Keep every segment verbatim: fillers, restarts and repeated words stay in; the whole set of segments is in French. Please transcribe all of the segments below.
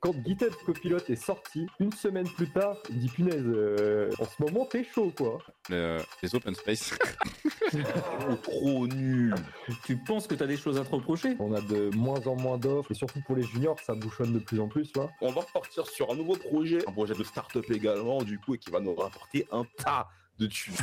quand GitHub Copilot est sorti, une semaine plus tard, il dit punaise, euh, en ce moment t'es chaud quoi. Euh, les open space. Oh, trop nul. Tu penses que t'as des choses à te reprocher? On a de moins en moins d'offres et surtout pour les juniors, ça bouchonne de plus en plus là. On va repartir sur un nouveau projet, un projet de start-up également, du coup, et qui va nous rapporter un tas de thunes.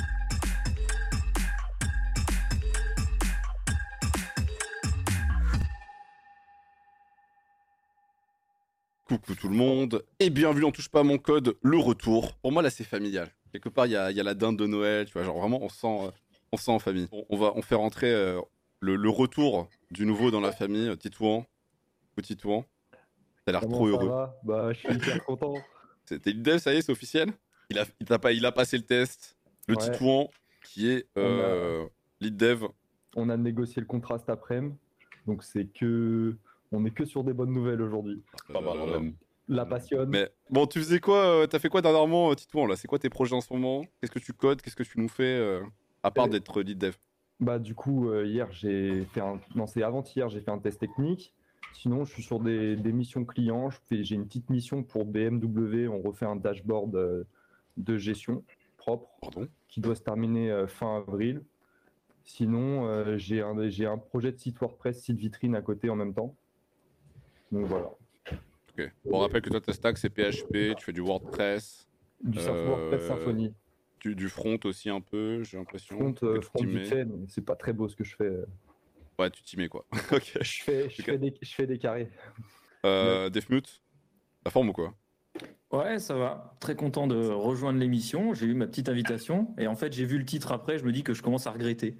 Coucou tout le monde, et bienvenue on touche pas à mon code, le retour. Pour moi là c'est familial. Quelque part il y a, y a la dinde de Noël, tu vois, genre vraiment on sent, euh, on sent en famille. On, on va on fait rentrer euh, le, le retour du nouveau dans la famille, euh, Titouan, petit Titouan. T'as l'air Comment trop ça heureux. va? Bah je suis hyper content. T'es lead dev, ça y est, c'est officiel. Il a, il, t'a pas, il a passé le test. Le Ouais. Titouan qui est euh, a... lead dev. On a négocié le contrat cet après-midi, donc c'est que... On est que sur des bonnes nouvelles aujourd'hui. Pas mal, Euh, même. La passionne. Mais bon, tu faisais quoi euh, T'as fait quoi dernièrement, euh, Titouan là? C'est quoi tes projets en ce moment? Qu'est-ce que tu codes? Qu'est-ce que tu nous fais euh, à part Euh, d'être lead dev? Bah du coup euh, hier j'ai fait un... Non c'est avant-hier j'ai fait un test technique. Sinon je suis sur des, des missions clients. Je fais... J'ai une petite mission pour B M W. On refait un dashboard euh, de gestion propre Pardon? qui doit se terminer euh, fin avril. Sinon euh, j'ai un... j'ai un projet de site WordPress, site vitrine à côté en même temps. Donc voilà. Ok. Bon, on rappelle que toi ta stack c'est P H P, tu fais du WordPress. Du Euh, WordPress Symfony. Du, du front aussi un peu, j'ai l'impression. Front, que euh, tu front t'y vite mets. fait, mais c'est pas très beau ce que je fais. Ouais, tu t'y mets quoi. Ok. Je fais, je Ok. fais, des, je fais des carrés. Euh, Defmute, la forme ou quoi? Ouais, ça va. Très content de rejoindre l'émission. J'ai eu ma petite invitation et en fait, j'ai vu le titre après. Je me dis que je commence à regretter.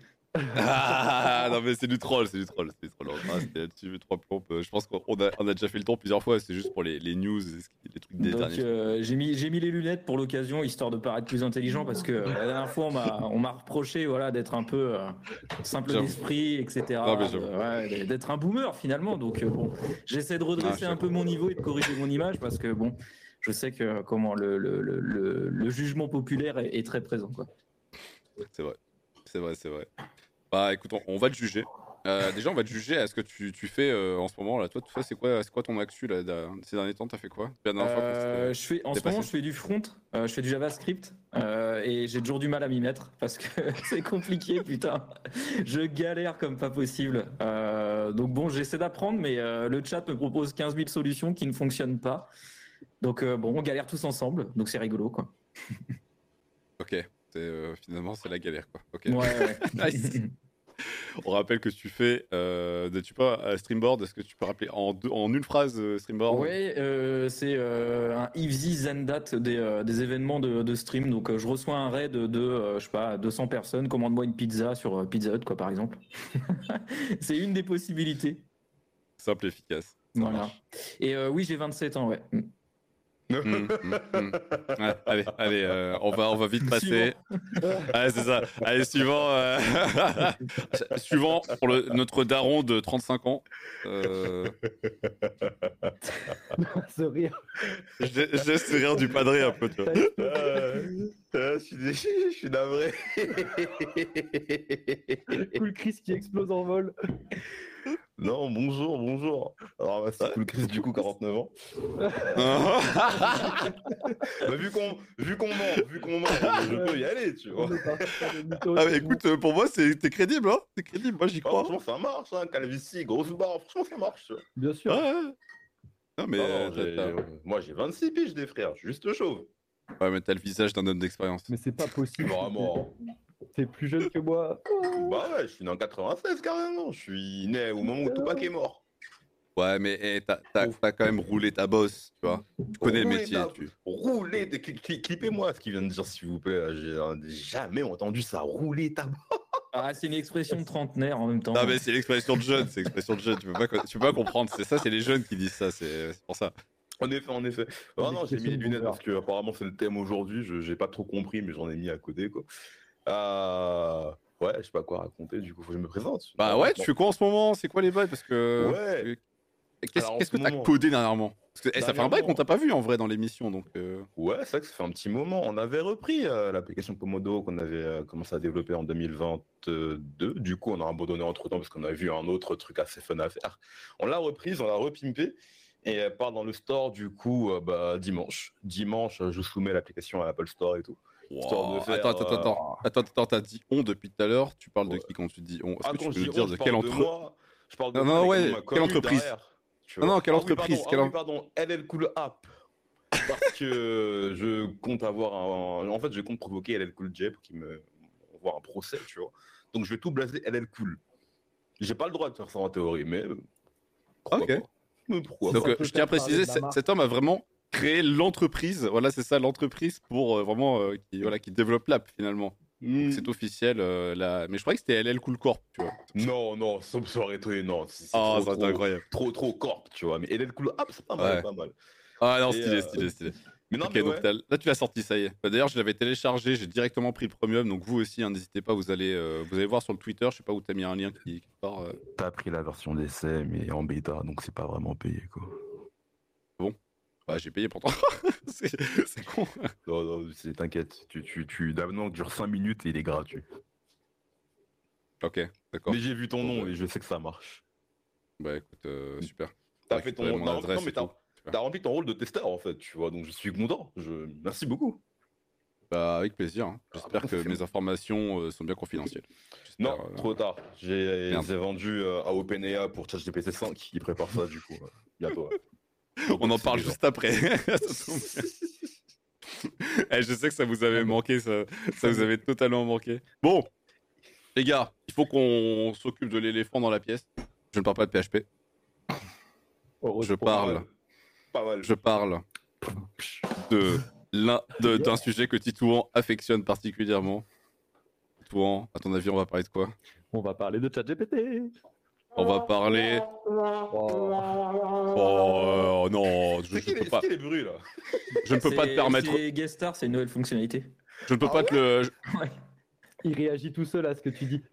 Ah non mais c'est du troll, c'est du troll, c'est du troll. Ah, c'était là-dessus, trois plombes. Je pense qu'on a, on a déjà fait le tour plusieurs fois, c'est juste pour les, les news, les trucs des Donc, derniers. euh, j'ai mis, j'ai mis les lunettes pour l'occasion, histoire de paraître plus intelligent, parce que euh, la dernière fois, on m'a, on m'a reproché, voilà, d'être un peu euh, simple J'avoue. d'esprit, et cetera. Non, mais j'avoue. Euh, ouais, d'être un boomer finalement. Donc, euh, bon, j'essaie de redresser Ah, un peu mon niveau et de corriger mon image, parce que bon, je sais que comment le, le, le, le, le jugement populaire est, est très présent, quoi. C'est vrai, c'est vrai, c'est vrai. Bah écoute, on, on va te juger. Euh, déjà, on va te juger à ce que tu, tu fais euh, en ce moment là. Toi, toi c'est quoi, c'est quoi ton actu là da- ces derniers temps? T'as fait quoi? La dernière fois, Euh, je fais, en t'es ce moment, passé je fais du front, euh, je fais du JavaScript euh, et j'ai toujours du mal à m'y mettre parce que c'est compliqué, putain. Je galère comme pas possible. Euh, donc bon, j'essaie d'apprendre, mais euh, le chat me propose quinze mille solutions qui ne fonctionnent pas. Donc euh, bon, on galère tous ensemble, donc c'est rigolo, quoi. Ok, c'est, euh, finalement c'est la galère quoi. Ok. Ouais, ouais. Nice. On rappelle que tu fais, euh, de, tu peux à Streamboard, est-ce que tu peux rappeler en, deux, en une phrase euh, Streamboard? Ouais, euh, c'est euh, un if this then that des, euh, des événements de, de stream. Donc euh, je reçois un raid de, euh, je sais pas, deux cents personnes, commande-moi une pizza sur euh, Pizza Hut, quoi, par exemple. C'est une des possibilités. Simple et efficace. Ça Voilà. marche. Et euh, oui, j'ai vingt-sept ans, ouais. Mmh, mmh, mmh. Ouais, allez, allez, euh, on va, on va vite passer. Ouais, c'est ça. Allez, suivant, euh... suivant pour le, notre daron de trente-cinq ans. Euh... Ce rire. Je, je laisse rire du padré un peu, tu vois. Euh, euh, je suis dé- je suis navré. Cool Chris qui explose en vol. Non, bonjour, bonjour. Alors, bah, c'est cool, Chris, du coup, quarante-neuf ans. Bah, vu qu'on vu qu'on ment, vu qu'on ment, je peux y aller, tu vois. On est parti sur des mythos. Ah, mais écoute, euh, pour moi, c'est, t'es crédible, hein. T'es crédible, moi, j'y Ah, crois. franchement, ça marche, hein, calvitie, grosse barre, franchement, ça marche, tu vois. Bien sûr. Ouais, ouais. Non, mais, Non, euh, non, t'as- j'ai- t'as- j'ai- moi, j'ai vingt-six piges, des frères, je suis juste chauve. ouais, mais t'as le visage d'un homme d'expérience. Mais c'est pas possible. Vraiment. T'es plus jeune que moi. Bah ouais, je suis né en quatre-vingt-seize, carrément. Je suis né au moment où Tupac est mort. Ouais, mais eh, t'as, t'as, t'as quand même roulé ta bosse, tu vois. Tu connais le Roulez métier, ta- tu... Roulez, de- cli- cli- clippez-moi ce qu'il vient de dire, s'il vous plaît. J'ai euh, jamais entendu ça, rouler ta Ah, c'est une expression de trentenaire en même temps. Non, mais c'est l'expression de jeune, c'est l'expression de jeune, tu peux pas, co- tu peux pas comprendre, c'est ça, c'est les jeunes qui disent ça, c'est, c'est pour ça. En effet, en effet. Ah non, j'ai mis les Expression de lunettes boomer. parce que apparemment c'est le thème aujourd'hui. Je j'ai pas trop compris, mais j'en ai mis à côté, quoi. Euh... Ouais, je sais pas quoi raconter. Du coup, faut que je me présente. Bah Non, ouais, non. tu fais quoi en ce moment? C'est quoi les bails? Parce que... Ouais. Qu'est-ce, Alors, en qu'est-ce ce que t'as moment- codé dernièrement? Parce que eh, ça fait un bail Dernièrement- qu'on t'a pas vu en vrai dans l'émission, donc... euh, Ouais, c'est vrai que ça fait un petit moment. On avait repris euh, l'application Pomodoro qu'on avait euh, commencé à développer en deux mille vingt-deux. Du coup, on a abandonné entre temps parce qu'on a vu un autre truc assez fun à faire. On l'a reprise, on l'a repimpé. Et elle part dans le store, du coup, euh, bah, dimanche. Dimanche, je soumets l'application à l'Apple Store et tout. Histoire de Wow. faire, Attends, attends, euh, attends, attends, attends, t'as dit on depuis tout à l'heure. Tu parles de Ouais. qui quand tu dis on? Est-ce Ah, que quand tu peux je nous dis dire on, de je quelle parle de entre... moi. Je parle de Non, moi non, avec ouais, ma quelle commune entreprise? derrière, tu Non, vois. non, quelle Ah oui, entreprise? pardon, Quelle ah en- oui, pardon, L L Cool App. Parce que je compte avoir un... En fait, je compte provoquer L L Cool J pour qu'il me envoie un procès, tu vois. Donc, je vais tout blaser L L Cool. J'ai pas le droit de faire ça en théorie, mais euh, pourquoi Ok. pas. Mais pourquoi Donc, pas. euh, je tiens à préciser, c- cet homme a vraiment créé l'entreprise. Voilà, c'est ça, l'entreprise pour euh, vraiment euh, qui, voilà, qui développe l'app finalement. Hmm. C'est officiel. euh, la... Mais je croyais que c'était L L Cool Corp, tu vois. Non, non, ça me serait étonné, non. C'est c'est Ah, trop, ça va être trop, incroyable. trop, trop corp, tu vois. Mais L L Cool App, c'est pas mal, Ouais. pas mal. Ah non, Et, stylé, euh, stylé, stylé. Mais non, Ok, mais donc ouais. t'as- là tu l'as sorti, ça y est. Bah, D'ailleurs, je l'avais téléchargé, j'ai directement pris le premium, donc vous aussi, hein, n'hésitez pas, vous allez, euh, vous allez voir sur le Twitter, je sais pas où t'as mis un lien qui, qui part. euh, T'as pris la version d'essai, mais en bêta, donc c'est pas vraiment payé, quoi. Bah, j'ai payé pourtant. c'est c'est con. Non, non, c'est- t'inquiète. Tu, tu, tu, l'abonnement dure cinq minutes et il est gratuit. Ok, d'accord. Mais j'ai vu ton Bon, nom bah, et je sais que ça marche. bah écoute, euh, super. T'as T'as fait récupéré ton. mon Non, non, adresse mais et tout. t'as Super. t'as rempli ton rôle de testeur, en fait, tu vois, donc je suis content. Je... Merci beaucoup. Bah, avec plaisir. hein. J'espère Ah, que c'est mes bon. informations euh, sont bien confidentielles. Non, J'espère, euh, trop tard. J'ai Merde. j'ai vendu euh, à OpenAI pour ChatGPT cinq qui prépare ça, du coup. euh, bientôt. ouais. Donc, On en c'est parle déjà. juste après. Ça tombe bien. Eh, je sais que ça vous avait manqué, ça, ça vous avait totalement manqué. Bon, les gars, il faut qu'on s'occupe de l'éléphant dans la pièce. Je ne parle pas de P H P. Je Pas parle, mal. Pas mal. je parle de l'un de- d'un sujet que Titouan affectionne particulièrement. Titouan, à ton avis, on va parler de quoi? On va parler de ChatGPT. On va parler. Oh. Oh euh, non, je, C'est je qui, peux les- pas. c'est qui les bruits, là? Je ne peux pas te C'est- permettre. C'est Guest Star, c'est une nouvelle fonctionnalité. Je ne peux Ah pas te le. Ouais. Il réagit tout seul à ce que tu dis.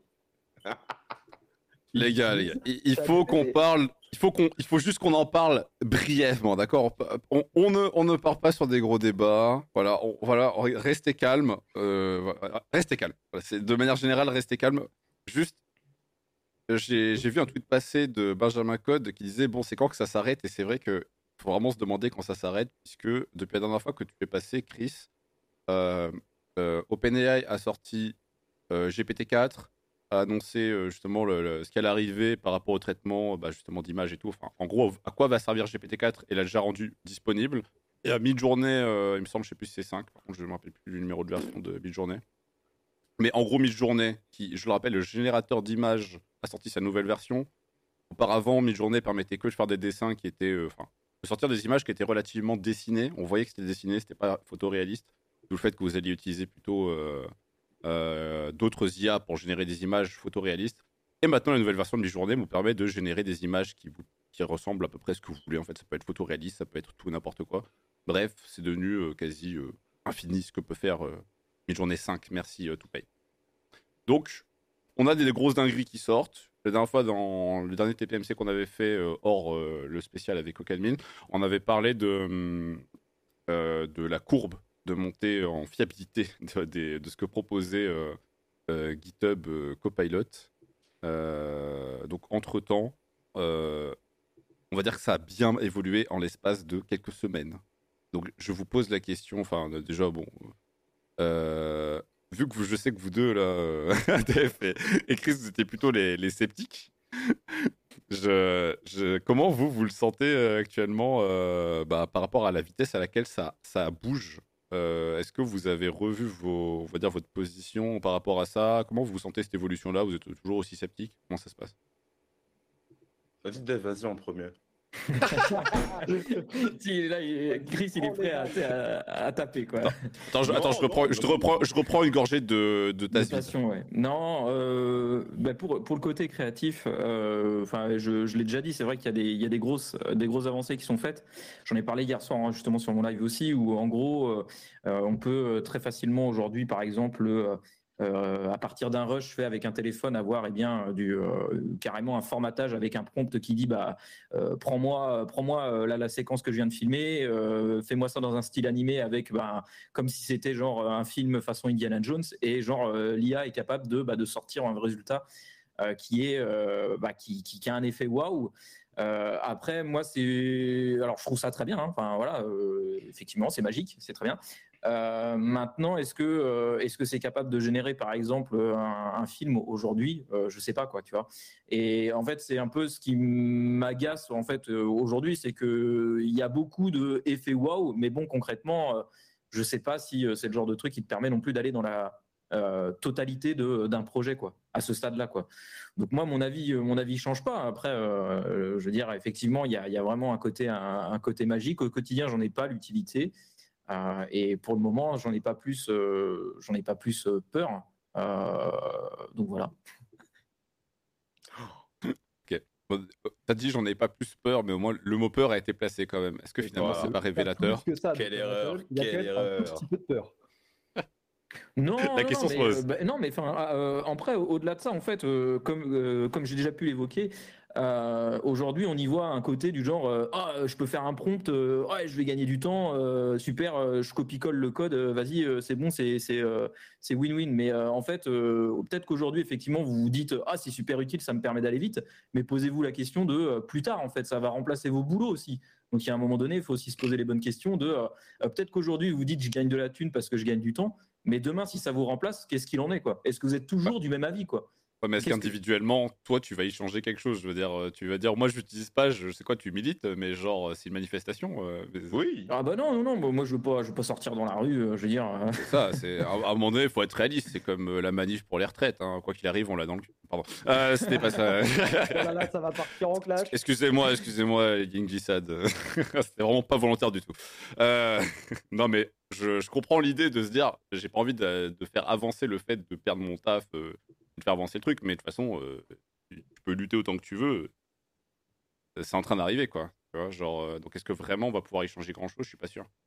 Les gars, les gars, il, il faut qu'on parle. Il faut qu'on, il faut juste qu'on en parle brièvement, d'accord? On, on ne, on ne part pas sur des gros débats. Voilà, on- voilà, restez calme. Euh, voilà, restez calme. Voilà, c'est de manière générale, restez calme. Juste, j'ai, j'ai vu un tweet passer de Benjamin Code qui disait bon, c'est quand que ça s'arrête? Et c'est vrai que faut vraiment se demander quand ça s'arrête, puisque depuis la dernière fois que tu fais passer, Chris, euh, euh, OpenAI a sorti euh, G P T quatre, a annoncé euh, justement le, le- ce qu'elle arrivait par rapport au traitement bah, justement d'images et tout. Enfin, en gros, à quoi va servir G P T quatre? Et l'a déjà rendu disponible. Et à mi-journée, euh, il me semble, je sais plus si c'est cinq, par contre, je ne me rappelle plus du numéro de version de mi-journée. Mais en gros, mi-journée, qui, je le rappelle, le générateur d'images a sorti sa nouvelle version. Auparavant, mi-journée permettait que de faire des dessins qui étaient, euh, enfin, de sortir des images qui étaient relativement dessinées. On voyait que c'était dessiné, c'était pas photoréaliste. D'où le fait que vous alliez utiliser plutôt euh, euh, d'autres I A pour générer des images photoréalistes. Et maintenant, la nouvelle version de mi-journée vous permet de générer des images qui, vous, qui ressemblent à peu près à ce que vous voulez. En fait, ça peut être photoréaliste, ça peut être tout n'importe quoi. Bref, c'est devenu euh, quasi euh, infini ce que peut faire euh, mi-journée cinq. Merci, euh, Toupay. Donc, on a des, des grosses dingueries qui sortent. La dernière fois, dans le dernier T P M C qu'on avait fait, euh, hors euh, le spécial avec Ocadmin, on avait parlé de, euh, de la courbe de montée en fiabilité de, de, de ce que proposait euh, euh, GitHub euh, Copilot. Euh, donc, entre-temps, euh, on va dire que ça a bien évolué en l'espace de quelques semaines. Donc, je vous pose la question, enfin, déjà, bon... Euh, vu que vous, je sais que vous deux, là, euh, A D F et, et Chris, vous étiez plutôt les, les sceptiques, je, je, comment vous, vous le sentez euh, actuellement euh, bah, par rapport à la vitesse à laquelle ça, ça bouge euh, Est-ce que vous avez revu vos, on va dire, votre position par rapport à ça? Comment vous sentez cette évolution-là? Vous êtes toujours aussi sceptique? Comment ça se passe? Vas-y, Dave, vas-y en premier. Si, là, il- Chris, il est prêt à, à- à taper, quoi. Attends, je, Non, attends, je, reprends, non, je, te non, reprends, non. je reprends une gorgée de, de De tasse vide. passion, ouais. Non, euh, bah pour, pour le côté créatif, euh, enfin, je, je l'ai déjà dit, c'est vrai qu'il y a des, il y a des grosses, des grosses avancées qui sont faites. J'en ai parlé hier soir, hein, justement, sur mon live aussi, où en gros, euh, on peut très facilement aujourd'hui, par exemple, euh, euh, à partir d'un rush fait avec un téléphone, avoir eh bien du euh, carrément un formatage avec un prompt qui dit bah euh, prends-moi, prends-moi euh, là la séquence que je viens de filmer, euh, fais-moi ça dans un style animé avec bah, comme si c'était genre un film façon Indiana Jones, et genre euh, l'I A est capable de bah, de sortir un résultat euh, qui est euh, bah, qui, qui, qui a un effet waouh. Euh, après, moi, c'est. Alors, je trouve ça très bien. hein. Enfin, voilà, euh, effectivement, c'est magique, c'est très bien. Euh, maintenant, est-ce que euh, est-ce que c'est capable de générer, par exemple, un, un film aujourd'hui euh, Je sais pas quoi, tu vois. Et en fait, c'est un peu ce qui m'agace en fait euh, aujourd'hui, c'est que il y a beaucoup de effets waouh, mais bon, concrètement, euh, je sais pas si euh, c'est le genre de truc qui te permet non plus d'aller dans la euh, totalité de, d'un projet, quoi, à ce stade-là, quoi. Donc moi, mon avis, euh, mon avis change pas. Après, euh, je veux dire, effectivement, il y a, il y a vraiment un côté, un, un côté magique. Au quotidien, j'en ai pas l'utilité. Euh, et pour le moment, j'en ai pas plus, euh, j'en ai pas plus euh, peur. Euh, donc voilà. Ok. Bon, euh, t'as dit j'en ai pas plus peur, mais au moins le mot peur a été placé quand même. Est-ce que finalement Voilà. c'est pas Pas plus révélateur? que ça. Quelle donc, erreur, il y a quand quelle même un tout erreur. petit peu de peur. Non, La non, question non, se mais, pose. euh, bah, non, mais enfin, euh, après, au- au-delà de ça, en fait, euh, comme, euh, comme j'ai déjà pu l'évoquer, euh, aujourd'hui, on y voit un côté du genre, euh, ah, je peux faire un prompt, euh, ouais, je vais gagner du temps, euh, super, euh, je copie-colle le code, euh, vas-y, euh, c'est bon, c'est c'est euh, c'est win-win. Mais euh, en fait, euh, peut-être qu'aujourd'hui, effectivement, vous vous dites, ah, c'est super utile, ça me permet d'aller vite, mais posez-vous la question de euh, plus tard, en fait, ça va remplacer vos boulots aussi. Donc, il y a un moment donné, il faut aussi se poser les bonnes questions de, euh, euh, peut-être qu'aujourd'hui, vous dites, je gagne de la thune parce que je gagne du temps. Mais demain, si ça vous remplace, qu'est-ce qu'il en est, quoi? Est-ce que vous êtes Ouais. toujours du même avis, quoi? Ouais, mais est-ce Qu'est-ce que qu'individuellement, toi, tu vas y changer quelque chose? Je veux dire, euh, tu vas dire, moi, je l'utilise pas, je sais quoi, tu milites, mais genre, euh, c'est une manifestation. euh, mais- Oui. Ah bah non, non, non, bah moi je veux pas, je veux pas sortir dans la rue, euh, je veux dire. euh. C'est ça, c'est à, à un moment donné, il faut être réaliste. C'est comme euh, la manif pour les retraites. hein. Quoi qu'il arrive, on l'a dans le cul. Pardon. Euh, c'était pas ça. Oh là là, ça va partir en clash. Excusez-moi, excusez-moi, Yingji Sad. C'était vraiment pas volontaire du tout. Euh, non, mais je, je comprends l'idée de se dire, j'ai pas envie de, de faire avancer le fait de perdre mon taf, euh, de faire avancer le truc, mais de toute façon, euh, tu tu peux lutter autant que tu veux. euh, C'est en train d'arriver, quoi. Tu vois, genre, euh, donc est-ce que vraiment on va pouvoir y changer grand-chose? Je suis pas sûr.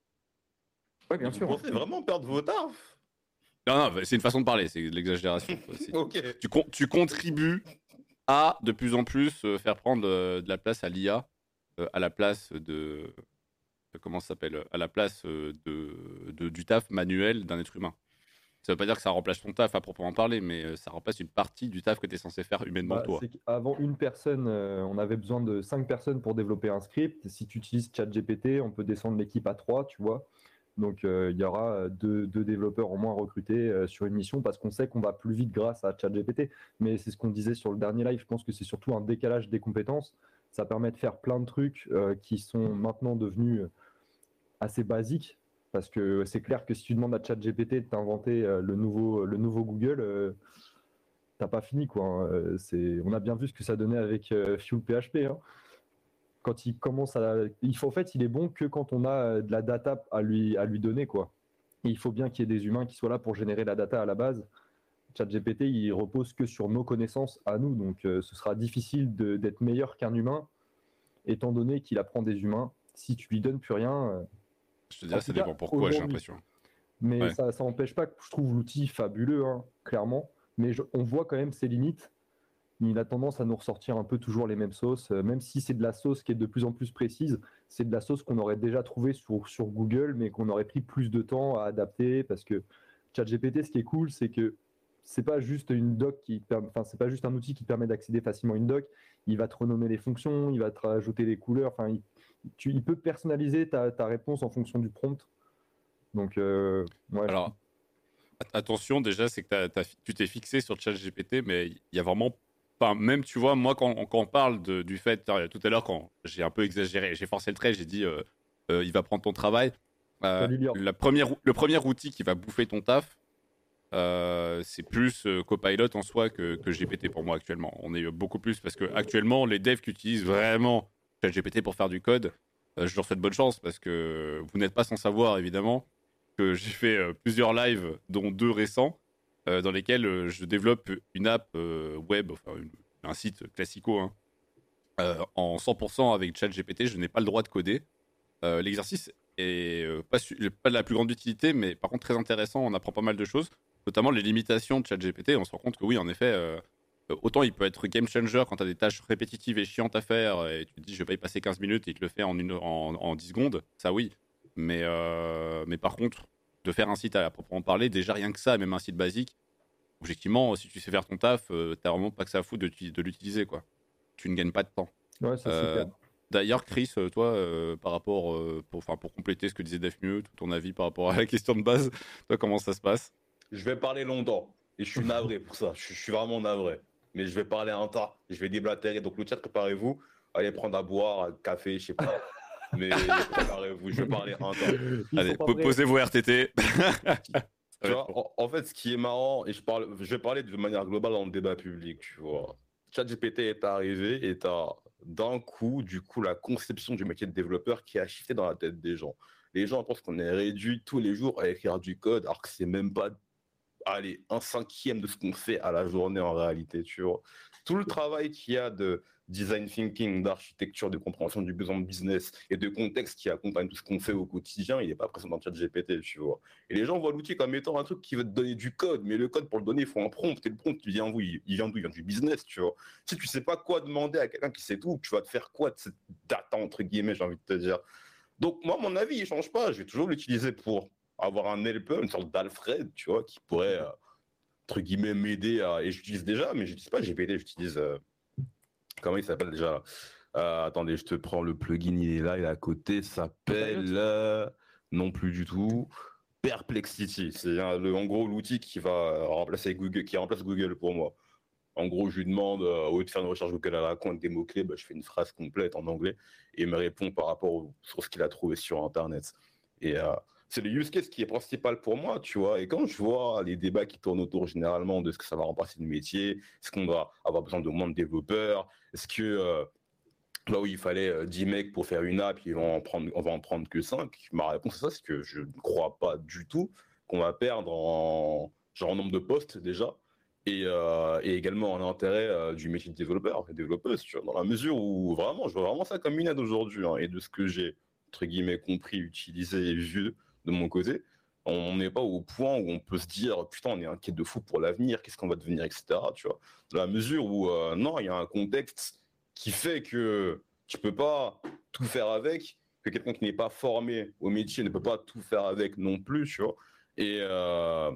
Ouais, bien Vous sûr. pensez vraiment perdre vos taf? Non, non, bah, c'est une façon de parler, c'est de l'exagération. quoi. C'est- Ok. Tu, con- tu contribues à de plus en plus euh, faire prendre euh, de la place à l'I A, euh, à la place de, de- comment ça s'appelle, à la place euh, de, de- du taf manuel d'un être humain. Ça veut pas dire que ça remplace ton taf à proprement parler, mais euh, ça remplace une partie du taf que tu es censé faire humainement Bah, toi. c'est qu'avant une personne, euh, on avait besoin de cinq personnes pour développer un script. Si tu utilises ChatGPT, on peut descendre l'équipe à trois, tu vois. Donc euh, il y aura deux, deux développeurs au moins recrutés euh, sur une mission parce qu'on sait qu'on va plus vite grâce à ChatGPT. Mais c'est ce qu'on disait sur le dernier live. Je pense que c'est surtout un décalage des compétences. Ça permet de faire plein de trucs euh, qui sont maintenant devenus assez basiques. Parce que c'est clair que si tu demandes à ChatGPT de t'inventer euh, le nouveau, le nouveau Google, euh, t'as pas fini quoi. hein. Euh, C'est, on a bien vu ce que ça donnait avec euh, Fuel P H P. hein. Quand il commence à, il faut en fait, il est bon que quand on a euh, de la data à lui à lui donner quoi. Et il faut bien qu'il y ait des humains qui soient là pour générer la data à la base. ChatGPT, il repose que sur nos connaissances à nous, donc euh, ce sera difficile de- d'être meilleur qu'un humain, étant donné qu'il apprend des humains. Si tu lui donnes plus rien, euh, Je te en dirais, tout ça cas, dépend pourquoi, j'ai aujourd'hui. l'impression. Mais Ouais. ça, ça n'empêche pas que je trouve l'outil fabuleux, hein, clairement. Mais je- on voit quand même ses limites. Il a tendance à nous ressortir un peu toujours les mêmes sauces, euh, même si c'est de la sauce qui est de plus en plus précise. C'est de la sauce qu'on aurait déjà trouvée sur, sur Google, mais qu'on aurait pris plus de temps à adapter parce que ChatGPT, ce qui est cool, c'est que c'est pas juste une doc qui te permet, enfin c'est pas juste un outil qui te permet d'accéder facilement à une doc. Il va te renommer les fonctions, il va te rajouter les couleurs. Enfin, il, tu- il peut personnaliser ta, ta réponse en fonction du prompt. Donc, euh, ouais, je Alors, at- attention, déjà, c'est que t'as- t'as fi- tu t'es fixé sur ChatGPT, mais il y a vraiment. Enfin, même, tu vois, moi, quand, on- quand on parle de- du fait, euh, tout à l'heure, quand j'ai un peu exagéré, j'ai forcé le trait, j'ai dit, euh, euh, il va prendre ton travail. Euh, Salut, Lior. la première, le premier outil qui va bouffer ton taf, euh, c'est plus euh, Copilot en soi que, que G P T pour moi actuellement. On est beaucoup plus parce que actuellement, les devs qui utilisent vraiment ChatGPT pour faire du code, euh, je leur souhaite bonne chance parce que vous n'êtes pas sans savoir, évidemment, que j'ai fait euh, plusieurs lives, dont deux récents, euh, dans lesquels euh, je développe une app euh, web, enfin une- un site classico, hein, euh, en cent pour cent avec ChatGPT. Je n'ai pas le droit de coder. Euh, L'exercice est euh, pas, su- pas de la plus grande utilité, mais par contre très intéressant. On apprend pas mal de choses, notamment les limitations de ChatGPT. On se rend compte que oui, en effet, euh, euh, autant il peut être game changer quand tu as des tâches répétitives et chiantes à faire et tu te dis je vais pas y passer quinze minutes et il te le fait en, une, en, en dix secondes, ça oui. Mais, euh, mais par contre, de faire un site à proprement parler, déjà rien que ça, même un site basique, objectivement, si tu sais faire ton taf, euh, t'as vraiment pas que ça à foutre de, de l'utiliser, quoi. Tu ne gagnes pas de temps. Ouais, ça c'est Euh, clair. D'ailleurs, Chris, euh, toi, euh, par rapport, euh, pour, enfin, pour compléter ce que disait Defmieux, tout ton avis par rapport à la question de base, toi, comment ça se passe? Je vais parler longtemps. Et je suis navré pour ça. Je, je suis vraiment navré. Mais je vais parler un tas. Je vais déblatérer. Donc, le chat, préparez-vous. Allez prendre à boire, un café, je sais pas. Mais préparez-vous. Je vais parler un tas. Ils Allez, sont pas po- prêts. posez vos R T T. Ça Tu va être vois, bon. en, en fait, ce qui est marrant, et je, parle, je vais parler de manière globale dans le débat public, tu vois. ChatGPT est arrivé et t'as d'un coup, du coup, la conception du métier de développeur qui a shifté dans la tête des gens. Les gens pensent qu'on est réduit tous les jours à écrire du code, alors que c'est même pas, allez, un cinquième de ce qu'on fait à la journée en réalité, tu vois. Tout le travail qu'il y a de design thinking, d'architecture, de compréhension du besoin de business et de contexte qui accompagne tout ce qu'on fait au quotidien, il n'est pas présent dans ChatGPT, tu vois. Et les gens voient l'outil comme étant un truc qui veut te donner du code, mais le code pour le donner, il faut un prompt. Et le prompt, il vient d'où? Il il vient d'où? Il vient du business, tu vois. Si tu sais pas quoi demander à quelqu'un qui sait tout, tu vas te faire quoi de cette data, entre guillemets, j'ai envie de te dire. Donc, moi, mon avis, il change pas. Je vais toujours l'utiliser pour avoir un helper, une sorte d'Alfred, tu vois, qui pourrait, euh, entre guillemets, m'aider à. Et j'utilise déjà, mais je n'utilise pas G P T, j'utilise. euh, Comment il s'appelle déjà? Euh, attendez, je te prends le plugin, il est là, il est à côté, ça s'appelle. euh, Non plus du tout. Perplexity. C'est hein, le- en gros l'outil qui va euh, remplacer Google, qui remplace Google pour moi. En gros, je lui demande, euh, au lieu de faire une recherche Google à la con avec des mots-clés, bah, je fais une phrase complète en anglais et il me répond par rapport au- sur ce qu'il a trouvé sur Internet. Et euh, c'est le use case qui est principal pour moi, tu vois. Et quand je vois les débats qui tournent autour généralement de ce que ça va remplacer le métier, est-ce qu'on va avoir besoin de moins de développeurs, est-ce que euh, là où il fallait euh, dix mecs pour faire une app, ils vont en prendre, on va en prendre que cinq. Ma réponse à ça, c'est que je ne crois pas du tout qu'on va perdre en, genre, en nombre de postes déjà et, euh, et également en intérêt euh, du métier de développeur et développeuse, tu vois, dans la mesure où vraiment, je vois vraiment ça comme une aide aujourd'hui hein, et de ce que j'ai, entre guillemets, compris, utilisé et vu de mon côté, on n'est pas au point où on peut se dire putain, on est inquiet de fou pour l'avenir, qu'est-ce qu'on va devenir, et cetera. Tu vois, dans la mesure où euh, non, il y a un contexte qui fait que tu peux pas tout faire avec, que quelqu'un qui n'est pas formé au métier ne peut pas tout faire avec non plus, tu vois. Et, euh,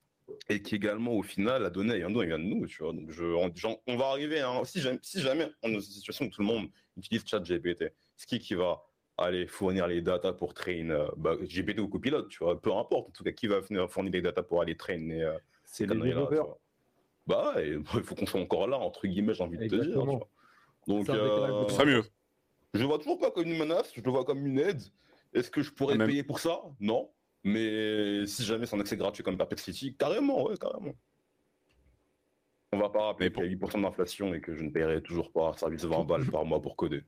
et qui également, au final, a donné, il vient de nous, il vient de nous, tu vois. Donc, je, on, genre, on va arriver, hein, si, jamais, si jamais on est dans une situation où tout le monde utilise ChatGPT, c'est qui qui va aller fournir les datas pour train euh, bah, G P T ou Copilot, tu vois, peu importe, en tout cas, qui va venir fournir les datas pour aller trainer euh, ces C'est les conneries-là, tu développeurs. vois. Bah, ouais, il faut qu'on soit encore là, entre guillemets, j'ai envie de te dire, tu Exactement. vois. Donc, C'est un décalage de Ce euh, serait mieux. je le vois toujours pas comme une menace, je le vois comme une aide. Est-ce que je Ah, pourrais même. payer pour ça? Non. Mais si jamais c'est un accès gratuit comme Perplexity, carrément, ouais, carrément. On va pas rappeler Mais qu'il pour... y a huit pour cent d'inflation et que je ne paierai toujours pas un service de vingt balles par mois pour coder.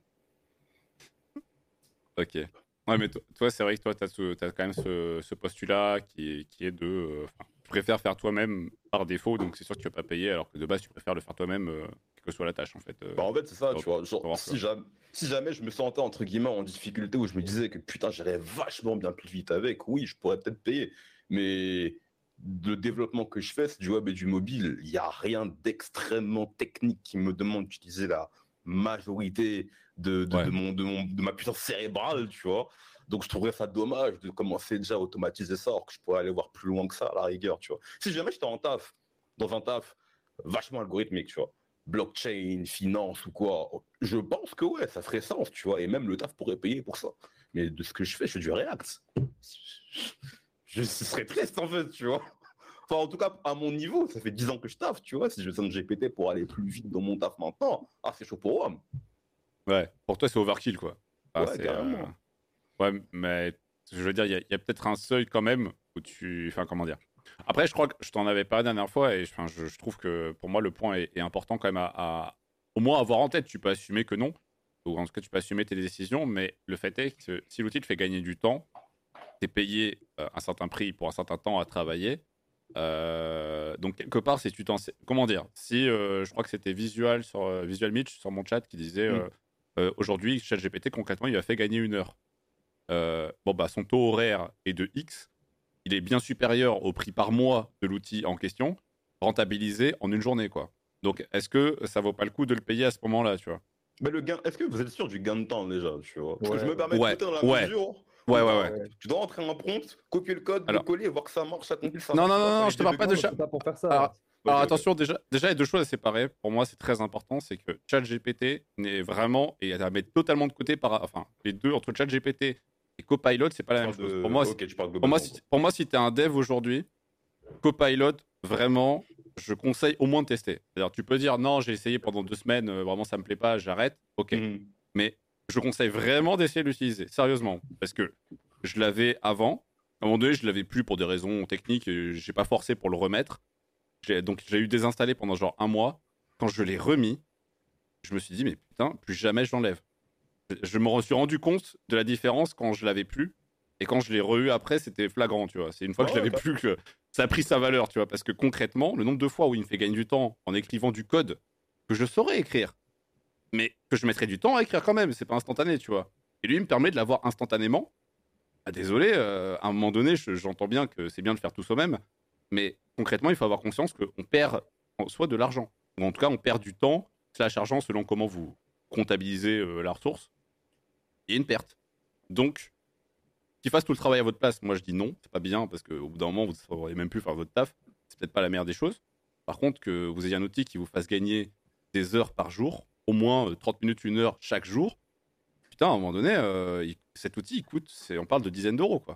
Ok. Ouais, mais to- toi, c'est vrai que toi, tu as, quand même ce, ce postulat qui est, qui est de. euh, 'fin, tu préfères faire toi-même par défaut, donc c'est sûr que tu vas pas payer, alors que de base, tu préfères le faire toi-même, euh, quelle que soit la tâche, en fait. euh, Bah, en fait, c'est ça, dans- tu vois. Genre, dans leur si choix. jamais, si jamais je me sentais entre guillemets en difficulté où je me disais que putain, j'irais vachement bien plus vite avec, oui, je pourrais peut-être payer. Mais le développement que je fais, c'est du web et du mobile. Il n'y a rien d'extrêmement technique qui me demande d'utiliser la majorité de, de, Ouais. de mon, de, mon, de ma puissance cérébrale, tu vois. Donc je trouverais ça dommage de commencer déjà à automatiser ça, alors que je pourrais aller voir plus loin que ça à la rigueur, tu vois. Si jamais j'étais en taf, dans un taf vachement algorithmique, tu vois, blockchain, finance ou quoi, je pense que ouais, ça ferait sens, tu vois, et même le taf pourrait payer pour ça. Mais de ce que je fais, je fais du React. Je ce serait triste en fait, tu vois. Enfin, en tout cas, à mon niveau, ça fait dix ans que je taffe, tu vois. Si je besoin de G P T pour aller plus vite dans mon taf maintenant, ah, c'est chaud pour moi. Ouais. Pour toi, c'est overkill, quoi. Ah, Ouais, c'est, carrément. euh, ouais, mais je veux dire, il y a, il y a peut-être un seuil quand même où tu. Enfin, comment dire. Après, je crois que je t'en avais parlé la dernière fois et enfin, je, je trouve que pour moi, le point est, est important quand même à, à au moins avoir en tête. Tu peux assumer que non, ou en tout cas, tu peux assumer tes décisions, mais le fait est que si l'outil te fait gagner du temps, tu es payé euh, un certain prix pour un certain temps à travailler. Euh, donc, quelque part, si tu t'en sais. Comment dire. Si euh, je crois que c'était Visual, sur, euh, Visual Mitch sur mon chat qui disait euh, euh, aujourd'hui, ChatGPT, concrètement, il a fait gagner une heure. Euh, bon, bah, son taux horaire est de X. Il est bien supérieur au prix par mois de l'outil en question, rentabilisé en une journée, quoi. Donc, est-ce que ça vaut pas le coup de le payer à ce moment-là, tu vois? Mais le gain, est-ce que vous êtes sûr du gain de temps déjà, tu vois? Parce que je Ouais, me ouais. permets de Ouais, douter dans la ouais, mesure ouais, où ouais, t'as- ouais. Ouais. tu dois entrer un prompt, copier le code, le Alors, coller, voir que ça marche, ça compile, ça non, marche non, pas, non, faut non, aller je te parle pas débugger. de Non, chat. c'est pas pour faire ça. Alors, Alors ok. attention, déjà, déjà, il y a deux choses à séparer. Pour moi, c'est très important. C'est que ChatGPT n'est vraiment, et à mettre totalement de côté, par, enfin, les deux, entre ChatGPT et Copilot, c'est pas la Tu même parles chose. de- Pour moi, ok, tu parles pour moi, globalement. si, pour moi, si t'es un dev aujourd'hui, Copilot, vraiment, je conseille au moins de tester. C'est-à-dire, tu peux dire, non, j'ai essayé pendant deux semaines, euh, vraiment, ça me plaît pas, j'arrête. Ok. Mhm. Mais je conseille vraiment d'essayer de l'utiliser, sérieusement. Parce que je l'avais avant. À un moment donné, je l'avais plus pour des raisons techniques. Et j'ai pas forcé pour le remettre. J'ai- donc, j'ai eu désinstallé pendant genre un mois. Quand je l'ai remis, je me suis dit, mais putain, plus jamais je l'enlève. Je, je me suis rendu compte de la différence quand je l'avais plus. Et quand je l'ai re-eu après, c'était flagrant, tu vois. C'est une fois que je Ouais, l'avais bah- plus que ça a pris sa valeur, tu vois. Parce que concrètement, le nombre de fois où il me fait gagner du temps en écrivant du code que je saurais écrire, mais que je mettrais du temps à écrire quand même, c'est pas instantané, tu vois. Et lui, il me permet de l'avoir instantanément. Ah, désolé, euh, à un moment donné, je- j'entends bien que c'est bien de faire tout soi-même, mais concrètement, il faut avoir conscience qu'on perd en soit de l'argent, ou en tout cas, on perd du temps, slash argent, selon comment vous comptabilisez euh, la ressource. Il y a une perte. Donc, qu'il fasse tout le travail à votre place, moi je dis non, c'est pas bien, parce qu'au bout d'un moment, vous ne saurez même plus faire votre taf. C'est peut-être pas la meilleure des choses. Par contre, que vous ayez un outil qui vous fasse gagner des heures par jour, au moins euh, trente minutes, une heure chaque jour, putain, à un moment donné, euh, il- cet outil, il coûte, c'est- on parle de dizaines d'euros, quoi.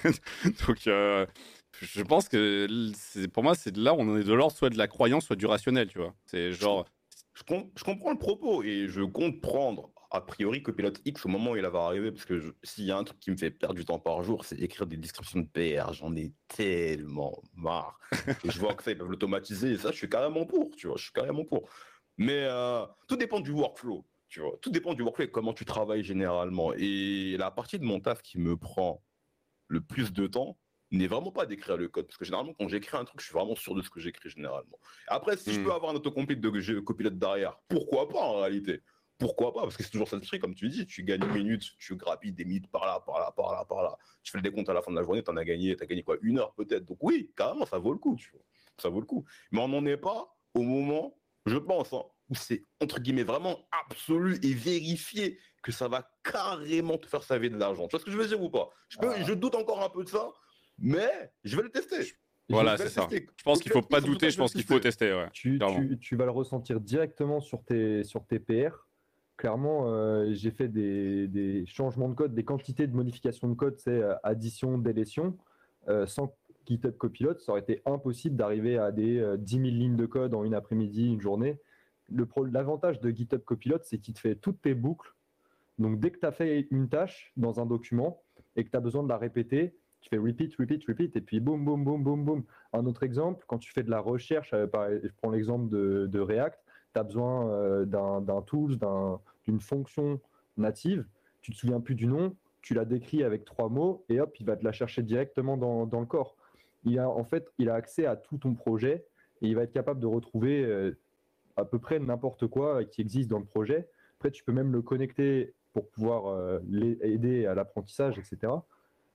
Donc, euh, je pense que l- c'est- pour moi, c'est de là où on en est de l'ordre, soit de la croyance, soit du rationnel, tu vois. C'est genre, Je, com- je comprends le propos et je compte prendre a priori Copilot X au moment où il va arriver parce que je- s'il y a un truc qui me fait perdre du temps par jour, c'est écrire des descriptions de P R. J'en ai tellement marre. Et je vois que ça, ils peuvent l'automatiser et ça, je suis carrément pour, tu vois, je suis carrément pour. Mais euh, tout dépend du workflow, tu vois. Tout dépend du workflow et comment tu travailles généralement. Et la partie de mon taf qui me prend le plus de temps n'est vraiment pas d'écrire le code. Parce que généralement, quand j'écris un truc, je suis vraiment sûr de ce que j'écris généralement. Après, si je Hmm. peux avoir un autocomplete de jeu copilote derrière, pourquoi pas en réalité? Pourquoi pas? Parce que c'est toujours ça le truc, comme tu dis, tu gagnes une minute, tu grappilles des minutes par là, par là, par là, par là. Tu fais le décompte à la fin de la journée, t'en as gagné, t'as gagné quoi? Une heure peut-être. Donc oui, carrément, ça vaut le coup, tu vois. Ça vaut le coup. Mais on n'en est pas au moment, je pense, hein, où c'est entre guillemets vraiment absolu et vérifié que ça va carrément te faire sauver de l'argent. Tu vois ce que je veux dire ou pas? Je, peux, Ah. je doute encore un peu de ça, mais je vais le tester. voilà, Je vais c'est le ça. tester. Je pense qu'il faut Copilot pas X, en tout douter, cas, je vais le pense qu'il faut tester. tester, ouais. Tu, clairement. tu, tu vas le ressentir directement sur tes, sur tes P R. Clairement, euh, j'ai fait des, des changements de code, des quantités de modifications de code, c'est euh, addition, délétion. Euh, sans GitHub Copilot, ça aurait été impossible d'arriver à des euh, dix mille lignes de code en une après-midi, une journée. Le pro- L'avantage de GitHub Copilot, c'est qu'il te fait toutes tes boucles. Donc, dès que tu as fait une tâche dans un document et que tu as besoin de la répéter, tu fais repeat, repeat, repeat, et puis boum, boum, boum, boum, boum. Un autre exemple, quand tu fais de la recherche, euh, par- je prends l'exemple de, de React, tu as besoin euh, d'un d'un tool, d'un- d'une fonction native, tu ne te souviens plus du nom, tu la décris avec trois mots, et hop, il va te la chercher directement dans, dans le corps. Il a, en fait, il a accès à tout ton projet, et il va être capable de retrouver euh, à peu près n'importe quoi qui existe dans le projet. Après, tu peux même le connecter pour pouvoir euh, aider à l'apprentissage, et cetera.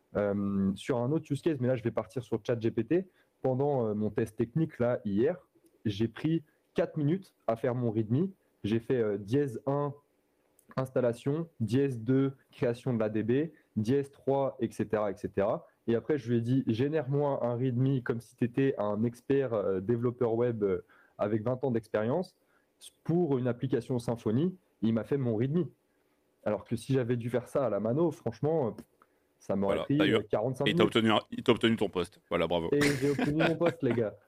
Euh, sur un autre use case, mais là, je vais partir sur ChatGPT. Pendant euh, mon test technique, là, hier, j'ai pris quatre minutes à faire mon README. J'ai fait euh, dièse un, installation, dièse deux, création de l'A D B, dièse trois, et cetera, et cetera. Et après, je lui ai dit, génère-moi un README comme si tu étais un expert euh, développeur web euh, avec vingt ans d'expérience pour une application Symfony. Il m'a fait mon README. Alors que si j'avais dû faire ça à la mano, franchement, ça m'aurait Voilà, pris t'as eu- euh, quarante-cinq Et t'as minutes. obtenu, un- il t'a obtenu ton poste. Voilà, bravo. Et j'ai obtenu mon poste, les gars.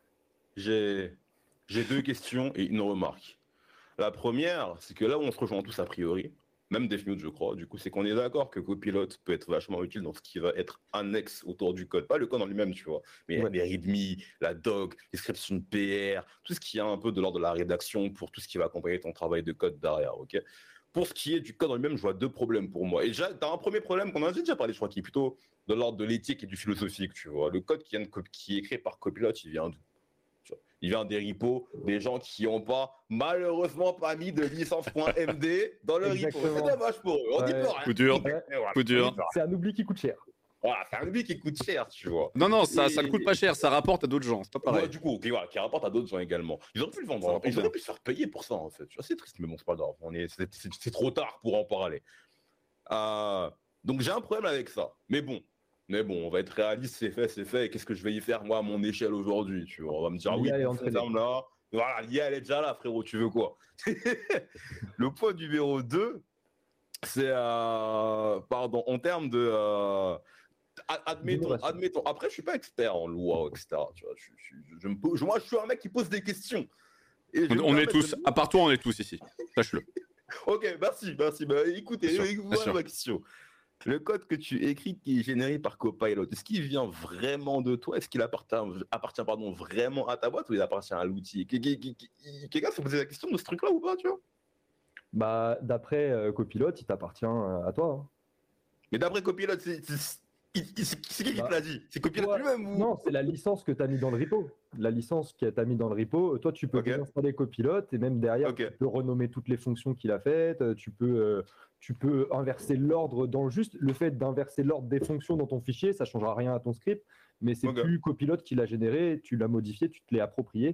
J'ai j'ai deux questions et une remarque. La première, c'est que là où on se rejoint tous a priori, même Defmute je crois, du coup, c'est qu'on est d'accord que Copilot peut être vachement utile dans ce qui va être annexe autour du code. Pas le code en lui-même, tu vois, mais Ouais. les readme, la doc, description de P R, tout ce qui est un peu de l'ordre de la rédaction pour tout ce qui va accompagner ton travail de code derrière, ok? Pour ce qui est du code en lui-même, je vois deux problèmes pour moi. Et déjà, tu as un premier problème qu'on a déjà parlé, je crois, qui est plutôt de l'ordre de l'éthique et du philosophique, tu vois. Le code qui, vient de co- qui est écrit par Copilot, il vient d'où? Tu vois. Il vient des repos, des gens qui n'ont pas, malheureusement, pas mis de licence.md dans le repo. Exactement. C'est dommage pour eux. On dit Ouais. pas rien. Coup dur. Mais voilà, Coup on dur. dit pas rien. C'est un oubli qui coûte cher. Voilà, c'est un oubli qui coûte cher, tu vois. Non, non, ça, Et- ça ne coûte pas cher, ça rapporte à d'autres gens, c'est pas pareil. Ouais, du coup, ok, voilà, qui rapporte à d'autres gens également. Ils auraient pu le vendre, Ça hein. rapporte Ils auraient bien. pu se faire payer pour ça, en fait. Tu vois, c'est triste, mais bon, c'est pas grave. On est, c'est, c'est- c'est trop tard pour en parler. Euh, donc j'ai un problème avec ça. Mais bon, Mais bon, on va être réaliste, c'est fait, c'est fait. Et qu'est-ce que je vais y faire, moi, à mon échelle aujourd'hui, tu vois? On va me dire, oui, L'I A est ton fond entraînée. d'arme là, voilà, l'I A, elle est déjà là, frérot, tu veux quoi? Le point numéro deux, c'est, euh, pardon, en termes de... euh, ad- admettons, D'innovation. admettons. Après, je suis pas expert en loi, et cetera. Tu vois, je, je- je- je me pose- moi, je suis un mec qui pose des questions. Et je vais On, me on est permettre tous, de- à part toi, on est tous ici. Sache-le. Ok, merci, merci. Bah, écoutez, Bien sûr, euh, bien voilà sûr. ma question. Le code que tu écris qui est généré par Copilot, est-ce qu'il vient vraiment de toi? Est-ce qu'il appartient, appartient pardon, vraiment à ta boîte ou il appartient à l'outil? Qui- qui- qui- qui- Quelqu'un s'est posé la question de ce truc-là ou pas, tu vois? Bah, d'après euh, Copilot, il t'appartient euh, à toi, hein. Mais d'après Copilot, c'est c'est- il- il- c'est qui qui te Bah, l'a dit? C'est Copilot toi- lui-même ou? Non, c'est la licence que tu as mis dans le repo. La licence que tu as mis dans le repo. Toi, tu peux Ok. désinstaller Copilot et même derrière, Ok. tu peux renommer toutes les fonctions qu'il a faites. euh, Tu peux, euh, tu peux inverser l'ordre dans le juste. Le fait d'inverser l'ordre des fonctions dans ton fichier, ça ne changera rien à ton script. Mais c'est Ok. plus Copilot qui l'a généré. Tu l'as modifié, tu te l'es approprié.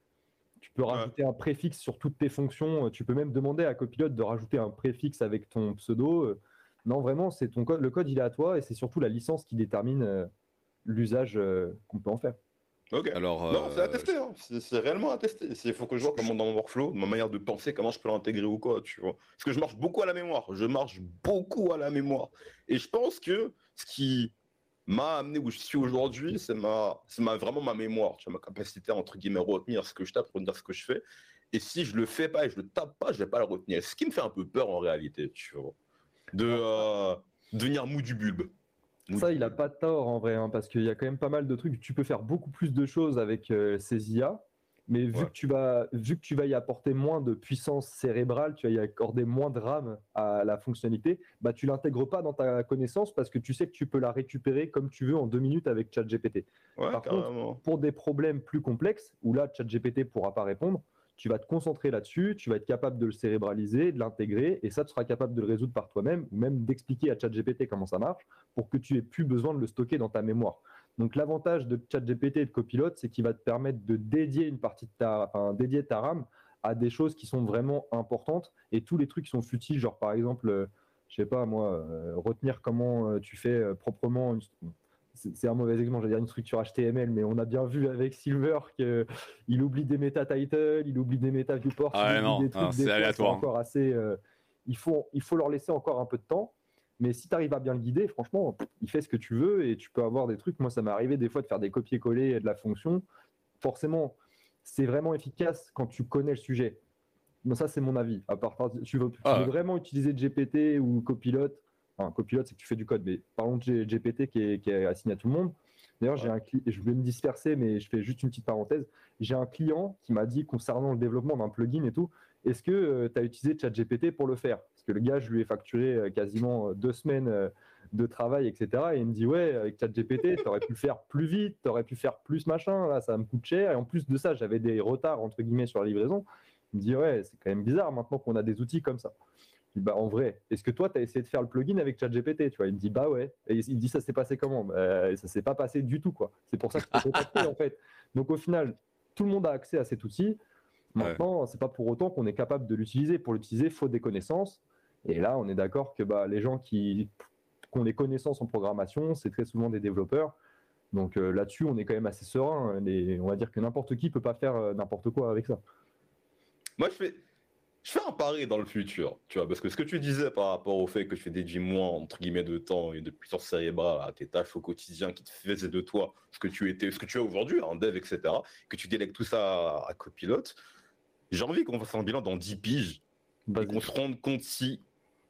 Tu peux rajouter un préfixe sur toutes tes fonctions. Tu peux même demander à Copilot de rajouter un préfixe avec ton pseudo. Non, vraiment, c'est ton code. Le code, il est à toi et c'est surtout la licence qui détermine euh, l'usage euh, qu'on peut en faire. Ok. Alors, Non, c'est à euh, tester, hein. C'est c'est réellement à tester. Il faut que je vois comment dans mon workflow, ma manière de penser, comment je peux l'intégrer ou quoi, tu vois. Parce que je marche beaucoup à la mémoire. Je marche beaucoup à la mémoire. Et je pense que ce qui m'a amené où je suis aujourd'hui, c'est ma, c'est ma, vraiment ma mémoire, tu vois, ma capacité à, entre guillemets, retenir ce que je tape, retenir ce que je fais. Et si je le fais pas et je le tape pas, je vais pas le retenir. Ce qui me fait un peu peur en réalité, tu vois. De euh, devenir mou du bulbe. Mou Ça, du il n'a bulbe. pas tort en vrai, hein, parce qu'il y a quand même pas mal de trucs. Tu peux faire beaucoup plus de choses avec euh, ces I A, mais vu, Ouais. que tu vas, vu que tu vas y apporter moins de puissance cérébrale, tu vas y accorder moins de RAM à la fonctionnalité, bah, tu ne l'intègres pas dans ta connaissance parce que tu sais que tu peux la récupérer comme tu veux en deux minutes avec ChatGPT. Ouais, Par contre, carrément. pour des problèmes plus complexes, où là, ChatGPT ne pourra pas répondre, tu vas te concentrer là-dessus, tu vas être capable de le cérébraliser, de l'intégrer, et ça, tu seras capable de le résoudre par toi-même, ou même d'expliquer à ChatGPT comment ça marche, pour que tu aies plus besoin de le stocker dans ta mémoire. Donc l'avantage de ChatGPT et de Copilot, c'est qu'il va te permettre de dédier une partie de ta, enfin, dédier ta RAM à des choses qui sont vraiment importantes, et tous les trucs qui sont futiles, genre par exemple, euh, je sais pas moi, euh, retenir comment euh, tu fais euh, proprement une... C'est un mauvais exemple, j'allais dire une structure H T M L, mais on a bien vu avec Silver qu'il oublie des méta titles, il oublie des méta viewports, Ah ouais, il oublie non, des trucs, non, des c'est fois, aléatoire, hein. encore assez. euh, il, faut, il faut leur laisser encore un peu de temps, mais si tu arrives à bien le guider, franchement, il fait ce que tu veux et tu peux avoir des trucs. Moi, ça m'est arrivé des fois de faire des copier-coller de la fonction. Forcément, c'est vraiment efficace quand tu connais le sujet. Bon, ça, c'est mon avis. À part, tu veux, tu Ah veux ouais. vraiment utiliser G P T ou Copilot. Enfin, Copilot, c'est que tu fais du code, mais parlons de G- GPT qui est, qui est assigné à tout le monde. D'ailleurs, j'ai Ouais. un cli- je vais me disperser, mais je fais juste une petite parenthèse. J'ai un client qui m'a dit concernant le développement d'un plugin et tout, est-ce que tu as utilisé ChatGPT pour le faire? Parce que le gars, je lui ai facturé euh, quasiment euh, deux semaines euh, de travail, et cetera. Et il me dit, ouais, avec ChatGPT, tu aurais pu le faire plus vite, tu aurais pu faire plus machin, là, ça me coûte cher. Et en plus de ça, j'avais des retards, entre guillemets, sur la livraison. Il me dit, ouais, c'est quand même bizarre maintenant qu'on a des outils comme ça. Je dis, bah, en vrai, est-ce que toi, tu as essayé de faire le plugin avec ChatGPT, tu vois? Il me dit, bah ouais. Et il me dit, ça s'est passé comment? Bah, ça s'est pas passé du tout, quoi. C'est pour ça que je t'ai contacté, en fait. Donc, au final, tout le monde a accès à cet outil. Maintenant, c'est pas pour autant qu'on est capable de l'utiliser. Pour l'utiliser, il faut des connaissances. Et là, on est d'accord que bah, les gens qui, qui ont des connaissances en programmation, c'est très souvent des développeurs. Donc euh, là-dessus, on est quand même assez serein. Les- on va dire que n'importe qui peut pas faire euh, n'importe quoi avec ça. Moi, je fais, je fais un pari dans le futur, tu vois, parce que ce que tu disais par rapport au fait que tu fais dédier moins, entre guillemets, de temps et de puissance cérébrale à tes tâches au quotidien qui te faisaient de toi ce que tu étais, ce que tu es aujourd'hui, un dev, et cetera, que tu délègues tout ça à, à Copilot, j'ai envie qu'on fasse un bilan dans dix piges et Vas-y. qu'on se rende compte si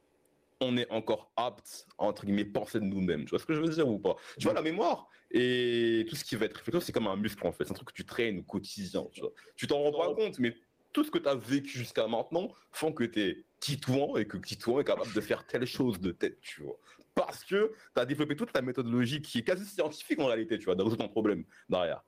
on est encore apte à, entre guillemets, penser de nous-mêmes. Tu vois ce que je veux dire ou pas? Tu vois, la mémoire et tout ce qui va être réflexion, c'est comme un muscle en fait. C'est un truc que tu traînes au quotidien. Tu vois. Tu t'en rends pas compte, mais tout ce que tu as vécu jusqu'à maintenant font que tu es titouan et que titouan est capable de faire telle chose de tête, tu vois. Parce que tu as développé toute ta méthodologie qui est quasi scientifique en réalité, tu vois, de résoudre un problème derrière.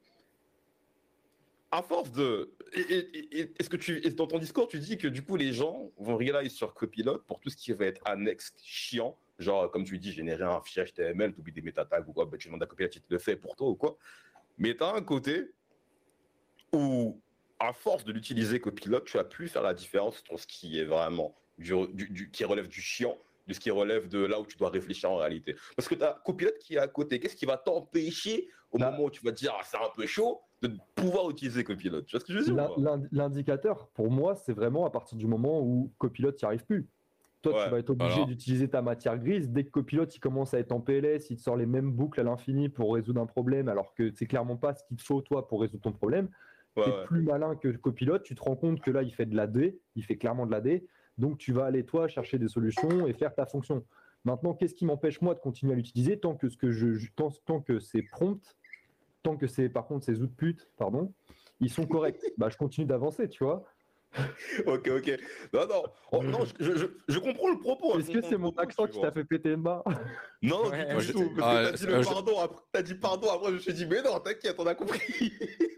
À force de... et- et- et- Est-ce que tu... et dans ton discours, tu dis que du coup, les gens vont rely sur Copilot pour tout ce qui va être annexe, chiant, genre, comme tu dis, générer un fichier H T M L, tu oublies des métatags ou quoi, bah, tu demandes à Copilot, il te le fait pour toi ou quoi. Mais tu as un côté où, à force de l'utiliser Copilot, tu as pu faire la différence entre ce qui est vraiment du, du- du- qui relève du chiant de ce qui relève de là où tu dois réfléchir en réalité. Parce que tu as copilote qui est à côté. Qu'est-ce qui va t'empêcher au Bah. moment où tu vas te dire ah, c'est un peu chaud de pouvoir utiliser copilote? Tu vois ce que je veux dire? L'in- ou pas l'in- L'indicateur, pour moi, c'est vraiment à partir du moment où copilote n'y arrive plus. Toi, Ouais, tu vas être obligé alors. d'utiliser ta matière grise. Dès que copilote il commence à être en P L S, il te sort les mêmes boucles à l'infini pour résoudre un problème, alors que c'est clairement pas ce qu'il te faut, toi, pour résoudre ton problème. Ouais, Tu es ouais. plus malin que copilote, tu te rends compte que là, il fait de l'A D, il fait clairement de l'A D. Donc, tu vas aller, toi, chercher des solutions et faire ta fonction. Maintenant, qu'est-ce qui m'empêche, moi, de continuer à l'utiliser tant que, ce que je, je- tant, tant que c'est prompt, tant que c'est, par contre, ces outputs, pardon, ils sont corrects. Bah, je continue d'avancer, tu vois. Ok, ok. Non, non, oh, non je, je, je comprends le propos. hein, Est-ce je que comprends c'est le mon propos, accent tu qui vois. t'a fait péter une barre? Non, Ouais, du moi, tout, je du sais. tout. Parce Ah, que t'as dit le euh, je- pardon, après, t'as dit pardon, après je me suis dit, mais non, t'inquiète, on a compris.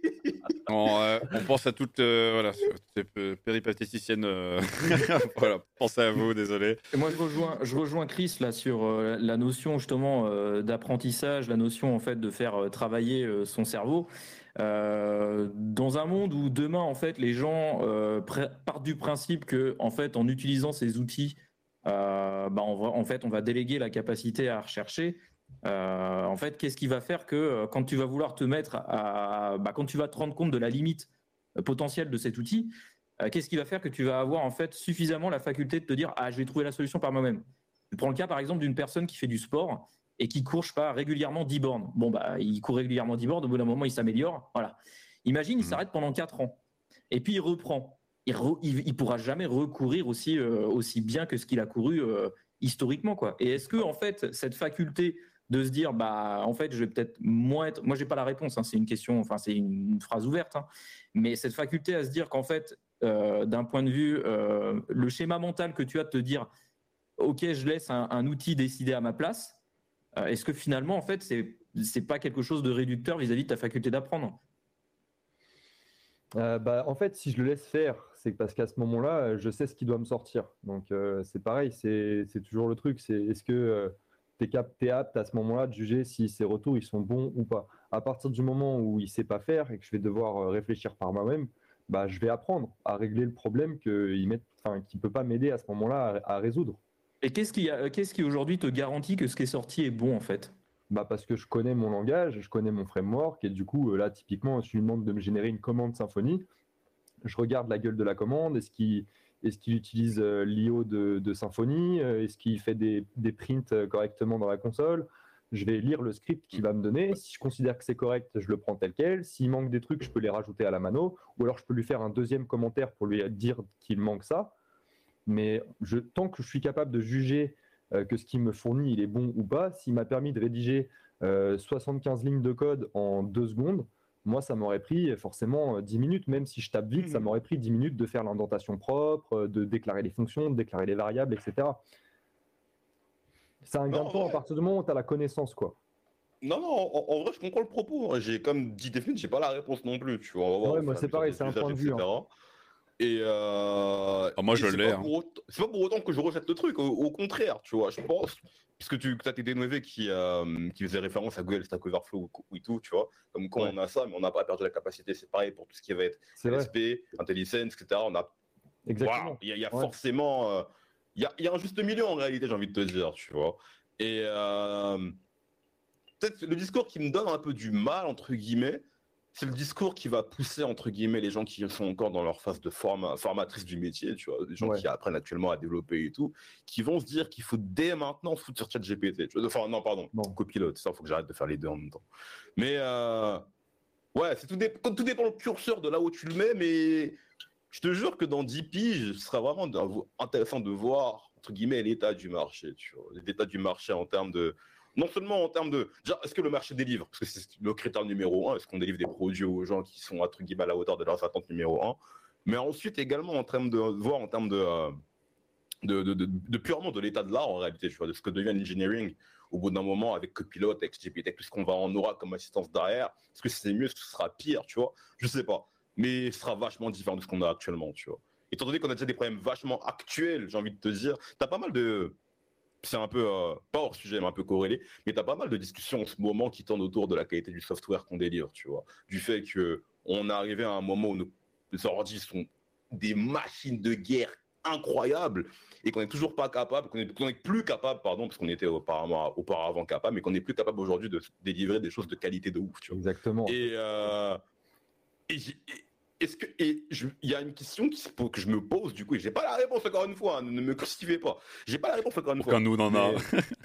On, euh, on pense à toutes euh, voilà, ces p- péripatéticiennes. euh, voilà, pensez à vous, désolé. Et moi, je rejoins, je rejoins Chris là sur euh, la notion justement euh, d'apprentissage, la notion en fait de faire euh, travailler euh, son cerveau. Euh, dans un monde où demain en fait les gens euh, pr- partent du principe que en fait en utilisant ces outils, euh, bah, on va, en fait on va déléguer la capacité à rechercher. Euh, en fait, qu'est-ce qui va faire que euh, quand tu vas vouloir te mettre à, bah, quand tu vas te rendre compte de la limite euh, potentielle de cet outil, euh, qu'est-ce qui va faire que tu vas avoir en fait suffisamment la faculté de te dire ah je vais trouver la solution par moi-même. Je prends le cas par exemple d'une personne qui fait du sport et qui court je sais pas régulièrement dix bornes. Bon bah il court régulièrement dix bornes, au bout d'un moment il s'améliore, voilà. Imagine il Mhm. s'arrête pendant quatre ans et puis il reprend. Il, re, il, il pourra jamais recourir aussi euh, aussi bien que ce qu'il a couru euh, historiquement quoi. Et est-ce que en fait cette faculté de se dire bah en fait je vais peut-être moins être, moi j'ai pas la réponse, hein, c'est une question, enfin c'est une phrase ouverte, hein, mais cette faculté à se dire qu'en fait euh, d'un point de vue euh, le schéma mental que tu as de te dire ok je laisse un, un outil décider à ma place, euh, est-ce que finalement en fait c'est c'est pas quelque chose de réducteur vis-à-vis de ta faculté d'apprendre? Euh, bah, en fait, si je le laisse faire, c'est parce qu'à ce moment-là, euh, je sais ce qui doit me sortir. Donc, euh, c'est pareil, c'est c'est toujours le truc. C'est est-ce que tu es apte à ce moment-là de juger si ces retours ils sont bons ou pas. À partir du moment où il ne sait pas faire et que je vais devoir euh, réfléchir par moi-même, bah, je vais apprendre à régler le problème qu'il ne peut pas m'aider à ce moment-là à, à résoudre. Et qu'est-ce qui, a- qu'est-ce qui aujourd'hui te garantit que ce qui est sorti est bon en fait? Bah parce que je connais mon langage, je connais mon framework, et du coup, euh, là, typiquement, si je lui demande de me générer une commande Symfony, je regarde la gueule de la commande, est-ce qu'il est qu'il utilise euh, l'I O de, de Symfony, euh, est-ce qu'il fait des, des prints euh, correctement dans la console. Je vais lire le script qu'il va me donner, si je considère que c'est correct, je le prends tel quel, s'il manque des trucs, je peux les rajouter à la mano, ou alors je peux lui faire un deuxième commentaire pour lui dire qu'il manque ça. Mais je, tant que je suis capable de juger euh, que ce qu'il me fournit, il est bon ou pas, s'il m'a permis de rédiger euh, soixante-quinze lignes de code en deux secondes, moi, ça m'aurait pris forcément dix minutes, même si je tape vite, ça m'aurait pris dix minutes de faire l'indentation propre, de déclarer les fonctions, de déclarer les variables, et cetera. C'est un gain de temps à partir du moment où tu as la connaissance, quoi. Non, non, en, en vrai, je comprends le propos. J'ai comme dit défini, j'ai pas la réponse non plus. Tu vois, on va voir. Ouais, moi, c'est pareil, c'est un point de vue. Hein. Et, euh, ah, moi, et je l'ai. Hein. C'est pas pour autant que je rejette le truc. Au, au contraire, tu vois, je pense, puisque tu as tes D N V qui, euh, qui faisait référence à Google Stack Overflow ou, ou tout, tu vois, comme quand ouais. on a ça, mais on n'a pas perdu la capacité. C'est pareil pour tout ce qui va être L S P, IntelliSense, et cetera. On a. Exactement. Il voilà, y a, y a ouais. forcément. Il euh, y, y a un juste milieu en réalité, j'ai envie de te dire, tu vois. Et. Euh, peut-être le discours qui me donne un peu du mal, entre guillemets, c'est le discours qui va pousser, entre guillemets, les gens qui sont encore dans leur phase de forma, formatrice du métier, tu vois, des gens ouais. qui apprennent actuellement à développer et tout, qui vont se dire qu'il faut dès maintenant se foutre sur ChatGPT. Tu vois, enfin, non, pardon, bon. Copilote, ça, il faut que j'arrête de faire les deux en même temps. Mais, euh, ouais, c'est tout, dé tout dépend le curseur de là où tu le mets, mais je te jure que dans dix piges, ce sera vraiment intéressant de voir, entre guillemets, l'état du marché, tu vois, l'état du marché en termes de... Non seulement en termes de... Est-ce que le marché délivre? Parce que c'est le critère numéro un. Est-ce qu'on délivre des produits aux gens qui sont, entre guillemets, à la hauteur de leurs attentes numéro un? Mais ensuite, également, en termes de... voir en termes de, euh, de, de, de, de purement de l'état de l'art, en réalité, tu vois, de ce que devient l'engineering au bout d'un moment avec Copilot, avec G P T, tout ce qu'on va en aura comme assistance derrière. Est-ce que c'est mieux? Est-ce que ce sera pire? Tu vois, je sais pas. Mais ce sera vachement différent de ce qu'on a actuellement, tu vois. Étant donné qu'on a déjà des problèmes vachement actuels, j'ai envie de te dire, t'as pas mal de... C'est un peu, euh, pas hors sujet, mais un peu corrélé, mais tu as pas mal de discussions en ce moment qui tournent autour de la qualité du software qu'on délivre, tu vois. Du fait qu'on est arrivé à un moment où nos, nos ordi sont des machines de guerre incroyable et qu'on n'est toujours pas capable, qu'on est, qu'on est plus capable, pardon, parce qu'on était auparavant, auparavant capable, mais qu'on n'est plus capable aujourd'hui de délivrer des choses de qualité de ouf. Tu vois. Exactement. Et, euh, et, et est-ce que et il y a une question qui, que je me pose du coup, et j'ai pas la réponse encore une fois, hein, ne me crucifiez pas. J'ai pas la réponse encore une Aucun fois. nous n'en a.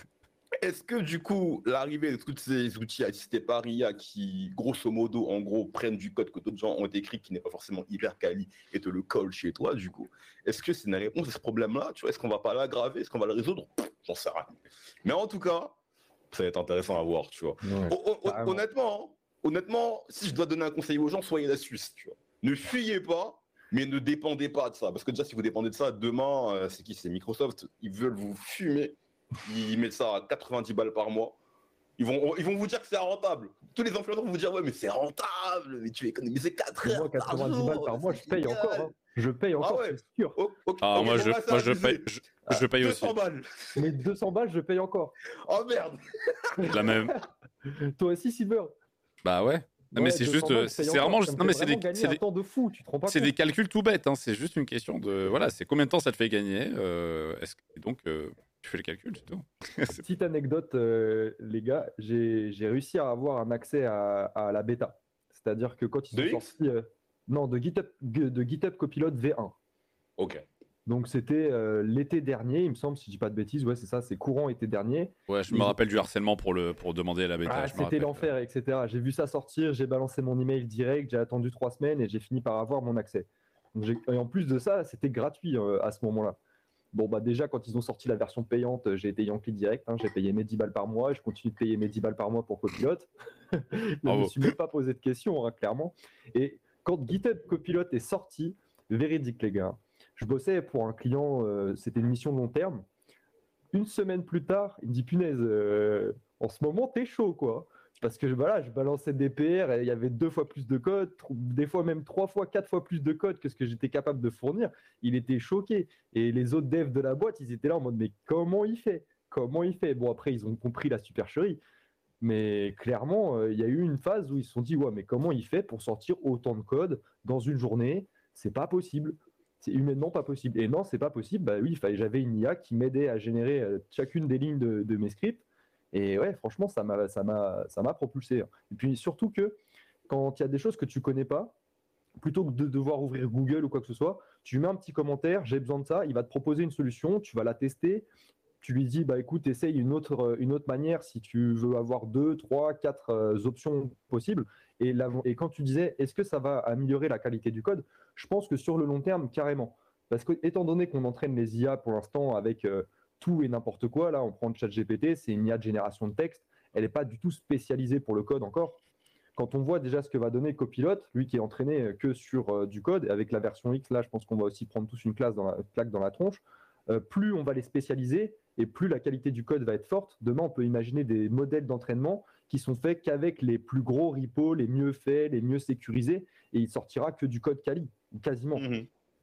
Est-ce que du coup, l'arrivée de tous ces outils assistés par I A qui, grosso modo, en gros, prennent du code que d'autres gens ont écrit qui n'est pas forcément hyper quali et te le collent chez toi, du coup, est-ce que c'est une réponse à ce problème-là? Tu vois, est-ce qu'on va pas l'aggraver? Est-ce qu'on va le résoudre? J'en sais rien. Mais en tout cas, ça va être intéressant à voir, tu vois. Ouais, O- o- honnêtement, hein, honnêtement, si je dois donner un conseil aux gens, soyez la Suisse, tu vois. Ne fuyez pas, mais ne dépendez pas de ça. Parce que déjà, si vous dépendez de ça, demain, euh, c'est qui? C'est Microsoft. Ils veulent vous fumer. Ils mettent ça à quatre-vingt-dix balles par mois. Ils vont, ils vont vous dire que c'est rentable. Tous les influenceurs vont vous dire, ouais, mais c'est rentable. Mais tu économises quatre heures Moi, par quatre-vingt-dix jour, balles par mois, je paye génial. encore. Hein. Je paye encore, Ah ouais. c'est sûr. Oh, ok, Ah, ok, moi, bon, je, bah, c'est moi je, abusé. paye, je, je paye deux aussi. cents balles. Mais deux cents balles, je paye encore. Oh merde. La même. Toi aussi, Cyber. Bah ouais. Non, mais c'est deux cents juste, balles, euh, je c'est paye c'est encore. vraiment, Ça juste- me non mais fait c'est des, vraiment gagner c'est un des, temps de fou, tu te rends pas c'est compte. des calculs tout bêtes. Hein. C'est juste une question de, voilà, c'est combien de temps ça te fait gagner. Euh, est-ce que- et donc, euh, tu fais le calcul, c'est tout. C'est- Petite anecdote, euh, les gars, j'ai j'ai réussi à avoir un accès à, à la bêta. C'est-à-dire que quand ils De sont X sortis, euh, non, de GitHub, de GitHub Copilot V un. Ok. Donc c'était euh, l'été dernier, il me semble, si je dis pas de bêtises, ouais, c'est ça, c'est courant été dernier. Ouais, je Ils me ont- rappelle du harcèlement pour le, pour demander la bêta. Ah, je me c'était rappelle. l'enfer, et cetera. J'ai vu ça sortir, j'ai balancé mon email direct, j'ai attendu trois semaines et j'ai fini par avoir mon accès. Donc, j'ai- et en plus de ça, c'était gratuit euh, à ce moment-là. Bon, bah déjà, quand ils ont sorti la version payante, euh, j'ai été Yankee direct. Hein, j'ai payé mes dix balles par mois. Je continue de payer mes dix balles par mois pour Copilot. Je ne me Bravo. suis même pas posé de questions, hein, clairement. Et quand GitHub Copilot est sorti, véridique, les gars, je bossais pour un client, euh, c'était une mission long terme. Une semaine plus tard, il me dit, punaise, euh, en ce moment, t'es chaud, quoi. Parce que voilà, je balançais des P R et il y avait deux fois plus de code, tr- des fois même trois fois, quatre fois plus de code que ce que j'étais capable de fournir. Il était choqué. Et les autres devs de la boîte, ils étaient là en mode, mais comment il fait? Comment il fait? Bon, après, ils ont compris la supercherie. Mais clairement, euh, il y a eu une phase où ils se sont dit, ouais, mais comment il fait pour sortir autant de code dans une journée? C'est pas possible. C'est humainement pas possible. Et non, c'est pas possible. Bah oui, il fallait- j'avais une I A qui m'aidait à générer euh, chacune des lignes de, de mes scripts. Et ouais, franchement, ça m'a, ça m'a, ça m'a propulsé. Et puis surtout que quand il y a des choses que tu connais pas, plutôt que de devoir ouvrir Google ou quoi que ce soit, tu lui mets un petit commentaire, j'ai besoin de ça, il va te proposer une solution, tu vas la tester, tu lui dis, bah écoute, essaye une autre, euh, une autre manière si tu veux avoir deux, trois, quatre euh, options possibles. Et, la- et quand tu disais, est-ce que ça va améliorer la qualité du code? Je pense que sur le long terme, carrément. Parce que étant donné qu'on entraîne les I A pour l'instant avec euh, tout et n'importe quoi, là on prend le ChatGPT, c'est une I A de génération de texte, elle n'est pas du tout spécialisée pour le code encore. Quand on voit déjà ce que va donner Copilot, lui qui est entraîné euh, que sur euh, du code, avec la version X, là je pense qu'on va aussi prendre tous une classe dans la, claque dans la tronche, euh, plus on va les spécialiser et plus la qualité du code va être forte. Demain, on peut imaginer des modèles d'entraînement qui sont faits qu'avec les plus gros repos, les mieux faits, les mieux sécurisés, et il sortira que du code quali, quasiment. Mhm.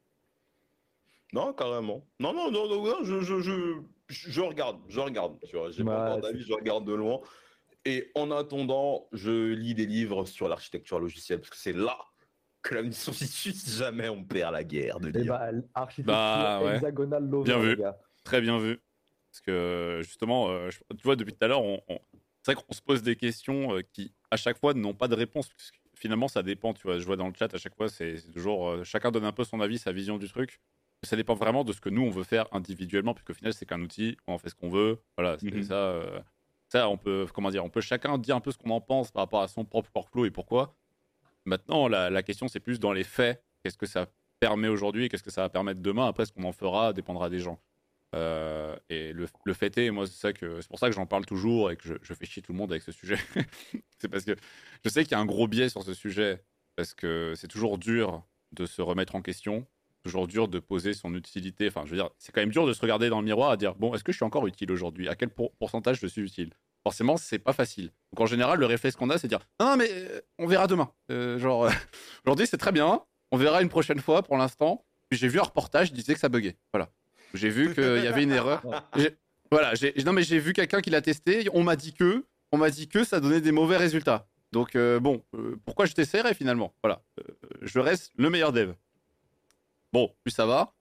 Non, carrément. Non, non, non, non, non, je, je, je, je regarde, je regarde. Tu vois, j'ai Bah, pas encore d'avis, je regarde de loin. Et en attendant, je lis des livres sur l'architecture logicielle parce que c'est là que la mission se situe si jamais on perd la guerre de Et l'I A. bah, architecture Bah, ouais. hexagonale lover, Bien vu. les gars. Très bien vu. Parce que justement, euh, je- tu vois, depuis tout à l'heure, on, on- c'est vrai qu'on se pose des questions euh, qui, à chaque fois, n'ont pas de réponse. Parce que finalement, ça dépend. Tu vois, je vois dans le chat à chaque fois, c'est c'est toujours euh, chacun donne un peu son avis, sa vision du truc. Ça dépend vraiment de ce que nous on veut faire individuellement, puisqu'au final, c'est qu'un outil, on en fait ce qu'on veut. Voilà, c'est Mhm. ça. euh, ça, on peut, comment dire, on peut chacun dire un peu ce qu'on en pense par rapport à son propre workflow et pourquoi. Maintenant, la, la question, c'est plus dans les faits. Qu'est-ce que ça permet aujourd'hui et qu'est-ce que ça va permettre demain? Après, ce qu'on en fera dépendra des gens. Euh, et le, le fait est, moi, c'est ça que c'est pour ça que j'en parle toujours et que je, je fais chier tout le monde avec ce sujet. C'est parce que je sais qu'il y a un gros biais sur ce sujet parce que c'est toujours dur de se remettre en question, toujours dur de poser son utilité. Enfin, je veux dire, c'est quand même dur de se regarder dans le miroir et dire bon, est-ce que je suis encore utile aujourd'hui? À quel pour- pourcentage je suis utile? Forcément, c'est pas facile. Donc en général, le réflexe qu'on a, c'est de dire non, non mais euh, on verra demain. Euh, genre aujourd'hui, c'est très bien. On verra une prochaine fois. Pour l'instant, puis j'ai vu un reportage, il disait que ça buguait. Voilà. J'ai vu qu'il y avait une erreur. J'ai- Voilà, j'ai- non mais j'ai vu quelqu'un qui l'a testé. On m'a dit que, on m'a dit que ça donnait des mauvais résultats. Donc euh, bon, euh, pourquoi je t'essaierais finalement? Voilà, Euh, je reste le meilleur dev. Bon, plus ça va,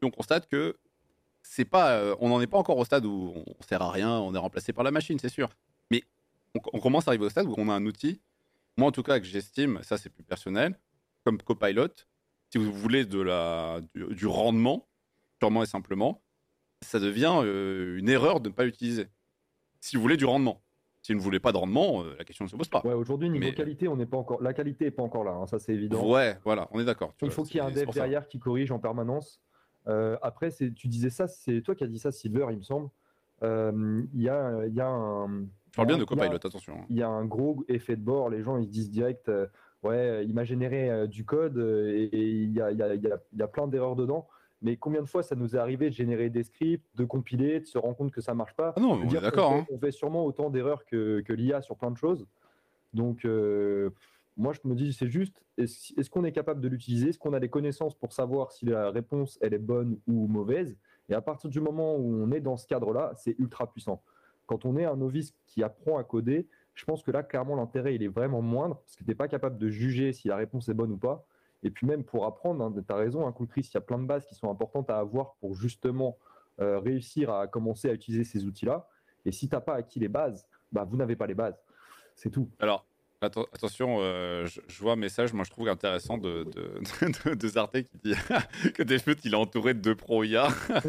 plus on constate que c'est pas, euh, on n'en est pas encore au stade où on sert à rien, on est remplacé par la machine, c'est sûr. Mais on, on commence à arriver au stade où on a un outil, moi en tout cas que j'estime, ça c'est plus personnel, comme Copilot, si vous voulez de la, du, du rendement, purement et simplement, ça devient euh, une erreur de ne pas l'utiliser. Si vous voulez du rendement. Si vous ne voulez pas de rendement, euh, la question ne se pose pas. Ouais, aujourd'hui, niveau Mais- qualité, on n'est pas encore. La qualité n'est pas encore là, hein, ça c'est évident. Ouais, voilà, on est d'accord. tu Il vois, faut qu'il y ait un c'est- c'est dev pour ça. derrière qui corrige en permanence. Euh, après, c'est- tu disais ça, c'est toi qui as dit ça, Silver, il me semble. Euh, Il y, a, il y a un. Je parle bien il y de a- Copilot, attention. hein. Il y a un gros effet de bord. Les gens, ils se disent direct, euh, ouais, il m'a généré euh, du code euh, et, et il y a, il y a- il y a- il y a plein d'erreurs dedans. Mais combien de fois ça nous est arrivé de générer des scripts, de compiler, de se rendre compte que ça marche pas? Ah non, Je veux on dire est qu'on d'accord. fait- hein. On fait sûrement autant d'erreurs que, que l'I A sur plein de choses. Donc, euh, moi, je me dis, c'est juste, est-ce est-ce qu'on est capable de l'utiliser? Est-ce qu'on a les connaissances pour savoir si la réponse, elle est bonne ou mauvaise? Et à partir du moment où on est dans ce cadre-là, c'est ultra puissant. Quand on est un novice qui apprend à coder, je pense que là, clairement, l'intérêt, il est vraiment moindre parce que tu n'es pas capable de juger si la réponse est bonne ou pas. Et puis même pour apprendre, hein, tu as raison, hein, Chris, il y a plein de bases qui sont importantes à avoir pour justement euh, réussir à commencer à utiliser ces outils-là. Et si tu n'as pas acquis les bases, bah, vous n'avez pas les bases. C'est tout. Alors, atten- attention, euh, je, je vois un message, moi je trouve intéressant de, de, de, de Zarte qui dit que Defut il est entouré de deux pros I A.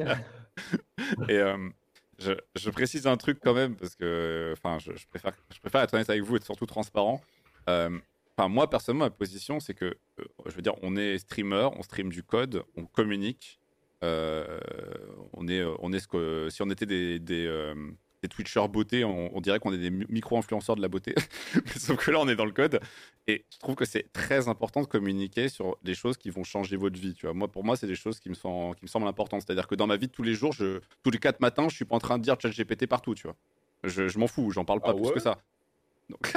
Et euh, je, je précise un truc quand même, parce que enfin, je, je préfère, je préfère être honnête avec vous et être surtout transparent. Euh, Enfin, moi, personnellement, ma position, c'est que, euh, je veux dire, on est streamer, on stream du code, on communique. euh, on est, euh, on est ce que, si on était des, des, euh, des Twitchers beauté, on, on dirait qu'on est des mi- micro-influenceurs de la beauté. Mais sauf que là, on est dans le code. Et je trouve que c'est très important de communiquer sur des choses qui vont changer votre vie. Tu vois. Moi, pour moi, c'est des choses qui me, sont, qui me semblent importantes. C'est-à-dire que dans ma vie de tous les jours, je, tous les quatre matins, je suis pas en train de dire ChatGPT partout. Tu vois. Je, je m'en fous, j'en parle pas Ah plus ouais que ça. Donc...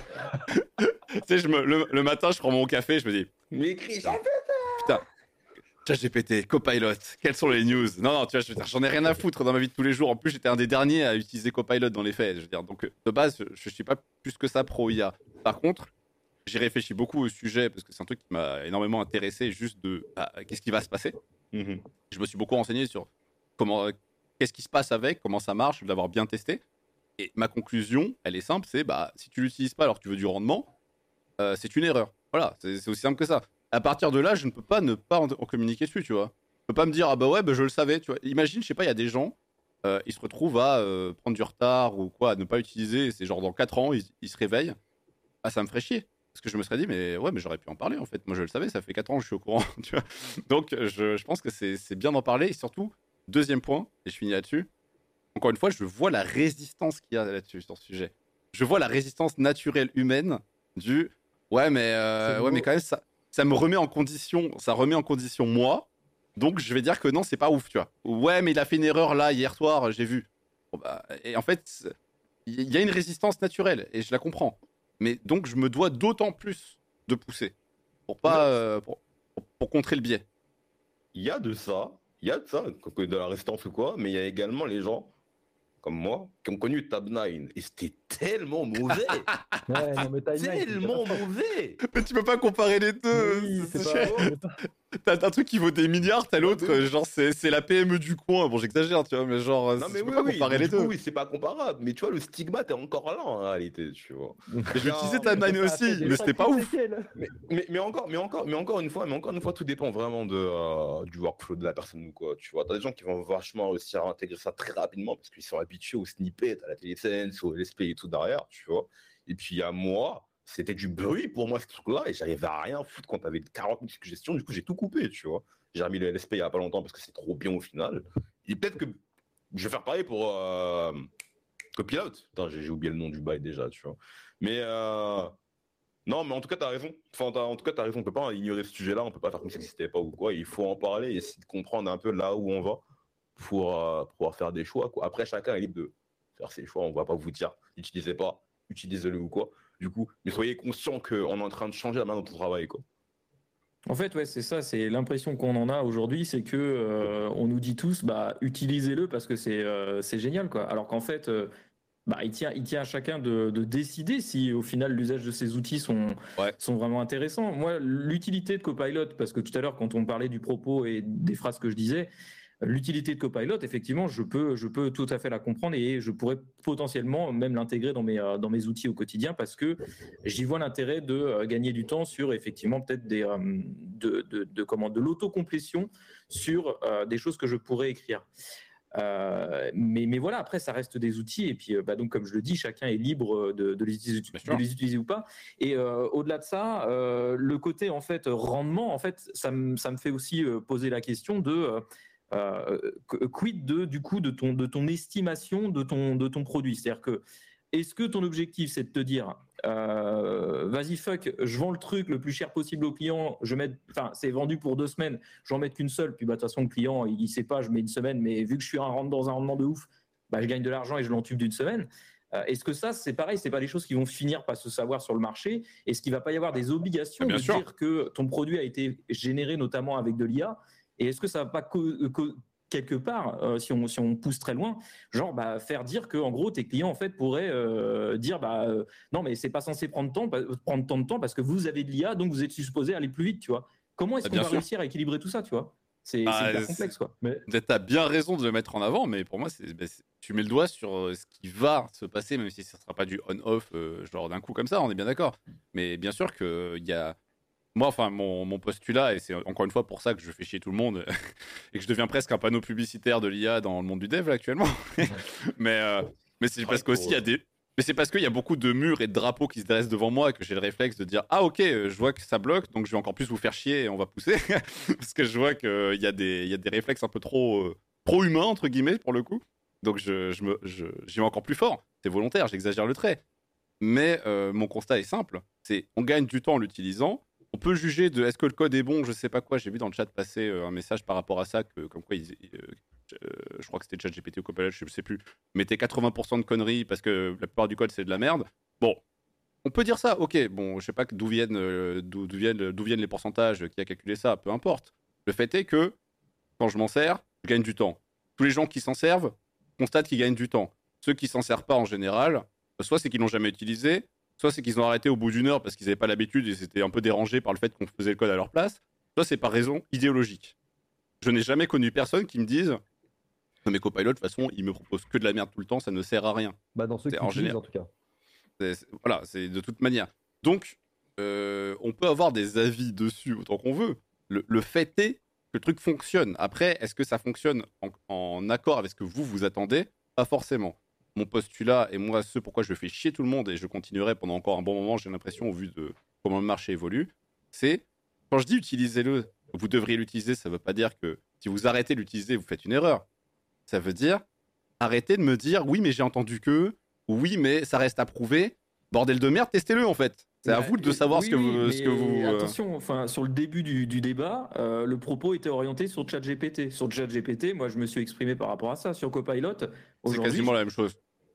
tu sais, je me, le, le matin, je prends mon café, je me dis, Mais écris, putain, ChatGPT, Copilot, quelles sont les news? Non, non, tu vois, je veux dire, j'en ai rien à foutre dans ma vie de tous les jours. En plus, j'étais un des derniers à utiliser Copilot dans les faits. Je veux dire, donc de base, je suis pas plus que ça pro I A. Par contre, j'ai réfléchi beaucoup au sujet parce que c'est un truc qui m'a énormément intéressé, juste de bah, qu'est-ce qui va se passer. Mhm. Je me suis beaucoup renseigné sur comment, qu'est-ce qui se passe avec, comment ça marche, de l'avoir bien testé. Et ma conclusion, elle est simple, c'est bah si tu l'utilises pas alors que tu veux du rendement, euh, c'est une erreur. Voilà, c'est c'est aussi simple que ça. À partir de là, je ne peux pas ne pas en, en communiquer dessus, tu vois. Je peux pas me dire ah bah ouais, bah, je le savais, tu vois. Imagine, je sais pas, il y a des gens, euh, ils se retrouvent à euh, prendre du retard ou quoi, à ne pas utiliser. Et c'est genre dans quatre ans, ils, ils se réveillent. Ah, ça me ferait chier. Parce que je me serais dit, mais ouais, mais j'aurais pu en parler en fait. Moi, je le savais, ça fait quatre ans que je suis au courant, tu vois. Donc, je, je pense que c'est c'est bien d'en parler. Et surtout, deuxième point, et je finis là-dessus. Encore une fois, je vois la résistance qu'il y a là-dessus, sur ce sujet. Je vois la résistance naturelle humaine du ouais, mais, euh, C'est ouais, mais beau. quand même, ça, ça me remet en condition, ça remet en condition moi. Donc, je vais dire que non, c'est pas ouf, tu vois. Ouais, mais il a fait une erreur là, hier soir, j'ai vu. Bon, bah, et en fait, il y a une résistance naturelle et je la comprends. Mais donc, je me dois d'autant plus de pousser pour pas, euh, pour, pour, pour contrer le biais. Il y a de ça, il y a de ça, que de la résistance ou quoi, mais il y a également les gens comme moi qui ont connu Tab neuf et c'était tellement mauvais, Ouais, non, mais Timeline, c'est tellement catastrophe. mauvais. Mais tu peux pas comparer les deux. Oui, c'est C'est- pas. c'est pas- T'as un truc qui vaut des milliards, t'as l'autre, Ouais, mais- genre c'est c'est la P M E du coin. Bon, j'exagère, tu vois, mais genre, Non tu mais peux oui, pas oui, comparer du les coup, deux. oui, c'est pas comparable, mais tu vois, le stigmate est encore là en réalité, tu vois. Mais je Bien, l'utilisais mais Timeline Ça a fait aussi, des mais c'était pas sacrées ouf. séquelles. Mais, mais, mais encore, mais encore, mais encore une fois, mais encore une fois, tout dépend vraiment de, euh, du workflow de la personne ou quoi. Tu vois, t'as des gens qui vont vachement réussir à intégrer ça très rapidement parce qu'ils sont habitués au snippet, à la télésense, au L S P et tout derrière, tu vois. Et puis il y a moi, c'était du bruit pour moi ce truc-là et j'arrivais à rien foutre quand t'avais quarante mille suggestions. Du coup, j'ai tout coupé, tu vois. J'ai remis le L S P il y a pas longtemps parce que c'est trop bien au final. Et peut-être que je vais faire pareil pour euh, Copilot. Putain, j'ai j'ai oublié le nom du bail déjà, tu vois. Mais euh, non, mais en tout cas, tu as raison. Enfin, t'as- en tout cas, tu as raison. On peut pas ignorer ce sujet-là. On peut pas faire comme si ça n'existait pas ou quoi. Il faut en parler et essayer de comprendre un peu là où on va pour euh, pouvoir faire des choix, quoi. Après, chacun est libre de faire ses choix. On va pas vous dire, n'utilisez pas, utilisez-le ou quoi. Du coup, mais soyez conscient qu'on est en train de changer la manière dont on travaille, quoi. En fait, ouais, c'est ça, c'est l'impression qu'on en a aujourd'hui, c'est que euh, on nous dit tous, bah, utilisez-le parce que c'est euh, c'est génial, quoi. Alors qu'en fait, euh, Bah, il tient, il tient à chacun de, de décider si au final l'usage de ces outils sont, Ouais. sont vraiment intéressants. Moi, l'utilité de Copilot, parce que tout à l'heure, quand on parlait du propos et des phrases que je disais, l'utilité de Copilot, effectivement, je peux, je peux tout à fait la comprendre et je pourrais potentiellement même l'intégrer dans mes, dans mes outils au quotidien parce que j'y vois l'intérêt de gagner du temps sur effectivement peut-être des, de, de, de, comment, de l'autocomplétion sur euh, des choses que je pourrais écrire. Euh, mais, mais voilà, après, ça reste des outils. Et puis, bah, donc, comme je le dis, chacun est libre de, de, les, utiliser, de les utiliser ou pas. Et euh, au-delà de ça, euh, le côté en fait rendement, en fait, ça me ça me fait aussi euh, poser la question de euh, quid de du coup de ton de ton estimation de ton de ton produit. C'est-à-dire que est-ce que ton objectif c'est de te dire euh, vas-y fuck, je vends le truc le plus cher possible au client, je mets, enfin c'est vendu pour deux semaines, j'en mets qu'une seule, puis bah de toute façon le client il, il sait pas, je mets une semaine, mais vu que je suis un rentre dans un rendement de ouf, bah je gagne de l'argent et je l'entube d'une semaine. Euh, est-ce que ça c'est pareil, c'est pas des choses qui vont finir par se savoir sur le marché? Est-ce qu'il va pas y avoir des obligations Bien de sûr. dire que ton produit a été généré notamment avec de l'I A? Et est-ce que ça va pas co- co- quelque part, euh, si, on, si on pousse très loin, genre bah, faire dire que en gros tes clients en fait pourraient euh, dire bah euh, non mais c'est pas censé prendre temps, prendre tant de temps parce que vous avez de l'I A donc vous êtes supposé aller plus vite, tu vois. Comment est-ce Bah, qu'on bien va sûr. réussir à équilibrer tout ça, tu vois? C'est Bah, c'est hyper c'est- complexe quoi. Mais Tu as bien raison de le mettre en avant, mais pour moi, c'est, bah, c'est- tu mets le doigt sur euh, ce qui va se passer, même si ce ne sera pas du on-off, euh, genre d'un coup comme ça, on est bien d'accord. Mais bien sûr qu'il y a. Moi, enfin, mon, mon postulat, et c'est encore une fois pour ça que je fais chier tout le monde, et que je deviens presque un panneau publicitaire de l'I A dans le monde du dev là, actuellement. mais, euh, mais c'est parce qu'aussi, il y a des. Mais c'est parce qu'il y a beaucoup de murs et de drapeaux qui se dressent devant moi que j'ai le réflexe de dire ah ok, euh, je vois que ça bloque, donc je vais encore plus vous faire chier et on va pousser. Parce que je vois qu'il y, a des- il y a des réflexes un peu trop, euh, trop humains, entre guillemets, pour le coup. Donc je, je me, je, j'y vais encore plus fort. C'est volontaire, j'exagère le trait. Mais euh, mon constat est simple, c'est on gagne du temps en l'utilisant. On peut juger de est-ce que le code est bon, je sais pas quoi. J'ai vu dans le chat passer euh, un message par rapport à ça, que, comme quoi, ils, euh, euh, je crois que c'était ChatGPT ou Copilot, je sais plus, mettait quatre-vingts pour cent de conneries parce que la plupart du code c'est de la merde. Bon, on peut dire ça, ok, bon, je sais pas d'où viennent, euh, d'où, d'où viennent, d'où viennent les pourcentages, qui a calculé ça, peu importe. Le fait est que quand je m'en sers, je gagne du temps. Tous les gens qui s'en servent constatent qu'ils gagnent du temps. Ceux qui s'en servent pas en général, soit c'est qu'ils l'ont jamais utilisé, soit c'est qu'ils ont arrêté au bout d'une heure parce qu'ils n'avaient pas l'habitude et c'était un peu dérangés par le fait qu'on faisait le code à leur place, soit c'est par raison idéologique. Je n'ai jamais connu personne qui me dise non mais Copilot, de toute façon, il me propose que de la merde tout le temps, ça ne sert à rien. bah, dans ceux C'est qui en utilisent général. en tout cas. C'est- c'est- voilà, c'est de toute manière. Donc, euh, on peut avoir des avis dessus autant qu'on veut. Le, le fait est que le truc fonctionne. Après, est-ce que ça fonctionne en, en accord avec ce que vous vous attendez? Pas forcément. Mon postulat, et moi, ce pourquoi je fais chier tout le monde, et je continuerai pendant encore un bon moment, j'ai l'impression, au vu de comment le marché évolue, c'est, quand je dis utilisez-le, vous devriez l'utiliser, ça ne veut pas dire que si vous arrêtez de l'utiliser, vous faites une erreur. Ça veut dire, arrêtez de me dire, oui, mais j'ai entendu que, oui, mais ça reste à prouver. Bordel de merde, testez-le en fait. C'est à Bah, vous de savoir oui, ce que vous. oui, Ce que vous mais euh, attention, enfin, sur le début du, du débat, euh, le propos était orienté sur ChatGPT. Sur ChatGPT, moi, je me suis exprimé par rapport à ça. Sur Copilot, C'est aujourd'hui, quasiment la même chose.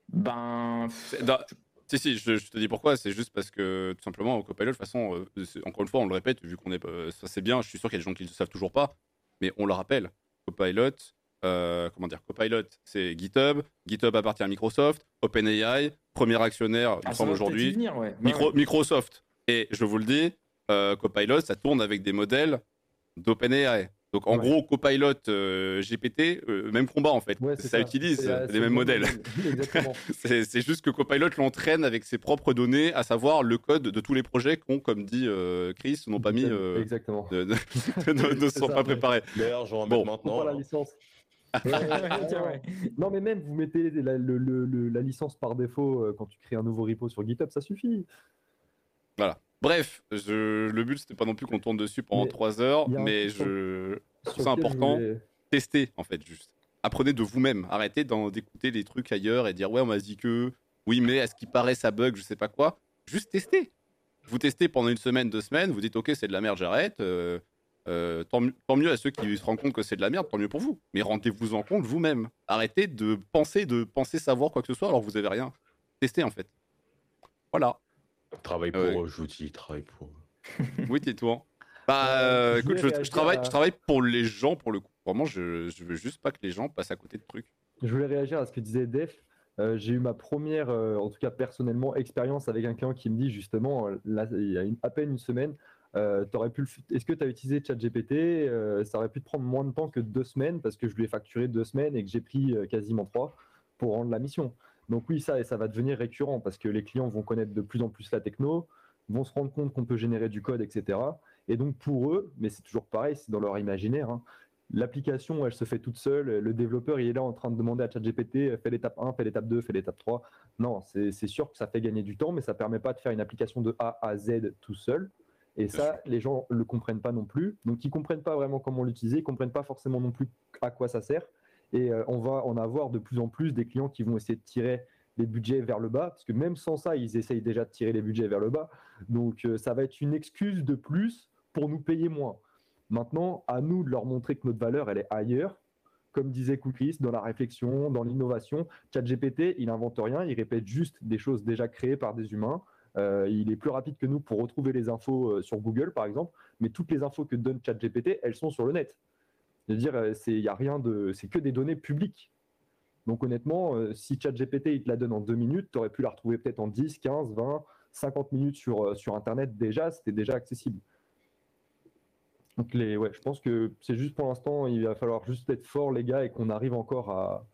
ben, C'est- dans- Si, si, je, je te dis pourquoi. C'est juste parce que, tout simplement, au Copilot, de toute façon, euh, c'est- encore une fois, on le répète, vu qu'on est. euh, ça, c'est bien, je suis sûr qu'il y a des gens qui ne le savent toujours pas, mais on le rappelle. Copilot, euh, comment dire, Copilot, c'est GitHub. GitHub appartient à Microsoft. OpenAI, premier actionnaire, il me ah, ça semble va peut-être y aujourd'hui. venir, ouais. Ouais, Micro- ouais. Microsoft. Et je vous le dis, euh, Copilot, ça tourne avec des modèles d'OpenAI. Donc en Ouais. gros, Copilot, euh, G P T, euh, même combat en fait. Ouais, ça, c'est ça. utilise C'est, euh, euh, les c'est mêmes le modèles. modèle. Exactement. c'est c'est juste que Copilot l'entraîne avec ses propres données, à savoir le code de tous les projets qu'on, comme dit euh, Chris, n'ont pas mis, euh, Exactement. de- de- ne, ne C'est sont ça, pas ouais. préparés. D'ailleurs, je vais en Bon. mettre Faut maintenant. pas la alors. licence. Ouais, ouais, tiens, ouais. Non, mais même vous mettez la, le- le- le- la licence par défaut euh, quand tu crées un nouveau repo sur GitHub, ça suffit. Voilà. Bref, je, le but c'était pas non plus qu'on tourne dessus pendant Mais trois heures, il y a un mais truc sur- je, je trouve Sur ça lequel je important. voulais- Testez en fait juste. Apprenez de vous-même. Arrêtez d'en- d'écouter des trucs ailleurs et dire ouais on m'a dit que oui mais à ce qui paraît ça bug je sais pas quoi. Juste testez. Vous testez pendant une semaine, deux semaines, vous dites ok c'est de la merde j'arrête. Euh, euh, tant, mi- tant mieux à ceux qui se rendent compte que c'est de la merde, tant mieux pour vous. Mais rendez-vous en compte vous-même. Arrêtez de penser de penser savoir quoi que ce soit alors que vous avez rien. Testez en fait. Voilà. Travaille pour Ouais. eux, je vous dis, travaille pour eux. Oui tais-toi. Bah Euh, euh, je écoute voulais je, je réagir travaille à- je travaille pour les gens pour le coup. Vraiment je je veux juste pas que les gens passent à côté de trucs. Je voulais réagir à ce que disait Def. Euh, j'ai eu ma première, euh, en tout cas personnellement, expérience avec un client qui me dit justement, euh, là, il y a une- à peine une semaine, euh, t'aurais pu le f- est-ce que tu as utilisé ChatGPT? Euh, ça aurait pu te prendre moins de temps que deux semaines parce que je lui ai facturé deux semaines et que j'ai pris euh, quasiment trois pour rendre la mission. Donc oui, ça, et ça va devenir récurrent parce que les clients vont connaître de plus en plus la techno, vont se rendre compte qu'on peut générer du code, et cetera. Et donc pour eux, mais c'est toujours pareil, c'est dans leur imaginaire, hein, l'application, elle se fait toute seule. Le développeur, il est là en train de demander à ChatGPT, fais l'étape un, fais l'étape deux, fais l'étape trois. Non, c'est c'est sûr que ça fait gagner du temps, mais ça ne permet pas de faire une application de A à Z tout seul. Et Bien ça, sûr. les gens ne le comprennent pas non plus. Donc, ils ne comprennent pas vraiment comment l'utiliser, ils ne comprennent pas forcément non plus à quoi ça sert. Et euh, on va en avoir de plus en plus des clients qui vont essayer de tirer les budgets vers le bas, parce que même sans ça, ils essayent déjà de tirer les budgets vers le bas. Donc, euh, ça va être une excuse de plus pour nous payer moins. Maintenant, à nous de leur montrer que notre valeur, elle est ailleurs. Comme disait Koukris, dans la réflexion, dans l'innovation, ChatGPT, il n'invente rien, il répète juste des choses déjà créées par des humains. Euh, il est plus rapide que nous pour retrouver les infos euh, sur Google, par exemple, mais toutes les infos que donne ChatGPT, elles sont sur le net. C'est-à-dire, euh, c'est y a rien de, c'est que des données publiques. Donc honnêtement, euh, si ChatGPT il te la donne en deux minutes, tu aurais pu la retrouver peut-être en dix, quinze, vingt, cinquante minutes sur, euh, sur Internet déjà, c'était déjà accessible. Donc les, ouais, je pense que c'est juste pour l'instant, il va falloir juste être fort les gars et qu'on arrive encore à,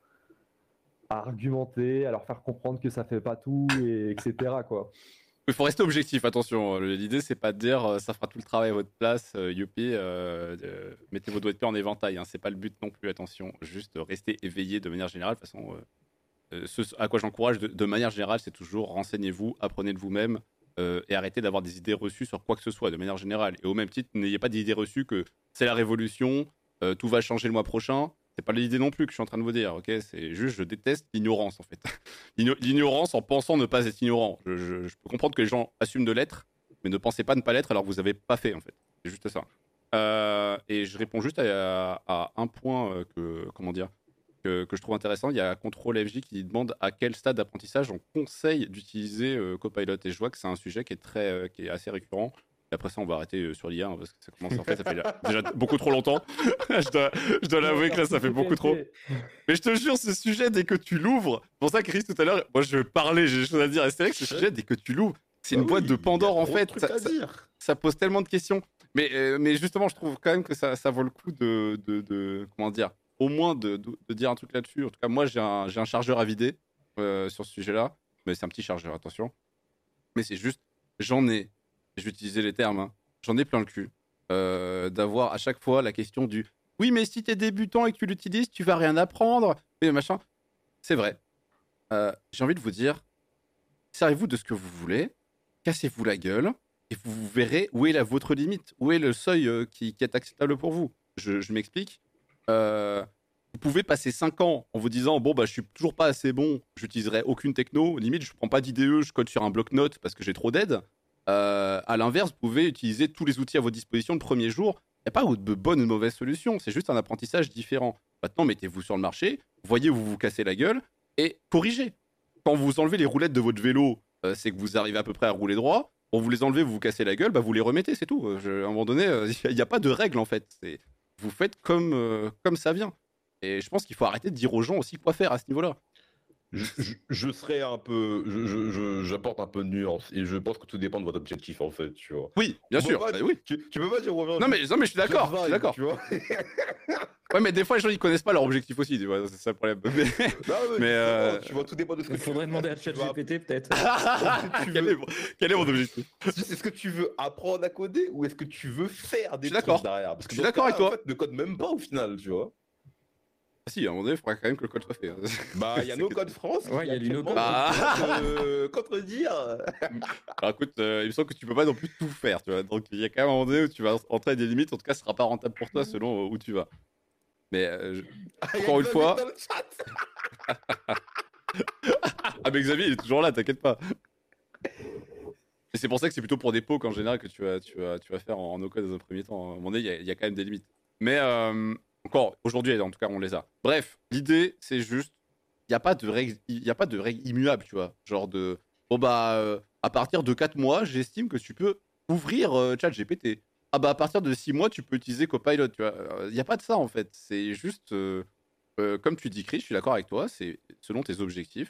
à argumenter, à leur faire comprendre que ça fait pas tout et etc. quoi. Il faut rester objectif, attention. L'idée, c'est pas de dire euh, ça fera tout le travail à votre place, euh, youpi, euh, euh, mettez vos doigts de pied en éventail. Hein, c'est pas le but non plus, attention. Juste rester éveillé de manière générale. De toute façon, euh, euh, ce à quoi j'encourage de, de manière générale, c'est toujours renseignez-vous, apprenez de vous-même euh, et arrêtez d'avoir des idées reçues sur quoi que ce soit de manière générale. Et au même titre, n'ayez pas d'idées reçues que c'est la révolution, euh, tout va changer le mois prochain. C'est pas l'idée non plus que je suis en train de vous dire, ok? C'est juste, je déteste l'ignorance en fait. L'igno- L'ignorance en pensant ne pas être ignorant. Je, je- je peux comprendre que les gens assument de l'être, mais ne pensez pas ne pas l'être alors que vous n'avez pas fait en fait. C'est juste ça. Euh, et je réponds juste à, à un point euh, que, comment dire, que, que je trouve intéressant. Il y a Control F J qui demande à quel stade d'apprentissage on conseille d'utiliser euh, Copilot. Et je vois que c'est un sujet qui est, très, euh, qui est assez récurrent. Et après ça, on va arrêter euh, sur l'I A hein, parce que ça commence en fait, ça fait là- déjà beaucoup trop longtemps. je dois, je dois l'avouer que là, ça fait beaucoup trop. Mais je te jure, ce sujet, dès que tu l'ouvres, c'est pour ça, Chris, tout à l'heure, moi je parlais, j'ai des choses à dire. Et c'est vrai que ce sujet, dès que tu l'ouvres, c'est une Ah boîte oui, de il y a Pandore en trop de fait. trucs Ça, à ça- dire. ça pose tellement de questions. Mais, euh, mais justement, je trouve quand même que ça, ça vaut le coup de, de, de- comment dire, au moins de, de, de dire un truc là-dessus. En tout cas, moi, j'ai un, j'ai un chargeur à vider euh, sur ce sujet-là. Mais c'est un petit chargeur, attention. Mais c'est juste, j'en ai, je vais utiliser les termes, hein, j'en ai plein le cul euh, d'avoir à chaque fois la question du oui, mais si t'es débutant et que tu l'utilises, tu vas rien apprendre. Et machin. C'est vrai. Euh, j'ai envie de vous dire, servez-vous de ce que vous voulez, cassez-vous la gueule, et vous verrez où est la votre limite, où est le seuil euh, qui, qui est acceptable pour vous. Je, je m'explique. Euh, vous pouvez passer cinq ans en vous disant bon bah je suis toujours pas assez bon, j'utiliserai aucune techno, limite je prends pas d'I D E, je code sur un bloc-notes parce que j'ai trop d'aide. Euh, à l'inverse, vous pouvez utiliser tous les outils à votre disposition le premier jour. Il n'y a pas de bonne ou de mauvaise solution, c'est juste un apprentissage différent. Maintenant, mettez-vous sur le marché, voyez où vous vous cassez la gueule et corrigez. Quand vous enlevez les roulettes de votre vélo, euh, c'est que vous arrivez à peu près à rouler droit. Quand vous les enlevez, vous vous cassez la gueule, bah vous les remettez, c'est tout. Je- à un moment donné, il n'y a pas de règle en fait. C'est- Vous faites comme, euh, comme ça vient. Et je pense qu'il faut arrêter de dire aux gens aussi quoi faire à ce niveau-là. Je, je, je serais un peu. je- je- je- J'apporte un peu de nuance et je pense que tout dépend de votre objectif en fait, tu vois. Oui, bien On peut sûr. pas- bah oui. Tu, tu peux pas dire aux gens. Non mais, non mais je suis d'accord. Just Je suis vibe, d'accord. Tu vois. Ouais, mais des fois les gens ils connaissent pas leur objectif aussi, tu vois, c'est ça le problème. Mais, Non, mais, Mais, euh, tu vois, tout dépend de ce que Il tu faudrait veux. demander à Tu vas- ChatGPT peut-être. tu quel, veux- est, mon- quel est mon objectif? Est-ce que tu veux apprendre à coder ou est-ce que tu veux faire des Je suis trucs d'accord. derrière? Parce que Je suis dans ce d'accord avec cas-là, toi. En fait, ne code même pas au final, tu vois. Ah, si, à un moment donné, il faudra quand même que le code soit fait. hein. Bah, il y a C'est No que- Code France. Ouais, qui il y a du No actuellement Code. Ah. vient de contredire. Alors écoute, euh, il me semble que tu peux pas non plus tout faire, tu vois. Donc il y a quand même un moment donné où tu vas entrer à des limites, en tout cas ce sera pas rentable pour toi selon euh, où tu vas. Mais euh, je- Ah, il y a Encore une Xavier fois- dans le chat. Ah mais Xavier il est toujours là, t'inquiète pas. Et c'est pour ça que c'est plutôt pour des pots qu'en général que tu vas, tu vas, tu vas faire en, en no-code dans un premier temps. À un moment donné, il y, a- il y a quand même des limites. Mais euh, encore, aujourd'hui en tout cas on les a. Bref, l'idée c'est juste, il n'y a pas de règles, il y a pas de règles immuables, tu vois. Genre de, bon bah, euh, à partir de quatre mois, j'estime que tu peux ouvrir euh, ChatGPT. Ah bah à partir de six mois, tu peux utiliser Copilot, tu vois. Il n'y a pas de ça en fait. C'est juste, euh, euh, comme tu dis Chris, je suis d'accord avec toi, c'est selon tes objectifs.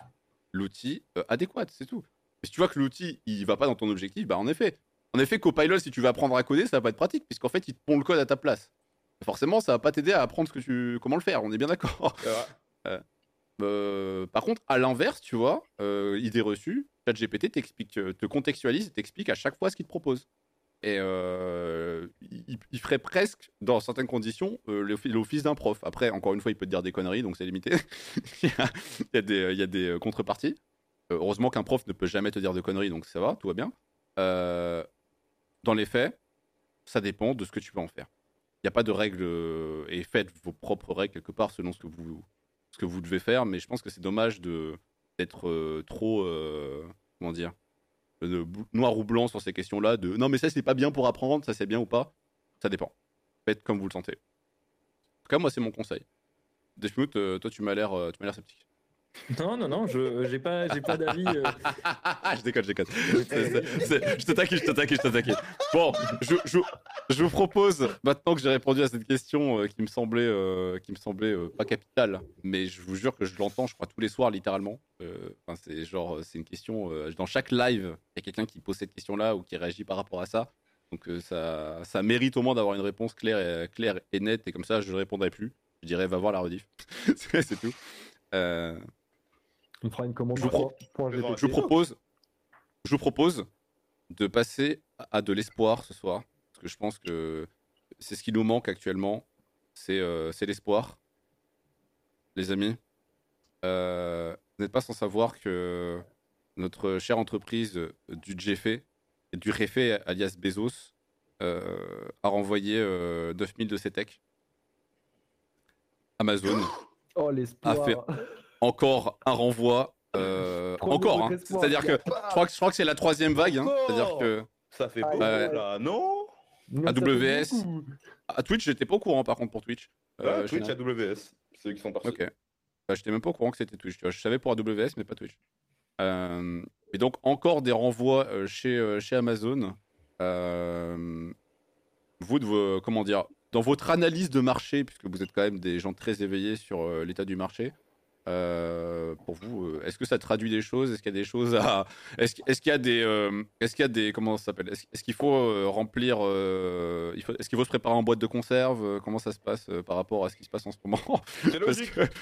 l'outil euh, adéquat, c'est tout. Et si tu vois que l'outil, il va pas dans ton objectif, bah en effet. En effet, Copilot, si tu veux apprendre à coder, ça va pas être pratique, puisqu'en fait, il te pond le code à ta place. Forcément, ça va pas t'aider à apprendre ce que tu... comment le faire, on est bien d'accord. Euh, euh, par contre, à l'inverse, tu vois, euh, idée reçue, ChatGPT t'explique, euh, te contextualise et t'explique à chaque fois ce qu'il te propose. Et euh, il, il ferait presque, dans certaines conditions, euh, l'office l'office d'un prof. Après, encore une fois, il peut te dire des conneries, donc c'est limité. il, y a, il, y a des, il y a des euh, contreparties. Euh, heureusement qu'un prof ne peut jamais te dire de conneries, donc ça va, tout va bien. Euh, dans les faits, ça dépend de ce que tu veux en faire. Il n'y a pas de règles, euh, et faites vos propres règles quelque part selon ce que vous, ce que vous devez faire, mais je pense que c'est dommage de, d'être euh, trop, euh, comment dire, de noir ou blanc sur ces questions-là, de non mais ça c'est pas bien pour apprendre, ça c'est bien ou pas, ça dépend. Faites comme vous le sentez. En tout cas, moi c'est mon conseil. Defmoot, euh, toi tu m'as l'air, euh, tu m'as l'air sceptique. Non, non, non, je j'ai pas, j'ai pas d'avis. Euh... je déconne, je déconne. C'est, c'est, c'est, je te taquine, je te taquine, je te taquine. Bon, je, je, je vous propose, maintenant que j'ai répondu à cette question euh, qui me semblait, euh, qui me semblait euh, pas capitale, mais je vous jure que je l'entends, je crois, tous les soirs, littéralement. Euh, c'est genre, c'est une question, euh, dans chaque live, il y a quelqu'un qui pose cette question-là ou qui réagit par rapport à ça. Donc euh, ça, ça mérite au moins d'avoir une réponse claire et, claire et nette, et comme ça, je ne répondrai plus. Je dirais, va voir la rediff. c'est, c'est tout. Euh... On fera une commande je, vous pro- je, vous propose, je vous propose de passer à de l'espoir ce soir. Parce que je pense que c'est ce qui nous manque actuellement. C'est, euh, c'est l'espoir. Les amis, euh, vous n'êtes pas sans savoir que notre chère entreprise du Jeffé, du Réfé alias Bezos, euh, a renvoyé euh, neuf mille de ses techs. Amazon oh, a fait encore un renvoi. Euh, encore, hein. C'est-à-dire que je crois que je crois que c'est la troisième vague. Hein. C'est-à-dire que ça fait beaucoup euh, là, non A W S, à Twitch, j'étais pas au courant par contre pour Twitch. Euh, ouais, Twitch, A W S, ceux qui sont partis. Ok. Bah, j'étais même pas au courant que c'était Twitch. Tu vois. Je savais pour A W S, mais pas Twitch. Euh, et donc encore des renvois euh, chez euh, chez Amazon. Euh, vous, de vos, comment dire, dans votre analyse de marché, puisque vous êtes quand même des gens très éveillés sur euh, l'état du marché. Euh, pour vous, euh, est-ce que ça traduit des choses? Est-ce qu'il y a des choses à, est-ce, est-ce qu'il y a des, euh, est-ce qu'il y a des, comment ça s'appelle? Est-ce, est-ce qu'il faut euh, remplir, euh, il faut, est-ce qu'il faut se préparer en boîte de conserve? Comment ça se passe euh, par rapport à ce qui se passe en ce moment? C'est logique. Que...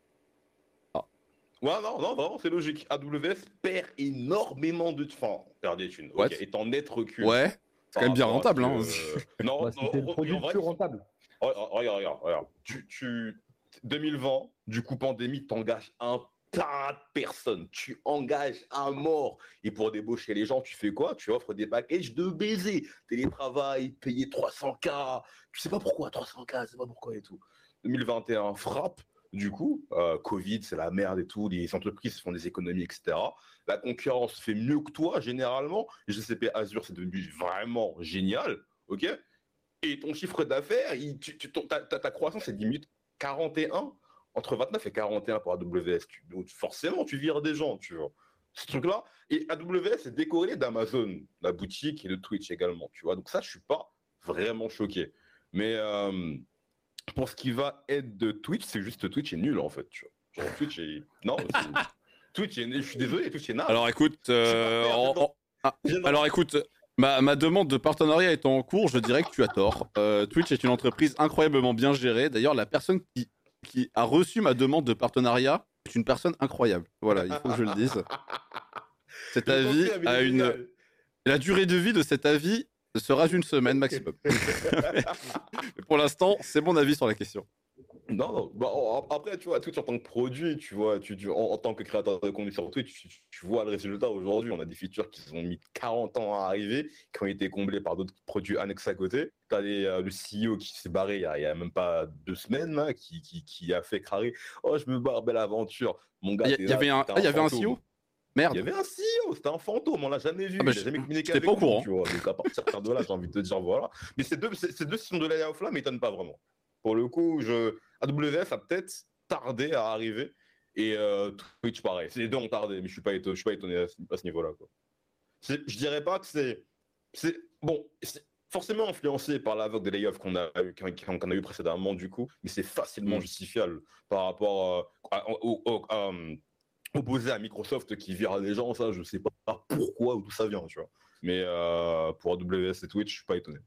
Ah. Ouais, non, non, vraiment, c'est logique. A W S perd énormément de, enfin, perd des thunes. Ok, est en net recul. Ouais, c'est quand même bien rentable, hein. Que... non, bah, c'était le produit le plus rentable. Regarde, regarde, regarde. Tu, tu... deux mille vingt, du coup, pandémie, t'engages un tas de personnes. Tu engages un mort. Et pour débaucher les gens, tu fais quoi? Tu offres des packages de baisers. Télétravail, payer trois cents K. Tu sais pas pourquoi, trois cents K, je sais pas pourquoi et tout. deux mille vingt et un frappe. Du coup, euh, Covid, c'est la merde et tout. Les entreprises font des économies, et cetera. La concurrence fait mieux que toi, généralement. G C P Azure, c'est devenu vraiment génial. OK? Et ton chiffre d'affaires, il, tu, tu, ton, ta, ta, ta croissance est diminue quarante et un, entre vingt-neuf et quarante et un pour A W S. Tu, donc forcément, tu vires des gens, tu vois. Ce truc-là. Et A W S est décorrélé d'Amazon, la boutique, et de Twitch également, tu vois. Donc ça, je suis pas vraiment choqué. Mais euh, pour ce qui va être de Twitch, c'est juste Twitch est nul, en fait, tu vois. Genre, Twitch est... Non, Twitch est... Je suis désolé, Twitch est naze. Alors, écoute... Euh, en, en... Ah, alors, écoute... Ma, ma demande de partenariat étant en cours, je dirais que tu as tort. Euh, Twitch est une entreprise incroyablement bien gérée. D'ailleurs, la personne qui, qui a reçu ma demande de partenariat est une personne incroyable. Voilà, il faut que je le dise. Cet avis a une... La durée de vie de cet avis sera d'une semaine maximum. Mais pour l'instant, c'est mon avis sur la question. Non, non. Bah, après, tu vois, Twitch en tant que produit, tu vois, tu, tu, en, en tant que créateur de contenu sur Twitch, tu, tu vois le résultat aujourd'hui. On a des features qui ont mis quarante ans à arriver, qui ont été comblés par d'autres produits annexes à côté. Tu as euh, le C E O qui s'est barré il y, a, il y a même pas deux semaines, là, qui, qui, qui a fait crarer. Oh, je me barre, belle aventure. Mon gars, il y, y avait un, ah, y avait un C E O? Merde. Il y avait un C E O, c'était un fantôme, on l'a jamais vu, ah bah il n'a jamais communiqué avec pas au courant. Nous, tu vois. Donc à partir de là, j'ai envie de te dire voilà. Mais ces deux, ces, ces deux sessions de layoff là m'étonnent pas vraiment. Pour le coup, je... A W S a peut-être tardé à arriver et euh, Twitch pareil. Les deux ont tardé, mais je suis pas étonné, je suis pas étonné à ce, à ce niveau-là. Quoi. C'est, je dirais pas que c'est, c'est bon, c'est forcément influencé par la vague de layoffs qu'on a eu, qu'on, qu'on a eu précédemment du coup, mais c'est facilement mmh. justifiable par rapport euh, à, au, au, à, opposé à Microsoft qui vire les gens, ça, je sais pas pourquoi ou d'où ça vient, tu vois. Mais euh, pour A W S et Twitch, je suis pas étonné.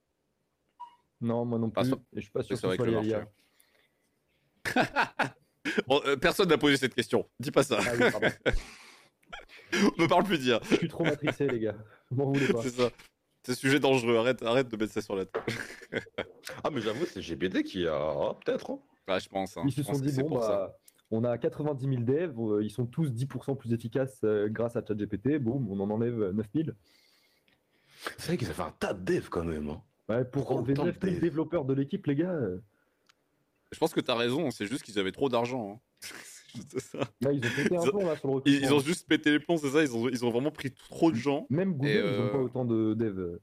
Non, moi non Ah, plus. ça- Et je suis pas sûr c'est que vrai ce que soit le lié à marché. l'I A. Bon, euh, personne n'a posé cette question. Dis pas ça. Ah oui, pardon. On me parle plus dire. Je suis trop matricé, les gars. M'en voulez pas. C'est ça. C'est sujet dangereux. Arrête, arrête de mettre ça sur la table. Ah, mais j'avoue, c'est G P D qui a. Ah, peut-être. Hein. Ouais, je pense. Hein. Ils Je se sont pense que dit, c'est bon, pour ça. bah, on a quatre-vingt-dix mille devs, euh, ils sont tous dix pour cent plus efficaces euh, grâce à ChatGPT. Boum, on en enlève euh, neuf mille. C'est vrai qu'ils avaient un tas de devs quand même. Hein. Ouais, pour Pourquoi enlever autant de neuf mille devs développeurs de l'équipe, les gars. euh, Je pense que t'as raison. C'est juste qu'ils avaient trop d'argent. Hein. C'est ça. Là, ils ont pété un Ils ont- plomb là sur le Ils, recrutement. ils ont juste pété les plombs, c'est ça. Ils ont, ils ont vraiment pris trop de gens. Même Google, Et, ils ont euh, pas autant de devs.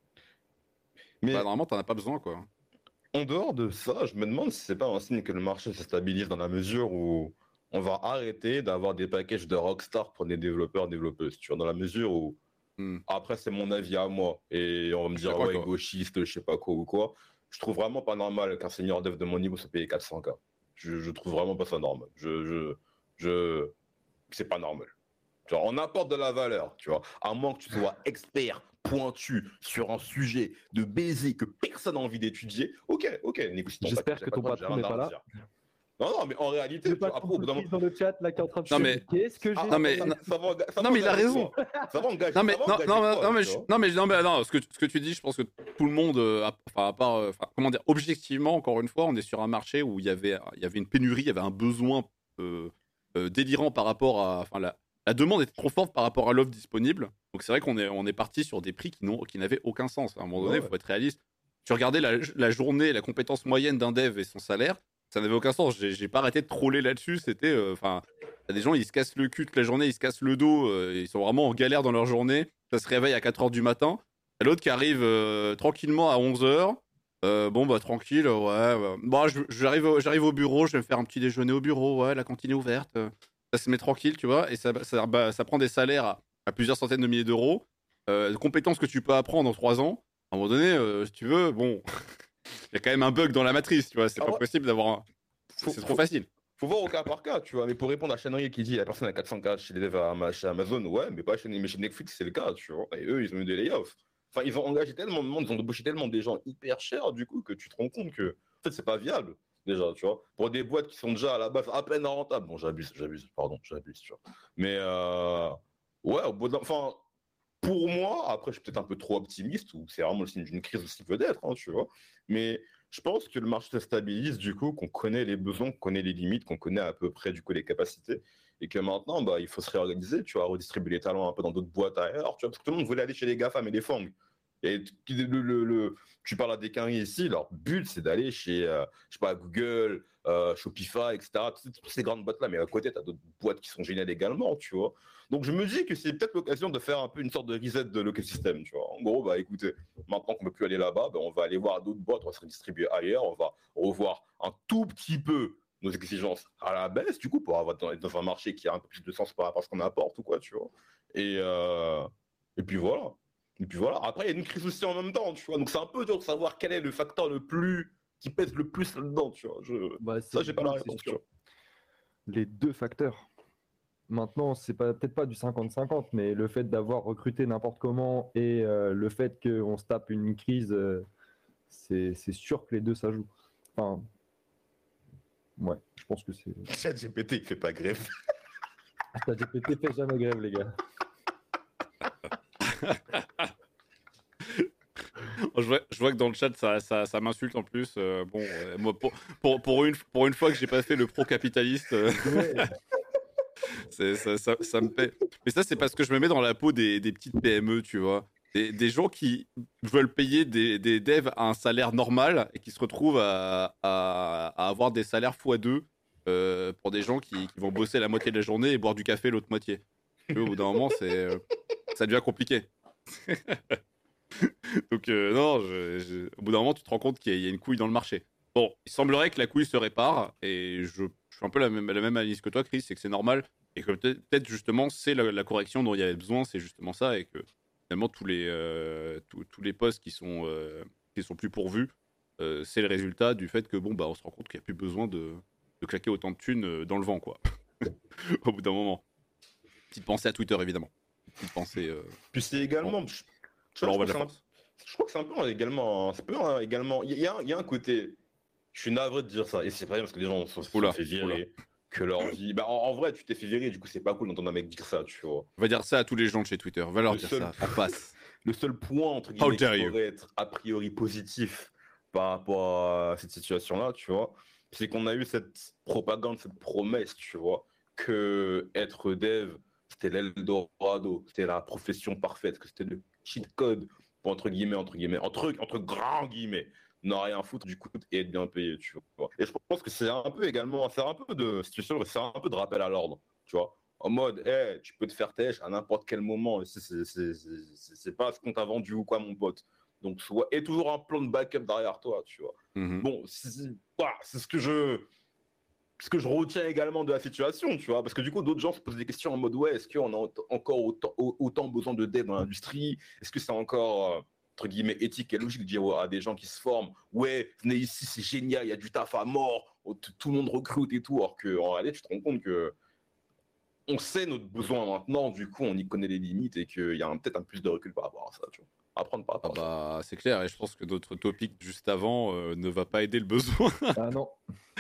Mais Bah, normalement, t'en as pas besoin, quoi. en dehors de ça, je me demande si c'est pas un signe que le marché se stabilise dans la mesure où on va arrêter d'avoir des packages de Rockstar pour des développeurs, développeuses. Tu vois, dans la mesure où, Hmm. après, c'est mon avis à moi, et on va me Je suis dire, d'accord ouais, avec toi. gauchiste, je sais pas quoi ou quoi. Je trouve vraiment pas normal qu'un senior dev de mon niveau se paye quatre cents K. Je, je trouve vraiment pas ça normal. Je, je, je, c'est pas normal. Genre, on apporte de la valeur, tu vois. À moins que tu sois expert, pointu sur un sujet de baiser que personne n'a envie d'étudier. Ok, ok, négocie ton J'espère package, que y a pas ton de problème, patron j'ai n'est rien pas à là. dire. Non, non, mais en réalité, Le tu vois, patron après, au bout d'un Cookies moment. dans le chat là qui est en train de Non, se mais- dire, qu'est-ce que j'ai Ah, Non, mais- ça- non- ça va enga- ça va non, mais il a engager raison. quoi Ça va engager. Non mais ça va non, engager non, quoi, non, mais tu je, vois non mais non mais non, ce que ce que tu dis, je pense que tout le monde, euh, a- enfin à part, euh, enfin, comment dire, objectivement, encore une fois, on est sur un marché où il y avait il y avait une pénurie, il y avait un besoin euh, euh, délirant par rapport à, enfin la, la demande était trop forte par rapport à l'offre disponible. Donc c'est vrai qu'on est on est parti sur des prix qui n'ont qui n'avaient aucun sens. À un moment donné, il Ouais. faut être réaliste. Tu regardais la, la journée, la compétence moyenne d'un dev et son salaire, ça n'avait aucun sens. J'ai j'ai pas arrêté de troller là-dessus. C'était, enfin, t'as des gens, ils se cassent le cul toute la journée, ils se cassent le dos, euh, ils sont vraiment en galère dans leur journée. Ça se réveille à quatre heures du matin. Et l'autre qui arrive euh, tranquillement à onze heures. Euh, bon, bah, tranquille, ouais. ouais. Bon, je- j'arrive au, j'arrive au bureau, je vais me faire un petit déjeuner au bureau, ouais, la cantine est ouverte. euh, Ça se met tranquille, tu vois, et ça, ça, bah, ça prend des salaires à, à plusieurs centaines de milliers d'euros. Euh, compétences que tu peux apprendre en trois ans. À un moment donné, euh, si tu veux, bon, il y a quand même un bug dans la matrice, tu vois, c'est Ah pas ouais. possible d'avoir un. Faut- C'est faut- trop facile. Faut voir au cas par cas, tu vois. Mais pour répondre à Chenry qui dit la personne a quatre cents K chez les devs à- chez Amazon, ouais, mais pas chez, mais chez Netflix, c'est le cas, tu vois. Et eux, ils ont eu des layoffs. Enfin, ils ont engagé tellement de monde, ils ont embauché tellement des gens hyper chers, du coup, que tu te rends compte que, en fait, c'est pas viable, déjà, tu vois. Pour des boîtes qui sont déjà à la base à peine rentables. Bon, j'abuse, j'abuse, pardon, j'abuse, tu vois. Mais, euh, ouais, au bout d'un. Enfin, pour moi, après, je suis peut-être un peu trop optimiste, ou c'est vraiment le signe d'une crise aussi, peut-être, hein, tu vois. Mais je pense que le marché se stabilise, du coup, qu'on connaît les besoins, qu'on connaît les limites, qu'on connaît à peu près, du coup, les capacités. Et que maintenant, bah, il faut se réorganiser, tu vois, redistribuer les talents un peu dans d'autres boîtes ailleurs, tu vois, parce que tout le monde voulait aller chez les GAFAM et les F A N G. Et le, le, le- tu parles à des quinries ici, leur but, c'est d'aller chez, euh, je sais pas, Google, euh, Shopify, et cetera. Toutes, toutes ces grandes boîtes-là, mais à côté, tu as d'autres boîtes qui sont géniales également, tu vois. Donc je me dis que c'est peut-être l'occasion de faire un peu une sorte de reset de l'écosystème, tu vois. En gros, bah écoutez, maintenant qu'on ne peut plus aller là-bas, bah, on va aller voir d'autres boîtes, on va se redistribuer ailleurs, on va revoir un tout petit peu nos exigences à la baisse, du coup, pour avoir dans, dans un marché qui a un peu plus de sens par rapport à ce qu'on apporte ou quoi, tu vois. Et, euh, et puis voilà. Et puis voilà. Après, il y a une crise aussi en même temps, tu vois. Donc c'est un peu dur de savoir quel est le facteur le plus qui pèse le plus là-dedans, tu vois. Je... Bah, Ça, c'est j'ai pas la c'est réponse, tu sûr. vois. Les deux facteurs. Maintenant, c'est pas peut-être pas du cinquante cinquante, mais le fait d'avoir recruté n'importe comment et euh, le fait qu'on se tape une crise, euh, c'est c'est sûr que les deux ça joue. Enfin, ouais, je pense que c'est. ChatGPT, il fait pas grève. ChatGPT fait jamais grève, les gars. Je vois, je vois que dans le chat, ça, ça, ça m'insulte en plus. euh, bon, euh, moi, pour, pour, pour, une, pour une fois que j'ai pas fait le pro-capitaliste, euh, Ouais. c'est- ça, ça, ça me paie. Mais ça, c'est parce que je me mets dans la peau des, des petites P M E, tu vois. Des, des gens qui veulent payer des, des devs à un salaire normal et qui se retrouvent à, à, à avoir des salaires fois deux euh, pour des gens qui, qui vont bosser la moitié de la journée et boire du café l'autre moitié. Tu vois, au bout d'un moment, c'est, euh, ça devient compliqué. Donc, euh, non, je- je- au bout d'un moment, tu te rends compte qu'il y, a- il y a une couille dans le marché. Bon, il semblerait que la couille se répare, et je, je suis un peu la même, la même analyse que toi, Chris, c'est que c'est normal, et que peut-être peut-être, justement, c'est la, la correction dont il y avait besoin, c'est justement ça, et que finalement, tous les, euh, tous, tous les postes qui sont, euh, qui sont plus pourvus, euh, c'est le résultat du fait que, bon, bah, on se rend compte qu'il n'y a plus besoin de, de claquer autant de thunes euh, dans le vent, quoi. Au bout d'un moment. Petite pensée à Twitter, évidemment. Petite pensée. Euh... Puis c'est également. Bon. Je, Je leur envoie de la un, force. je crois que c'est un peu également. C'est peu hein, également. Il y, a, il y a un côté. Je suis navré de dire ça. Et c'est vrai parce que les gens se sont fait virer. Oula. Que leur vie. Bah, en, en vrai, tu t'es fait virer. Du coup, c'est pas cool d'entendre un mec dire ça, tu vois. On va dire ça à tous les gens de chez Twitter. Va leur le dire seul... ça. En face. Le seul point, entre guillemets, qui pourrait être a priori positif par rapport à cette situation-là, tu vois, c'est qu'on a eu cette propagande, cette promesse, tu vois, que être dev, c'était l'Eldorado, c'était la profession parfaite, que c'était le cheat code pour entre guillemets, entre guillemets, entre, entre grands guillemets, ne rien foutre du coup et être bien payé, tu vois. Et je pense que c'est un peu également, c'est un peu de situation, c'est un peu de rappel à l'ordre, tu vois. En mode, hey, tu peux te faire têche à n'importe quel moment, c'est, c'est, c'est, c'est, c'est pas ce qu'on t'a vendu ou quoi, mon pote. Donc, soit, et toujours un plan de backup derrière toi, tu vois. Mm-hmm. Bon, c'est, c'est, voilà, c'est ce que je. Ce que je retiens également de la situation, tu vois, parce que du coup, d'autres gens se posent des questions en mode, ouais, est-ce qu'on a encore autant, autant besoin de dev dans l'industrie? Est-ce que c'est encore, euh, entre guillemets, éthique et logique de dire ouais, à des gens qui se forment, ouais, venez ici, c'est génial, il y a du taf à mort, tout le monde recrute et tout, alors qu'en réalité, tu te rends compte que on sait notre besoin maintenant, du coup, on y connaît les limites et qu'il y a un, peut-être un plus de recul par rapport à ça, tu vois. Apprendre par rapport ah bah, à ça. C'est clair, et je pense que notre topic juste avant euh, ne va pas aider le besoin. Ah non.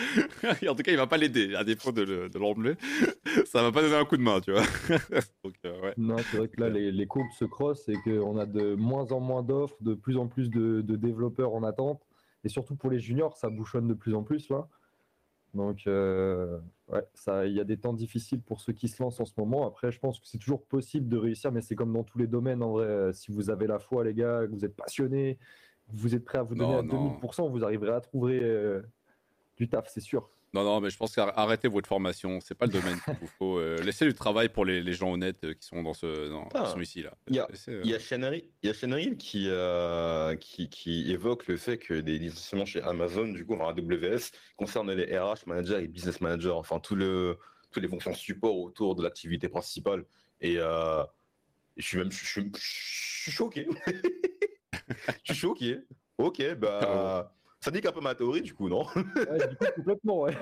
En tout cas, il va pas l'aider, à défaut de, le, de l'enlever. Ça va pas donner un coup de main, tu vois. Donc, euh, ouais. Non, c'est vrai que là, les, les courbes se crossent et qu'on a de moins en moins d'offres, de plus en plus de, de développeurs en attente. Et surtout pour les juniors, ça bouchonne de plus en plus là. Donc, euh, ouais, ça, il y a des temps difficiles pour ceux qui se lancent en ce moment. Après, je pense que c'est toujours possible de réussir, mais c'est comme dans tous les domaines en vrai. Si vous avez la foi, les gars, que vous êtes passionnés, vous êtes prêts à vous donner Non, à non. deux mille pour cent, vous arriverez à trouver euh, du taf, c'est sûr. Non, non, mais je pense qu'arrêtez votre formation. C'est pas le domaine qu'il vous faut. Euh, laissez du travail pour les, les gens honnêtes euh, qui sont dans ce, dans, Ah, qui sont ici là. Il y a, Laissez, euh... il y a Shenry, il y a Shenry qui, euh, qui, qui évoque le fait que des licenciements chez Amazon, du coup, enfin A W S, concernent les R H managers et business managers, enfin tout le, toutes les fonctions support autour de l'activité principale. Et euh, je suis même, je suis, je suis choqué. Je suis choqué. Ok, bah, ça dit qu'un peu ma théorie, du coup, non? Ouais, du coup, complètement, ouais.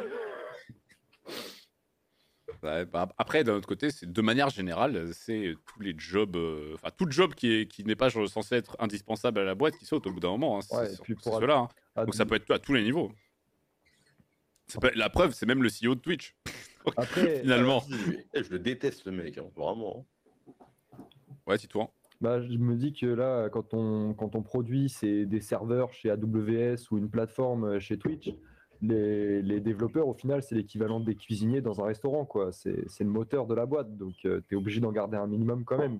Ouais, bah, après, d'un autre côté, c'est de manière générale, c'est tous les jobs, euh, enfin tout job qui est qui n'est pas censé être indispensable à la boîte qui saute au bout d'un moment. Hein, Ouais, c'est, et puis c'est pour cela. Hein. ad- Donc ça peut être à tous les niveaux. Ça peut être, la preuve, c'est même le C E O de Twitch. Après, finalement. Ah, je le déteste ce mec, hein, vraiment. Ouais, dis-toi. Bah, je me dis que là, quand on, quand on produit c'est des serveurs chez A W S ou une plateforme chez Twitch, les, les développeurs, au final, c'est l'équivalent des cuisiniers dans un restaurant, quoi. C'est, c'est le moteur de la boîte, donc euh, tu es obligé d'en garder un minimum quand même.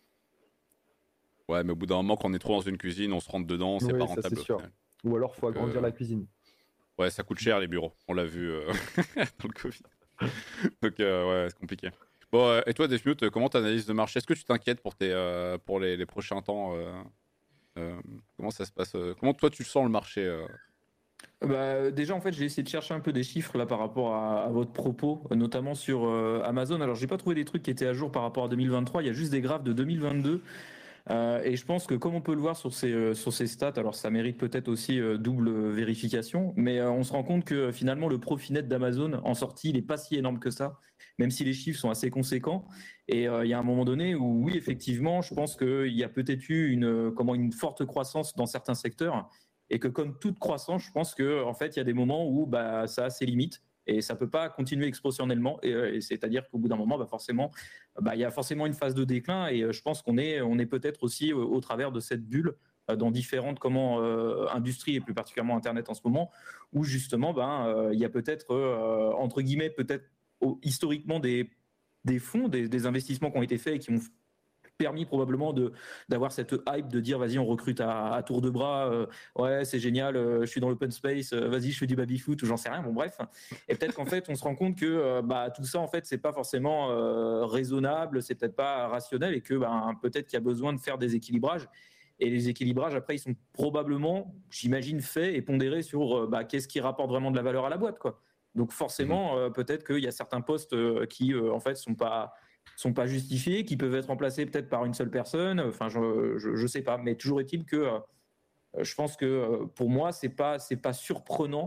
Ouais, mais au bout d'un moment, quand on est trop dans une cuisine, on se rentre dedans, c'est oui, pas ça, rentable. c'est sûr. Ou alors, il faut agrandir euh... la cuisine. Ouais, ça coûte cher les bureaux. On l'a vu euh... dans le Covid. Donc, euh, ouais, c'est compliqué. Bon, euh, et toi, Defmute, comment t'analyses le marché? Est-ce que tu t'inquiètes pour, tes, euh, pour les, les prochains temps euh, euh, Comment ça se passe euh, Comment toi, tu sens le marché euh Bah, déjà, en fait, j'ai essayé de chercher un peu des chiffres là par rapport à, à votre propos, notamment sur euh, Amazon. Alors, j'ai pas trouvé des trucs qui étaient à jour par rapport à deux mille vingt-trois. Il y a juste des graphes de deux mille vingt-deux. Euh, et je pense que comme on peut le voir sur ces, euh, sur ces stats, alors ça mérite peut-être aussi euh, double vérification, mais euh, on se rend compte que euh, finalement le profit net d'Amazon en sortie, il n'est pas si énorme que ça, même si les chiffres sont assez conséquents. Et euh, il y a un moment donné où oui, effectivement, je pense qu'il y a peut-être eu une, comment, une forte croissance dans certains secteurs, et que comme toute croissance, je pense qu'en en fait, il y a des moments où bah, ça a ses limites. Et ça ne peut pas continuer exponentiellement. Et, et c'est-à-dire qu'au bout d'un moment, bah forcément, bah, il y a forcément une phase de déclin. Et je pense qu'on est, on est peut-être aussi au, au travers de cette bulle dans différentes comment, euh, industries, et plus particulièrement Internet en ce moment, où justement, ben, euh, il y a peut-être, euh, entre guillemets, peut-être oh, historiquement des, des fonds, des, des investissements qui ont été faits et qui ont permis probablement de d'avoir cette hype de dire vas-y on recrute à, à tour de bras, euh, ouais c'est génial, euh, je suis dans l'open space, euh, vas-y je fais du baby foot ou j'en sais rien, bon bref, et peut-être qu'en fait on se rend compte que euh, bah tout ça en fait c'est pas forcément euh, raisonnable, c'est peut-être pas rationnel et que bah, peut-être qu'il y a besoin de faire des équilibrages. Et les équilibrages, après, ils sont probablement, j'imagine, faits et pondérés sur euh, bah, qu'est-ce qui rapporte vraiment de la valeur à la boîte, quoi. Donc forcément, euh, peut-être qu'il y a certains postes euh, qui euh, en fait sont pas sont pas justifiés, qui peuvent être remplacés peut-être par une seule personne. Enfin, je, je, je sais pas, mais toujours est-il que euh, je pense que euh, pour moi, c'est pas c'est pas surprenant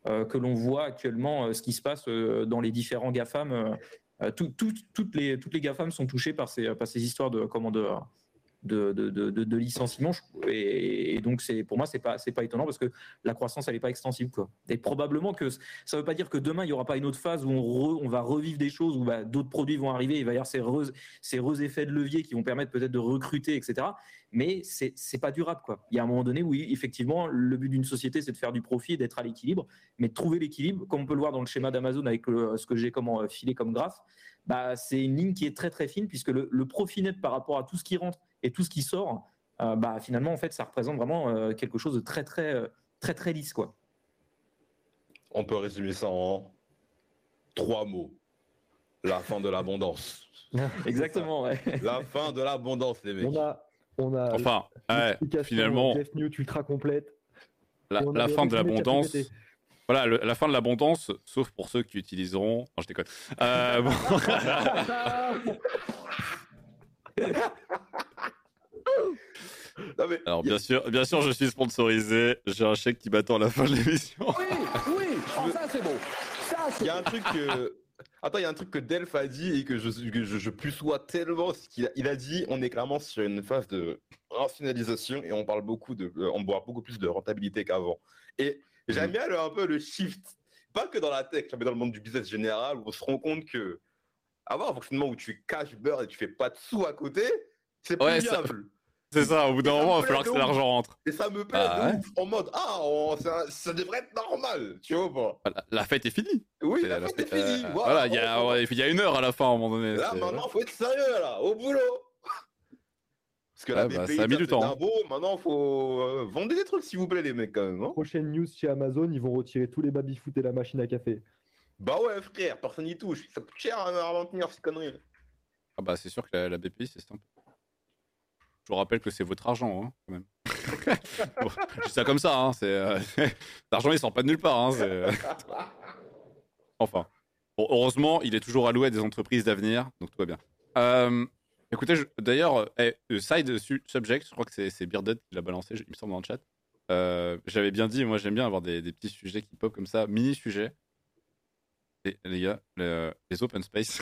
euh, que l'on voit actuellement, euh, ce qui se passe euh, dans les différents GAFAM. Euh, euh, tout, tout, toutes, les, toutes les GAFAM sont touchées par ces, par ces histoires de, comment, de, de, de, de, de licenciement. Et, et donc, c'est, pour moi, ce n'est pas, c'est pas étonnant parce que la croissance, elle n'est pas extensible, quoi. Et probablement que ça ne veut pas dire que demain, il n'y aura pas une autre phase où on, re, on va revivre des choses, où bah, d'autres produits vont arriver, il va y avoir ces heureux, ces heureux effets de levier qui vont permettre peut-être de recruter, et cetera. Mais ce n'est pas durable, quoi. Il y a un moment donné où, oui, effectivement, le but d'une société, c'est de faire du profit, d'être à l'équilibre. Mais de trouver l'équilibre, comme on peut le voir dans le schéma d'Amazon avec le, ce que j'ai comment, filé comme graphe, bah, c'est une ligne qui est très, très fine puisque le, le profit net par rapport à tout ce qui rentre et tout ce qui sort, euh, bah, finalement, en fait, ça représente vraiment euh, quelque chose de très, très, euh, très, très lisse, quoi. On peut résumer ça en trois mots. La fin de l'abondance. Exactement, ouais. La fin de l'abondance, les mecs. On a, on a Enfin, ouais, finalement, Jeff Newt ultra complète. La, la fin de l'abondance. Voilà, le, la fin de l'abondance, sauf pour ceux qui utiliseront. Non, je déconne. Euh, bon. Non mais, Alors, bien sûr, bien sûr, je suis sponsorisé. J'ai un chèque qui m'attend à la fin de l'émission. Oui, oui, oh, ça c'est beau. Ça, c'est il y a un truc que... Attends, il y a un truc que Delph a dit et que je, que je, je puissois tellement, c'est qu'il a, il a dit on est clairement sur une phase de rationalisation et on parle beaucoup de, on voit beaucoup plus de rentabilité qu'avant. Et j'aime bien le, un peu le shift, pas que dans la tech, mais dans le monde du business général, où on se rend compte que avoir un fonctionnement où tu cash burn et tu fais pas de sous à côté, c'est plus ouais, viable. Ça... C'est ça, au bout d'un moment, il va falloir que l'argent rentre. Et ça me plaît ah, de ouais. ouf, en mode, ah, on, ça, ça devrait être normal, tu vois pas. La, la fête est finie. Oui, c'est la, la fête fête est finie. euh, Voilà, voilà, il y, a, ouais, y a une heure à la fin, à un moment donné. Là, c'est... maintenant, faut être sérieux, là, au boulot. Parce que ouais, la bah, B P I, ça a mis du temps. Beau, maintenant, faut euh, vendre des trucs, s'il vous plaît, les mecs, quand même. Hein. Prochaine news chez Amazon, ils vont retirer tous les baby-foot et la machine à café. Bah ouais, frère, personne n'y touche. Ça coûte cher à maintenir ces conneries. Ah bah, c'est sûr que la, la B P I, c'est simple. Je vous rappelle que c'est votre argent, hein, quand même. Bon, je dis ça comme ça, hein, c'est, euh, l'argent il sort pas de nulle part. Hein, c'est... enfin, bon, heureusement, il est toujours alloué à des entreprises d'avenir, donc tout va bien. Euh, écoutez, je, d'ailleurs, hey, side subject, je crois que c'est, c'est Bearded qui l'a balancé, il me semble dans le chat. Euh, j'avais bien dit, moi j'aime bien avoir des, des petits sujets qui pop comme ça, mini sujets. Et les gars, les, les open space,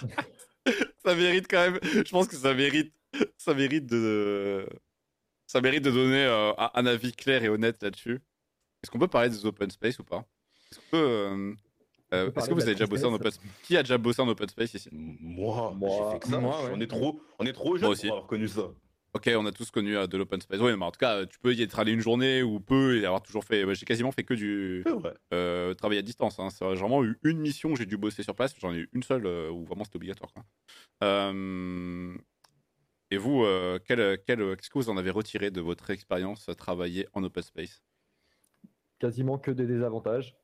ça mérite quand même. Je pense que ça mérite, ça mérite de. Ça mérite de donner euh, un avis clair et honnête là-dessus. Est-ce qu'on peut parler des open space ou pas? Est-ce, qu'on peut, euh, euh, est-ce que vous avez déjà bossé en open space? Qui a déjà bossé en open space ici? Moi, moi, j'ai fait que ça. Moi, ouais. On est trop, on est trop jeunes pour avoir connu ça. Ok, on a tous connu euh, de l'open space. Oui, mais en tout cas, tu peux y être allé une journée ou peu et avoir toujours fait. Ouais, j'ai quasiment fait que du euh, travail à distance. Hein. C'est vraiment eu une mission où j'ai dû bosser sur place. J'en ai eu une seule euh, où vraiment c'était obligatoire. Quoi. Euh... Et vous, euh, quel, quel, qu'est-ce que vous en avez retiré de votre expérience à travailler en open space? Quasiment que des désavantages.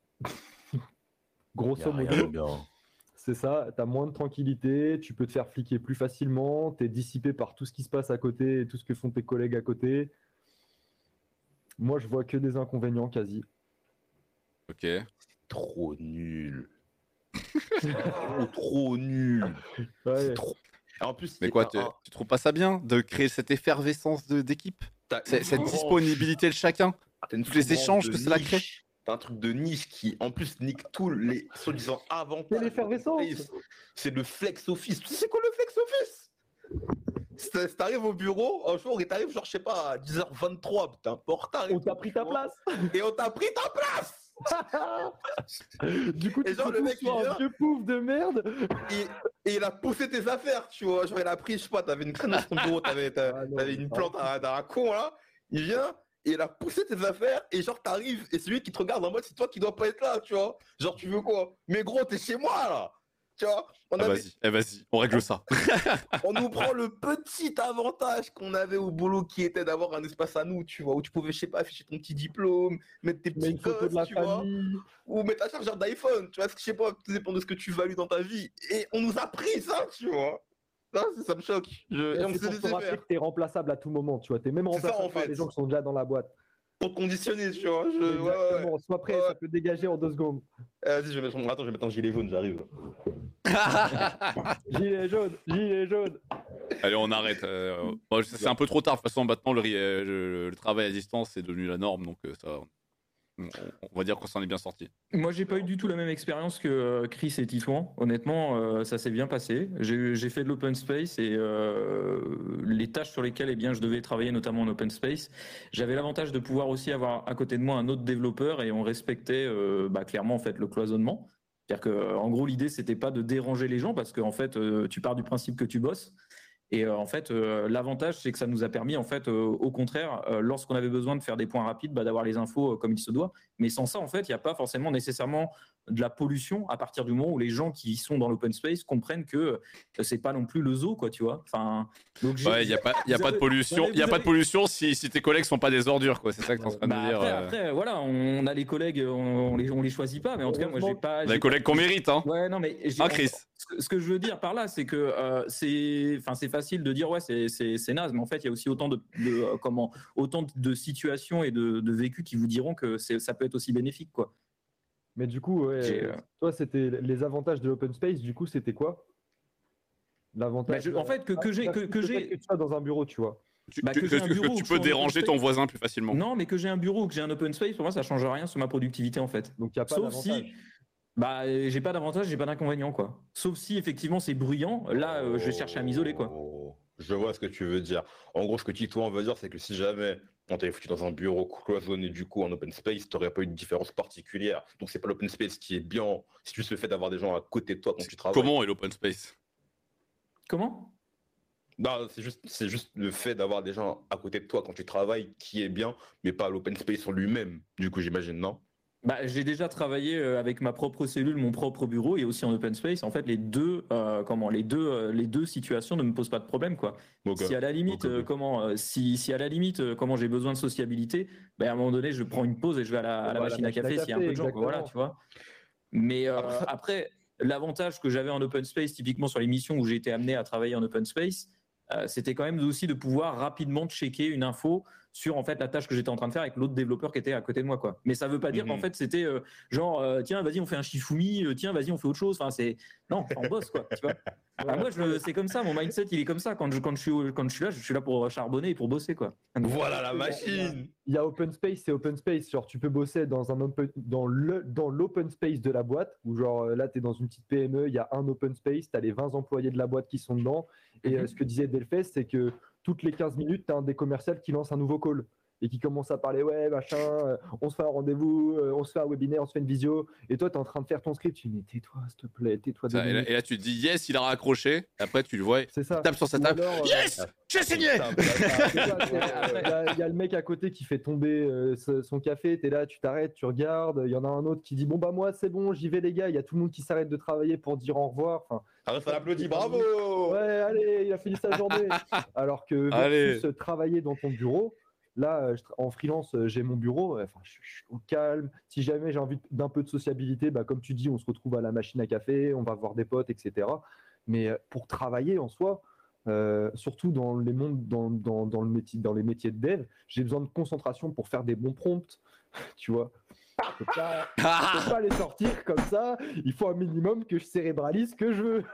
Grosso modo, c'est ça. Tu as moins de tranquillité, tu peux te faire fliquer plus facilement, tu es dissipé par tout ce qui se passe à côté et tout ce que font tes collègues à côté. Moi, je vois que des inconvénients quasi. Ok. C'est trop nul. trop, trop nul. Ouais. C'est trop... En plus, mais quoi, tu, un... tu trouves pas ça bien de créer cette effervescence de, d'équipe, c'est, cette branche. disponibilité de chacun, tous les échanges que cela crée? T'as un truc de niche qui, en plus, nique tous les soi-disant avantages. C'est l'effervescence. C'est le flex office. Tu sais quoi le flex office? Si t'arrives au bureau, un jour, et t'arrives, genre, je sais pas, à dix heures vingt-trois, t'es un peu en retard. On t'a pris ta place. Et on t'a pris ta place. Du coup, tu genre, le mec, il un vieux pouf de merde. Et, et il a poussé tes affaires, tu vois. Genre, il a pris, je sais pas, t'avais une crâne dans ton bureau, t'avais, t'avais, ah non, t'avais une plante à, à un con, là. Il vient, et il a poussé tes affaires, et genre, t'arrives, et c'est lui qui te regarde en mode, c'est toi qui dois pas être là, tu vois. Genre, tu veux quoi? Mais gros, t'es chez moi, là. Tu vois, on ah, avait... vas-y, eh, vas-y, on règle ça. On nous prend le petit avantage qu'on avait au boulot qui était d'avoir un espace à nous, tu vois, où tu pouvais, je sais pas, afficher ton petit diplôme, mettre tes petits photos de la tu famille. vois, ou mettre un chargeur d'iPhone, tu vois, je sais pas, tout dépend de ce que tu values dans ta vie. Et on nous a pris ça, tu vois. Ça, ça me choque. Je... Et on c'est pour te rappeler que t'es remplaçable à tout moment, tu vois, t'es même remplaçable ça, en par fait. Les gens qui sont déjà dans la boîte. Pour conditionner, tu vois. Je... Ouais, ouais. Sois prêt, ouais. Ça peut dégager en deux secondes. Euh, vas-y, je vais mettre... Attends, je vais mettre un gilet jaune, j'arrive. Gilet jaune, gilet jaune. Allez, on arrête. Euh, bon, c'est un peu trop tard. De toute façon, maintenant, le, le, le travail à distance est devenu la norme, donc euh, ça, on, on va dire qu'on s'en est bien sorti. Moi, j'ai pas eu du tout la même expérience que euh, Chris et Titouan. Honnêtement, euh, ça s'est bien passé. J'ai, j'ai fait de l'open space et euh, les tâches sur lesquelles eh bien, je devais travailler, notamment en open space, j'avais l'avantage de pouvoir aussi avoir à côté de moi un autre développeur et on respectait euh, bah, clairement en fait le cloisonnement. C'est-à-dire que, en gros, l'idée c'était pas de déranger les gens parce que en fait, euh, tu pars du principe que tu bosses. Et euh, en fait, euh, l'avantage, c'est que ça nous a permis, en fait, euh, au contraire, euh, lorsqu'on avait besoin de faire des points rapides, bah, d'avoir les infos euh, comme il se doit. Mais sans ça, en fait, il n'y a pas forcément nécessairement de la pollution à partir du moment où les gens qui sont dans l'open space comprennent que euh, c'est pas non plus le zoo, quoi, tu vois. Enfin, donc j'ai- Ouais, il y a pas, il y a vous pas de avez- pollution. vous Il y a avez- pas de pollution si, si tes collègues sont pas des ordures, quoi. C'est ça que t'es en train de Bah, dire. après, euh. après, voilà, on a les collègues, on, on les, on les choisit pas, mais en tout cas, moi, j'ai pas. On a j'ai des pas- collègues qu'on mérite, hein. Ouais, non, mais j'ai- Hein, Chris? ce que- ce que je veux dire par là, c'est que euh, c'est, enfin, c'est facile de dire ouais, c'est, c'est, c'est naze, mais en fait, il y a aussi autant de, de, euh, comment, autant de situations et de, de vécus qui vous diront que c'est, ça peut être aussi bénéfique, quoi. Mais du coup, ouais, J'ai, euh, toi, c'était les avantages de l'open space, du coup, c'était quoi? L'avantage. Bah, je- en fait, que- que j'ai- Ah, que- que le fait j'ai- que tu sois dans un bureau, tu vois. Tu, Bah, tu- que que, j'ai un que bureau tu où peux je suis en déranger open ton space. voisin plus facilement. Non, mais que j'ai un bureau ou que j'ai un open space, pour moi, ça change rien sur ma productivité, en fait. Donc, il n'y a pas Sauf si, d'avantage. bah, euh, j'ai pas d'avantage, j'ai pas d'inconvénient, quoi. Sauf si effectivement c'est bruyant, là, euh, je vais chercher à m'isoler, quoi. Oh, je vois ce que tu veux dire. En gros, ce que Titouan veut dire, c'est que si jamais on t'avait foutu dans un bureau cloisonné du coup en open space, t'aurais pas eu de différence particulière. Donc c'est pas l'open space qui est bien, c'est juste le fait d'avoir des gens à côté de toi quand tu travailles. Comment est l'open space? Comment? Non, c'est juste, c'est juste le fait d'avoir des gens à côté de toi quand tu travailles qui est bien, mais pas l'open space en lui-même. Du coup, j'imagine, non? Bah, j'ai déjà travaillé euh, avec ma propre cellule, mon propre bureau et aussi en open space. En fait, les deux, euh, comment, les deux, euh, les deux situations ne me posent pas de problème, quoi. Ok. Si à la limite, Ok, ok. euh, comment, euh, si, si à la limite, euh, comment j'ai besoin de sociabilité, bah, à un moment donné, je prends une pause et je vais à la, à la Bah, machine à café s'il y a un peu de gens, quoi. Voilà, tu vois. Mais euh, Après, ça- après, l'avantage que j'avais en open space, typiquement sur les missions où j'ai été amené à travailler en open space, euh, c'était quand même aussi de pouvoir rapidement checker une info sur en fait la tâche que j'étais en train de faire avec l'autre développeur qui était à côté de moi, quoi. Mais ça veut pas dire Mhm. qu'en fait c'était euh, genre euh, tiens vas-y on fait un Shifumi, euh, tiens vas-y on fait autre chose. Enfin c'est non on bosse, quoi. Tu vois. Enfin, moi je c'est comme ça, mon mindset il est comme ça quand je quand je suis au- quand je suis là je suis là pour charbonner et pour bosser, quoi. Voilà la machine. Il y a open space et open space. Genre, tu peux bosser dans, un open, dans, le, dans l'open space de la boîte, où genre euh, là, tu es dans une petite P M E, il y a un open space, tu as les vingt employés de la boîte qui sont dedans. Et euh, Mhm. ce que disait Delphès, c'est que toutes les quinze minutes, tu as un des commerciaux qui lance un nouveau call et qui commence à parler, ouais, machin, euh, on se fait un rendez-vous, euh, on se fait un webinaire, on se fait une visio. Et toi, tu es en train de faire ton script. Tu dis, mais tais-toi, s'il te plaît, tais-toi. deux Ça, et, là, minutes. et là, tu te dis yes, il a raccroché. Après, tu le vois, C'est ça. il tape sur sa Ou table. alors, euh, Yes, j'ai signé. C'est ça, c'est- Il y, a- il y a le mec à côté qui fait tomber euh, ce- son café, t'es là, tu t'arrêtes, tu regardes, il y en a un autre qui dit bon bah moi c'est bon, j'y vais les gars, il y a tout le monde qui s'arrête de travailler pour dire au revoir. Enfin, Arrête, ça l'applaudit, bravo. ouais, allez, il a fini sa journée. Alors que Allez. versus euh, travailler dans ton bureau, là euh, je tra- en freelance, euh, j'ai mon bureau, euh, enfin je suis je suis au calme. Si jamais j'ai envie d'un peu de sociabilité, bah comme tu dis, on se retrouve à la machine à café, on va voir des potes, et cetera. Mais euh, pour travailler en soi, euh, surtout dans les mondes, dans, dans, dans le métier, dans les métiers de dev, j'ai besoin de concentration pour faire des bons prompts, tu vois. Je peux pas, je peux pas les sortir comme ça. Il faut un minimum que je cérébralise ce que je veux.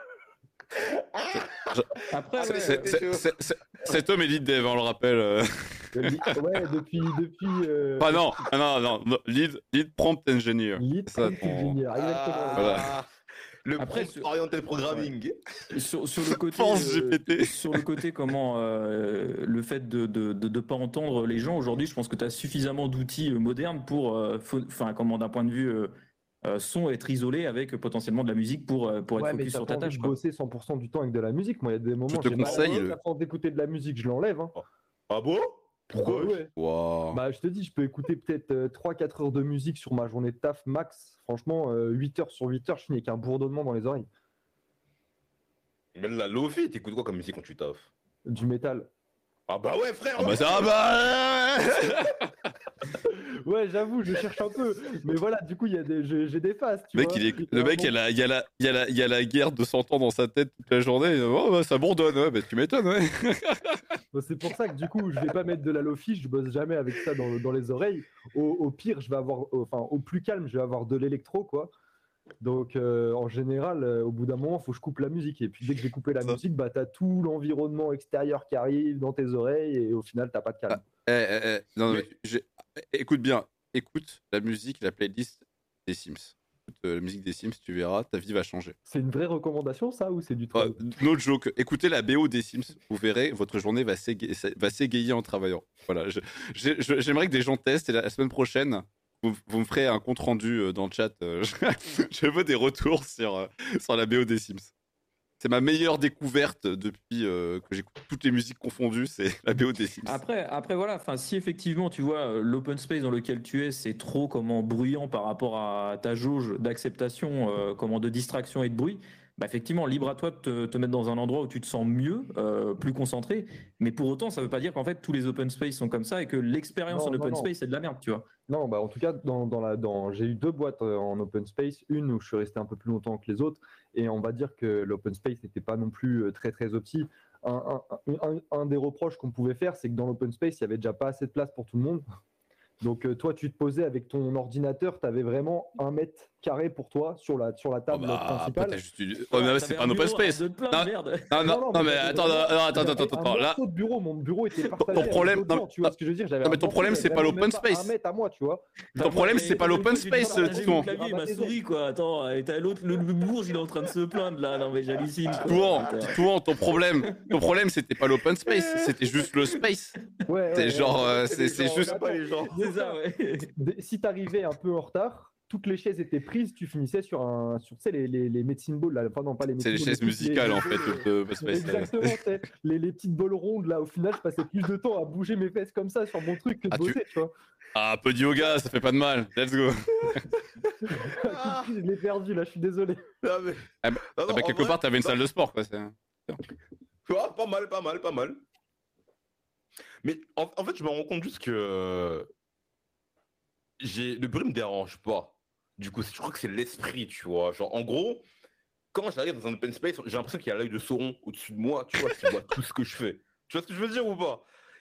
Après C'est- ouais, c'est- c'est- c'est- c'est- Cet homme est lead dev, on le rappelle. euh. Ouais, depuis, depuis. Euh, Ah non, ah non, non, non, lead, lead prompt engineer. Lead Ça, prompt ton- engineer, exactement. Ah, Voilà. Le Après, prompt ce- oriented programming. sur, sur le côté Pense euh, G P T. sur le côté comment euh, le fait de de, de de pas entendre les gens aujourd'hui, je pense que tu as suffisamment d'outils euh, modernes pour euh, faut- enfin comment d'un point de vue euh, euh, son être isolé avec euh, potentiellement de la musique pour euh, pour être Ouais, mais focus t'as sur pas ta envie tâche, de quoi. bosser cent pour cent du temps avec de la musique. Moi, il y a des moments, te j'ai mal à conseille, la le- tête, à force d'écouter de la musique, je l'enlève. Hein. Ah bon? Pourquoi? Ouais. Wow. Bah, je te dis, je peux écouter peut-être euh, trois quatre heures de musique sur ma journée de taf max. Franchement, euh, huit heures sur huit heures, je finis avec un bourdonnement dans les oreilles. Mais la Lofi, t'écoutes quoi comme musique quand tu taffes? Du métal. Ah bah ouais, frère. Ah bah ça va. Ouais, j'avoue, je cherche un peu. Mais voilà, du coup, il y a des, j'ai, j'ai des phases. Tu Le mec, vois. il est, Et le à un mec, il y a moment- la, il y a la, il y a la, il y a la guerre de cent ans dans sa tête toute la journée. Oh, bah, ça bourdonne, ouais, bah, tu m'étonnes, ouais. Bon, c'est pour ça que du coup, je vais pas mettre de la lofi, je bosse jamais avec ça dans, dans les oreilles. Au, au pire, je vais avoir, enfin, au plus calme, je vais avoir de l'électro, quoi. Donc, euh, en général, euh, au bout d'un moment, il faut que je coupe la musique. Et puis, dès que j'ai coupé la Ça. musique, bah, tu as tout l'environnement extérieur qui arrive dans tes oreilles et au final, tu pas de calme. Eh, eh, eh, non, mais j'ai- écoute bien. écoute la musique, la playlist des Sims. Écoute euh, la musique des Sims, tu verras, ta vie va changer. C'est une vraie recommandation, ça, ou c'est du Ouais, troll? no joke, écoutez la B O des Sims, vous verrez, votre journée va s'égayer, va s'égayer en travaillant. Voilà, je- j'ai- je- j'aimerais que des gens testent et la, la semaine prochaine, vous, vous me ferez un compte rendu euh, dans le chat. euh, je, je veux des retours sur, euh, sur la B O des Sims. C'est ma meilleure découverte depuis euh, que j'écoute toutes les musiques confondues, c'est la B O des Sims. Après, après voilà, enfin, si effectivement tu vois euh, l'open space dans lequel tu es, c'est trop comment bruyant par rapport à ta jauge d'acceptation, euh, comment de distraction et de bruit, bah effectivement, libre à toi de te, te mettre dans un endroit où tu te sens mieux, euh, plus concentré. Mais pour autant, ça veut pas dire qu'en fait tous les open space sont comme ça et que l'expérience Non, en non, open non. space c'est de la merde, tu vois. Non, bah en tout cas, dans, dans la, dans, j'ai eu deux boîtes euh, en open space, une où je suis resté un peu plus longtemps que les autres, et on va dire que l'open space n'était pas non plus euh, très très opti. Un, un, un, un des reproches qu'on pouvait faire, c'est que dans l'open space, il n'y avait déjà pas assez de place pour tout le monde. Donc euh, toi, tu te posais avec ton ordinateur, tu avais vraiment un mètre carré pour toi sur la, sur la Oh table bah, après, principale. t'as juste eu- Oh, mais là, c'est T'avais pas un open bureau à space. deux de plein, Non, merde. non, non, non, mais j'avais attends, vraiment- non, non, attends, j'avais attends, attends, un attends, là. morceau de bureau, mon bureau était partagé avec problème- d'autres non, gens, tu vois ce que je veux dire. J'avais non, mais un ton morceau, problème, j'avais c'est pas vraiment l'open même space. Un mètre à moi, tu vois. Ton problème, c'est pas l'open J'ai space, partagé Touan. mon clavier et ma souris, quoi. Attends, et t'as l'autre, le, le bourge, il est en train de se plaindre là. Non mais j'hallucine. quoi. Touan, Putain. Touan, ton problème, ton problème, c'était pas l'open space, c'était juste le space. Ouais, ouais, C'est ouais. genre, euh, Les c'est c'est gens, juste. on a pas les gens. C'est ça, ouais. Des- Si t'arrivais un peu en retard, toutes les chaises étaient prises, tu finissais sur un, sur tu sais, les, les, les medicine balls, là. Enfin non, pas les C'est les medicine balls, chaises mais toutes les- musicales les en fait, balls, le open space. euh. Exactement, tu sais, les, les petites balles rondes là, au final, je passais plus de temps à bouger mes fesses comme ça sur mon truc que de Ah, tu- bosser, tu vois. Ah, un peu de yoga, ça fait pas de mal. Let's go. Ah. Je l'ai perdu là, je suis désolé. Non, mais- Ah bah, Non, Ah non, bah, en quelque vrai, part, t'avais une non. salle de sport, quoi. c'est- Tu vois, pas mal, pas mal, pas mal. Mais en, en fait, je me rends compte juste que euh, j'ai le bruit me dérange pas. Du coup, je crois que c'est l'esprit, tu vois. Genre, en gros, quand j'arrive dans un open space, j'ai l'impression qu'il y a l'œil de Sauron au-dessus de moi, tu vois, qui voit tout ce que je fais. Tu vois ce que je veux dire ou pas?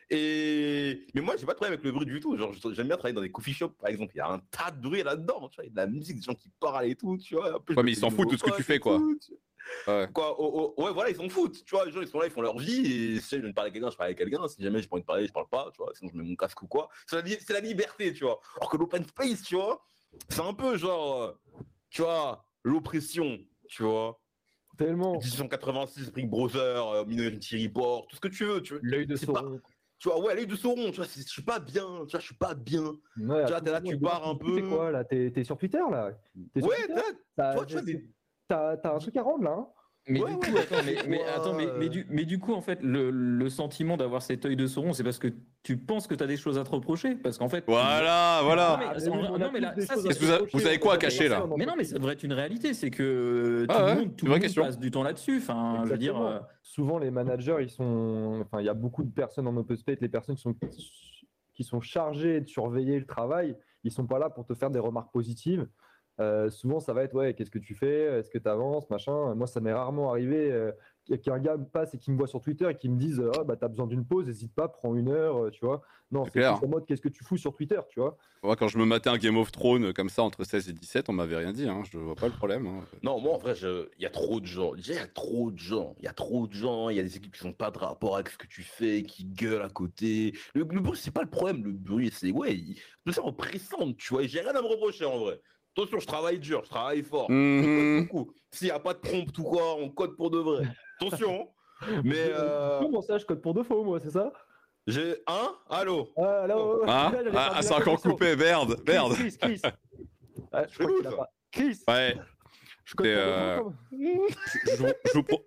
Et mais moi, j'ai pas de problème avec le bruit du tout. Genre, j'aime bien travailler dans des coffee shops, par exemple. Il y a un tas de bruit là-dedans, tu vois. Il y a de la musique, des gens qui parlent et tout, tu vois. Un peu, je Ouais, me mais ils fais s'en des foutent de ce que nouveaux tu fais, potes et quoi. tout, tu- Ouais. Quoi, oh, oh, ouais, voilà, ils s'en foutent. Tu vois, les gens, ils sont là, ils font leur vie. Et si j'ai envie de parler avec quelqu'un, je parle avec quelqu'un. Si jamais j'ai pas envie de parler, je parle pas, tu vois. Sinon, je mets mon casque ou quoi. C'est la, li- c'est la liberté, tu vois. Alors que l'open space, tu vois, c'est un peu genre, euh, tu vois, l'oppression, tu vois. Tellement. dix-huit cent quatre-vingt-six, Big Brother, euh, Minority Report, tout ce que tu veux, tu vois. L'œil de C'est pas- Sauron. Tu vois, ouais, l'œil de Sauron, tu vois, c'est- je suis pas bien, tu vois, je suis pas bien. Ouais, Tu vois, tout t'es là, le monde, tu il pars un dit, T'es peu. quoi là? T'es t'es sur Twitter là? T'es sur Ouais, Twitter t'as, T'as toi, tu vois, c'est- des- t'as- t'as un truc à rendre là, hein? Mais Ouais, du ouais, coup, attends, mais, mais, ouais. attends, mais, mais, du, mais du coup, en fait, le, le sentiment d'avoir cet œil de Sauron, c'est parce que tu penses que tu as des choses à te reprocher. Parce qu'en fait. Voilà, voilà. Non, mais- Ah, en- oui, on a non, mais là, tous des ça, choses c'est- à Est-ce que vous a- reprocher, vous avez on quoi à a des cacher, là relations dans Mais non, notre mais vie. ça devrait être une réalité. C'est que Ah tout ouais, le monde, tout vraie le monde question. passe du temps là-dessus. Enfin, je veux dire. Exactement. euh, Souvent les managers, ils sont, enfin, il y a beaucoup de personnes en open space, les personnes qui sont, qui sont chargées de surveiller le travail, ils sont pas là pour te faire des remarques positives. Euh, souvent, ça va être ouais, qu'est-ce que tu fais? Est-ce que tu avances? Machin. Moi, ça m'est rarement arrivé euh, qu'un gars me passe et qui me voit sur Twitter et qui me dise oh, bah, t'as besoin d'une pause, n'hésite pas, prends une heure, euh, tu vois. Non, C'est c'est clair. plus en mode qu'est-ce que tu fous sur Twitter, tu vois. Moi, quand je me matais un Game of Thrones comme ça entre seize et dix-sept, on m'avait rien dit. Hein. Je vois pas le problème. Hein. Non, moi en vrai, je- il y a trop de gens. Déjà, il y a trop de gens. Il y a trop de gens. Il y a des équipes qui n'ont pas de rapport avec ce que tu fais, qui gueulent à côté. Le, le bruit, c'est pas le problème. Le bruit, c'est ouais, il- je me sens oppressante, tu vois. Et j'ai rien à me reprocher en vrai. Attention, je travaille dur, je travaille fort. Mhm. Je code beaucoup. S'il n'y a pas de prompt ou quoi, on code pour de vrai. Attention. Mais euh, Comment ça, je code pour deux fois, moi, c'est ça? j'ai un. Allô. Ah, là, Hein là, j'avais Ah, perdu c'est la encore connexion. coupé, merde, merde. Chris, Chris, Chris. Ah, je crois où, qu'il a ça pas. Chris, Ouais, je code c'est, pour deux euh, fois, comme- je, vous- je vous pro-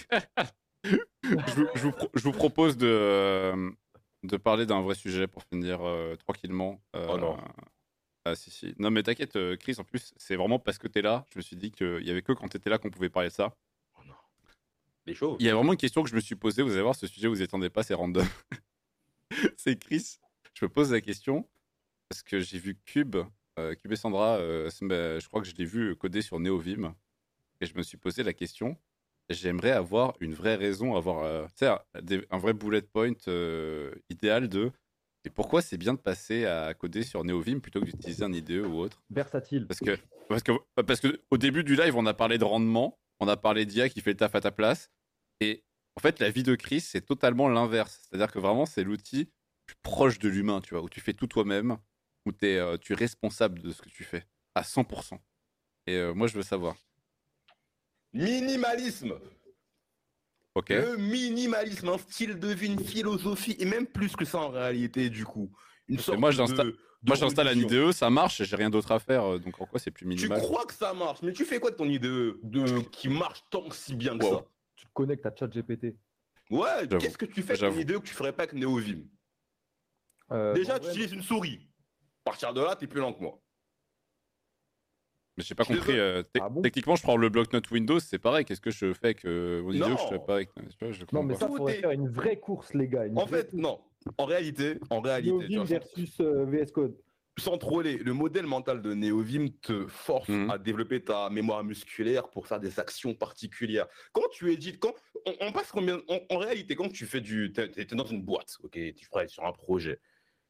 je, vous, je vous pro- je vous propose de, euh, de parler d'un vrai sujet pour finir euh, tranquillement. Euh, Oh non. Ah si, si. Non mais t'inquiète, euh, Chris, en plus, c'est vraiment parce que t'es là. Je me suis dit qu'il y avait que quand t'étais là qu'on pouvait parler de ça. Les choses. Il y a vraiment une question que je me suis posée. Vous allez voir, ce sujet, vous y attendez pas, c'est random. C'est Chris. Je me pose la question parce que j'ai vu Cube, euh, Cube et Sandra, euh, je crois que je l'ai vu coder sur NeoVim. Et je me suis posé la question. J'aimerais avoir une vraie raison, avoir euh, tu sais, un, des- un vrai bullet point euh, idéal de. Et pourquoi c'est bien de passer à coder sur NeoVim plutôt que d'utiliser un I D E ou autre? Versatile. Parce que, parce que, parce que au début du live, on a parlé de rendement, on a parlé d'I A qui fait le taf à ta place. Et en fait, la vie de Chris, c'est totalement l'inverse. C'est-à-dire que vraiment, c'est l'outil plus proche de l'humain, tu vois, où tu fais tout toi-même, où t'es, euh, tu es responsable de ce que tu fais à cent pour cent. Et euh, moi, je veux savoir. Minimalisme. Ok. Le minimalisme, un style de vie, une philosophie, et même plus que ça en réalité, du coup. Une sorte moi, de, j'insta- de Moi, j'installe un I religion. D E, ça marche, j'ai rien d'autre à faire, euh, donc en quoi c'est plus Tu minimal? crois que ça marche, mais tu fais quoi de ton I D E de... qui marche tant si bien que Wow. ça? Tu te connectes à ChatGPT. Ouais, J'avoue. qu'est-ce que tu fais de ton J'avoue. I D E que tu ferais pas avec Neovim? Euh, Déjà, en tu vrai, utilises une souris. À partir de là, t'es plus lent que moi. Mais j'ai pas Je suis compris. euh, te- Ah bon techniquement, je prends le bloc-notes Windows, c'est pareil. Qu'est-ce que je fais avec euh, mon I D E Non. que je fais pas avec. Tu vois, je Non, comprends mais pas. ça, Tout faudrait est- faire une vraie course, les gars. Une En vraie fait, course. non. En réalité, en réalité, tu Neovim vois, sans- versus euh, V S Code. sans troller, le modèle mental de Neovim te force Mhm. à développer ta mémoire musculaire pour faire des actions particulières. Quand tu édites, quand on, on passe combien en, en réalité, quand tu fais du, t'es, t'es dans une boîte, ok, tu travailles sur un projet.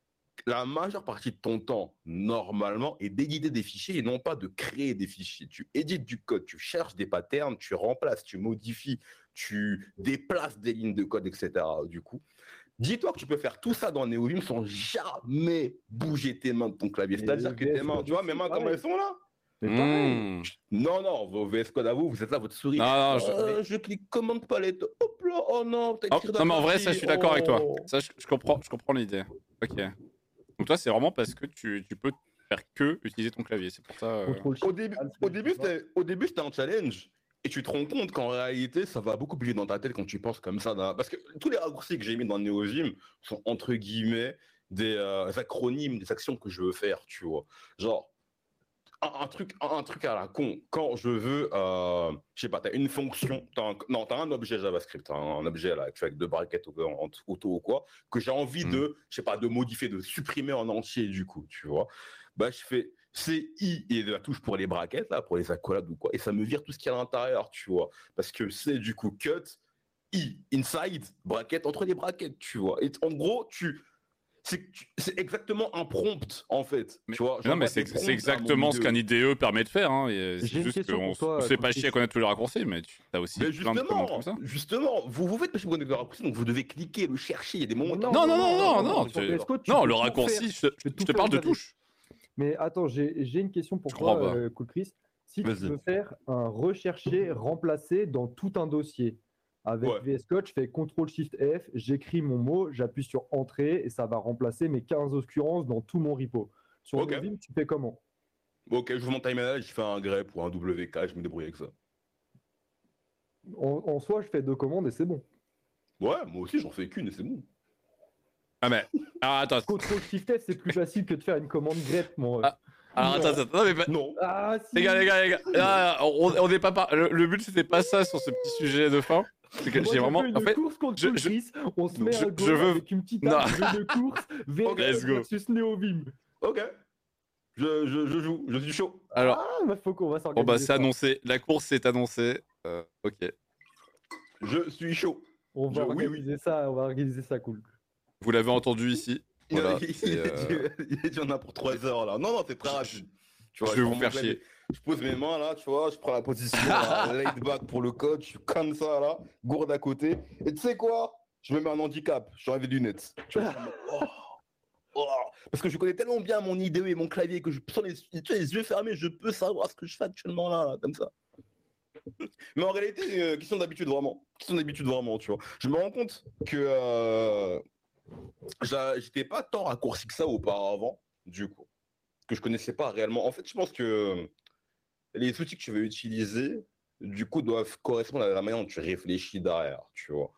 La majeure partie de ton temps, normalement, est d'éditer des fichiers et non pas de créer des fichiers. Tu édites du code, tu cherches des patterns, tu remplaces, tu modifies, tu déplaces des lignes de code, et cetera. Du coup, dis-toi que tu peux faire tout ça dans Neovim sans jamais bouger tes mains de ton clavier. Et C'est-à-dire que V S tes mains, Code tu vois, aussi, mes mains, pareil. comment elles sont là? Mais pareil. Mmh. Non, non, vos V S Code à vous, vous êtes là, votre souris. Non, non, je- Euh, je clique commande palette. Hop là, oh non, t'as Oh, écrit non, mais en vrai, partie, ça, je suis d'accord avec toi. oh. Ça, je, je comprends, je comprends l'idée. Ok. Donc, toi, c'est vraiment parce que tu, tu peux faire que utiliser ton clavier. C'est pour ça. euh, Contrôle Au shift, début, alt, au début, je sais pas. c'était, au début, c'était un challenge. Et tu te rends compte qu'en réalité, ça va beaucoup plus vite dans ta tête quand tu penses comme ça. dans- Parce que tous les raccourcis que j'ai mis dans Neovim sont entre guillemets des euh, acronymes, des actions que je veux faire, tu vois. Genre, un, un truc, un, un truc à la con. Quand je veux, euh, je sais pas, t'as une fonction, t'as un, non, t'as un objet JavaScript, t'as un, un objet là, tu fais avec deux brackets auto, en- auto ou quoi, que j'ai envie Mm. de, je sais pas, de modifier, de supprimer en entier du coup, tu vois. Bah, je fais C I et la touche pour les brackets là, pour les accolades ou quoi, et ça me vire tout ce qu'il y a à l'intérieur, tu vois. Parce que c'est du coup cut, I, inside, bracket entre les brackets, tu vois. Et en gros, tu c'est c'est exactement un prompt en fait. Mais- tu vois, Non, j'envoie mais des c'est prompts c'est à exactement mon ce I D E. qu'un I D E permet de faire. Hein, et J'ai c'est une juste question qu'on pour toi, on sait pas Chris. chier à connaître tous les raccourcis, mais tu as aussi Mais plein de commandes comme justement, ça. justement, vous vous faites pas chier de raccourci, donc vous devez cliquer, le chercher. Il y a des moments. Non, Non, non, non, non, non. sur tu- V S Code, tu Non, peux le tout raccourci, faire. je peux te, tout je te faire parle de avec. touche. Mais attends, j'ai j'ai une question pour Je toi, crois pas. euh, Cool Chris. Si tu Vas-y. veux faire un rechercher, remplacer dans tout un dossier, avec Ouais. V S Code, je fais contrôle shift F, j'écris mon mot, j'appuie sur Entrée et ça va remplacer mes quinze occurrences dans tout mon repo. Sur Ok. Neovim, tu fais comment? Ok, je vous mon timeline, je fais un grep ou un W K, je me débrouille avec ça. en, en soi, je fais deux commandes et c'est bon. Ouais, moi aussi j'en fais qu'une et c'est bon. Ah, mais. Alors, attends. contrôle shift F, c'est plus facile que de faire une commande grep, mon. Ah. Alors, attends, Non. attends. Non, mais pas- Non. Ah, si. Les gars, les gars, les gars. Là, on on n'est pas par... le, le but, c'était pas ça sur ce petit sujet de fin. C'est que Moi, j'ai je vraiment. fais une En fait, course contre je- Cool je- Chris, on se Donc, met je- un go je veux- avec une petite Non. arme de course, V S Ok, let's go. versus Neovim. Ok. Je, je, je joue, je suis chaud. alors, Ah, bah faut qu'on va bon, s'organiser. bah, c'est ça. annoncé. La course s'est annoncée. Euh, ok. Je suis chaud. On va Je- oui, organiser ça, on va organiser ça cool. Vous l'avez entendu ici. Voilà, il, c'est, il, euh, il- il y en a pour trois heures là. Non, non, c'est très rapide. Tu je vais prends vous mon faire clavier, chier. Je pose mes mains là, tu vois, je prends la position là, laid back pour le code, je suis comme ça là, gourde à côté. Et tu sais quoi? Je me mets un handicap, je suis des lunettes. Tu vois, oh, oh. Parce que je connais tellement bien mon I D E et mon clavier que je, sans les, tu sais, les yeux fermés, je peux savoir ce que je fais actuellement là, là, comme ça. Mais en réalité, c'est une question d'habitude vraiment. Question d'habitude vraiment, tu vois. Je me rends compte que euh, j'a- j'étais pas tant raccourci que ça auparavant, du coup. Que je connaissais pas réellement. En fait, je pense que les outils que tu veux utiliser, du coup, doivent correspondre à la manière dont tu réfléchis derrière, tu vois.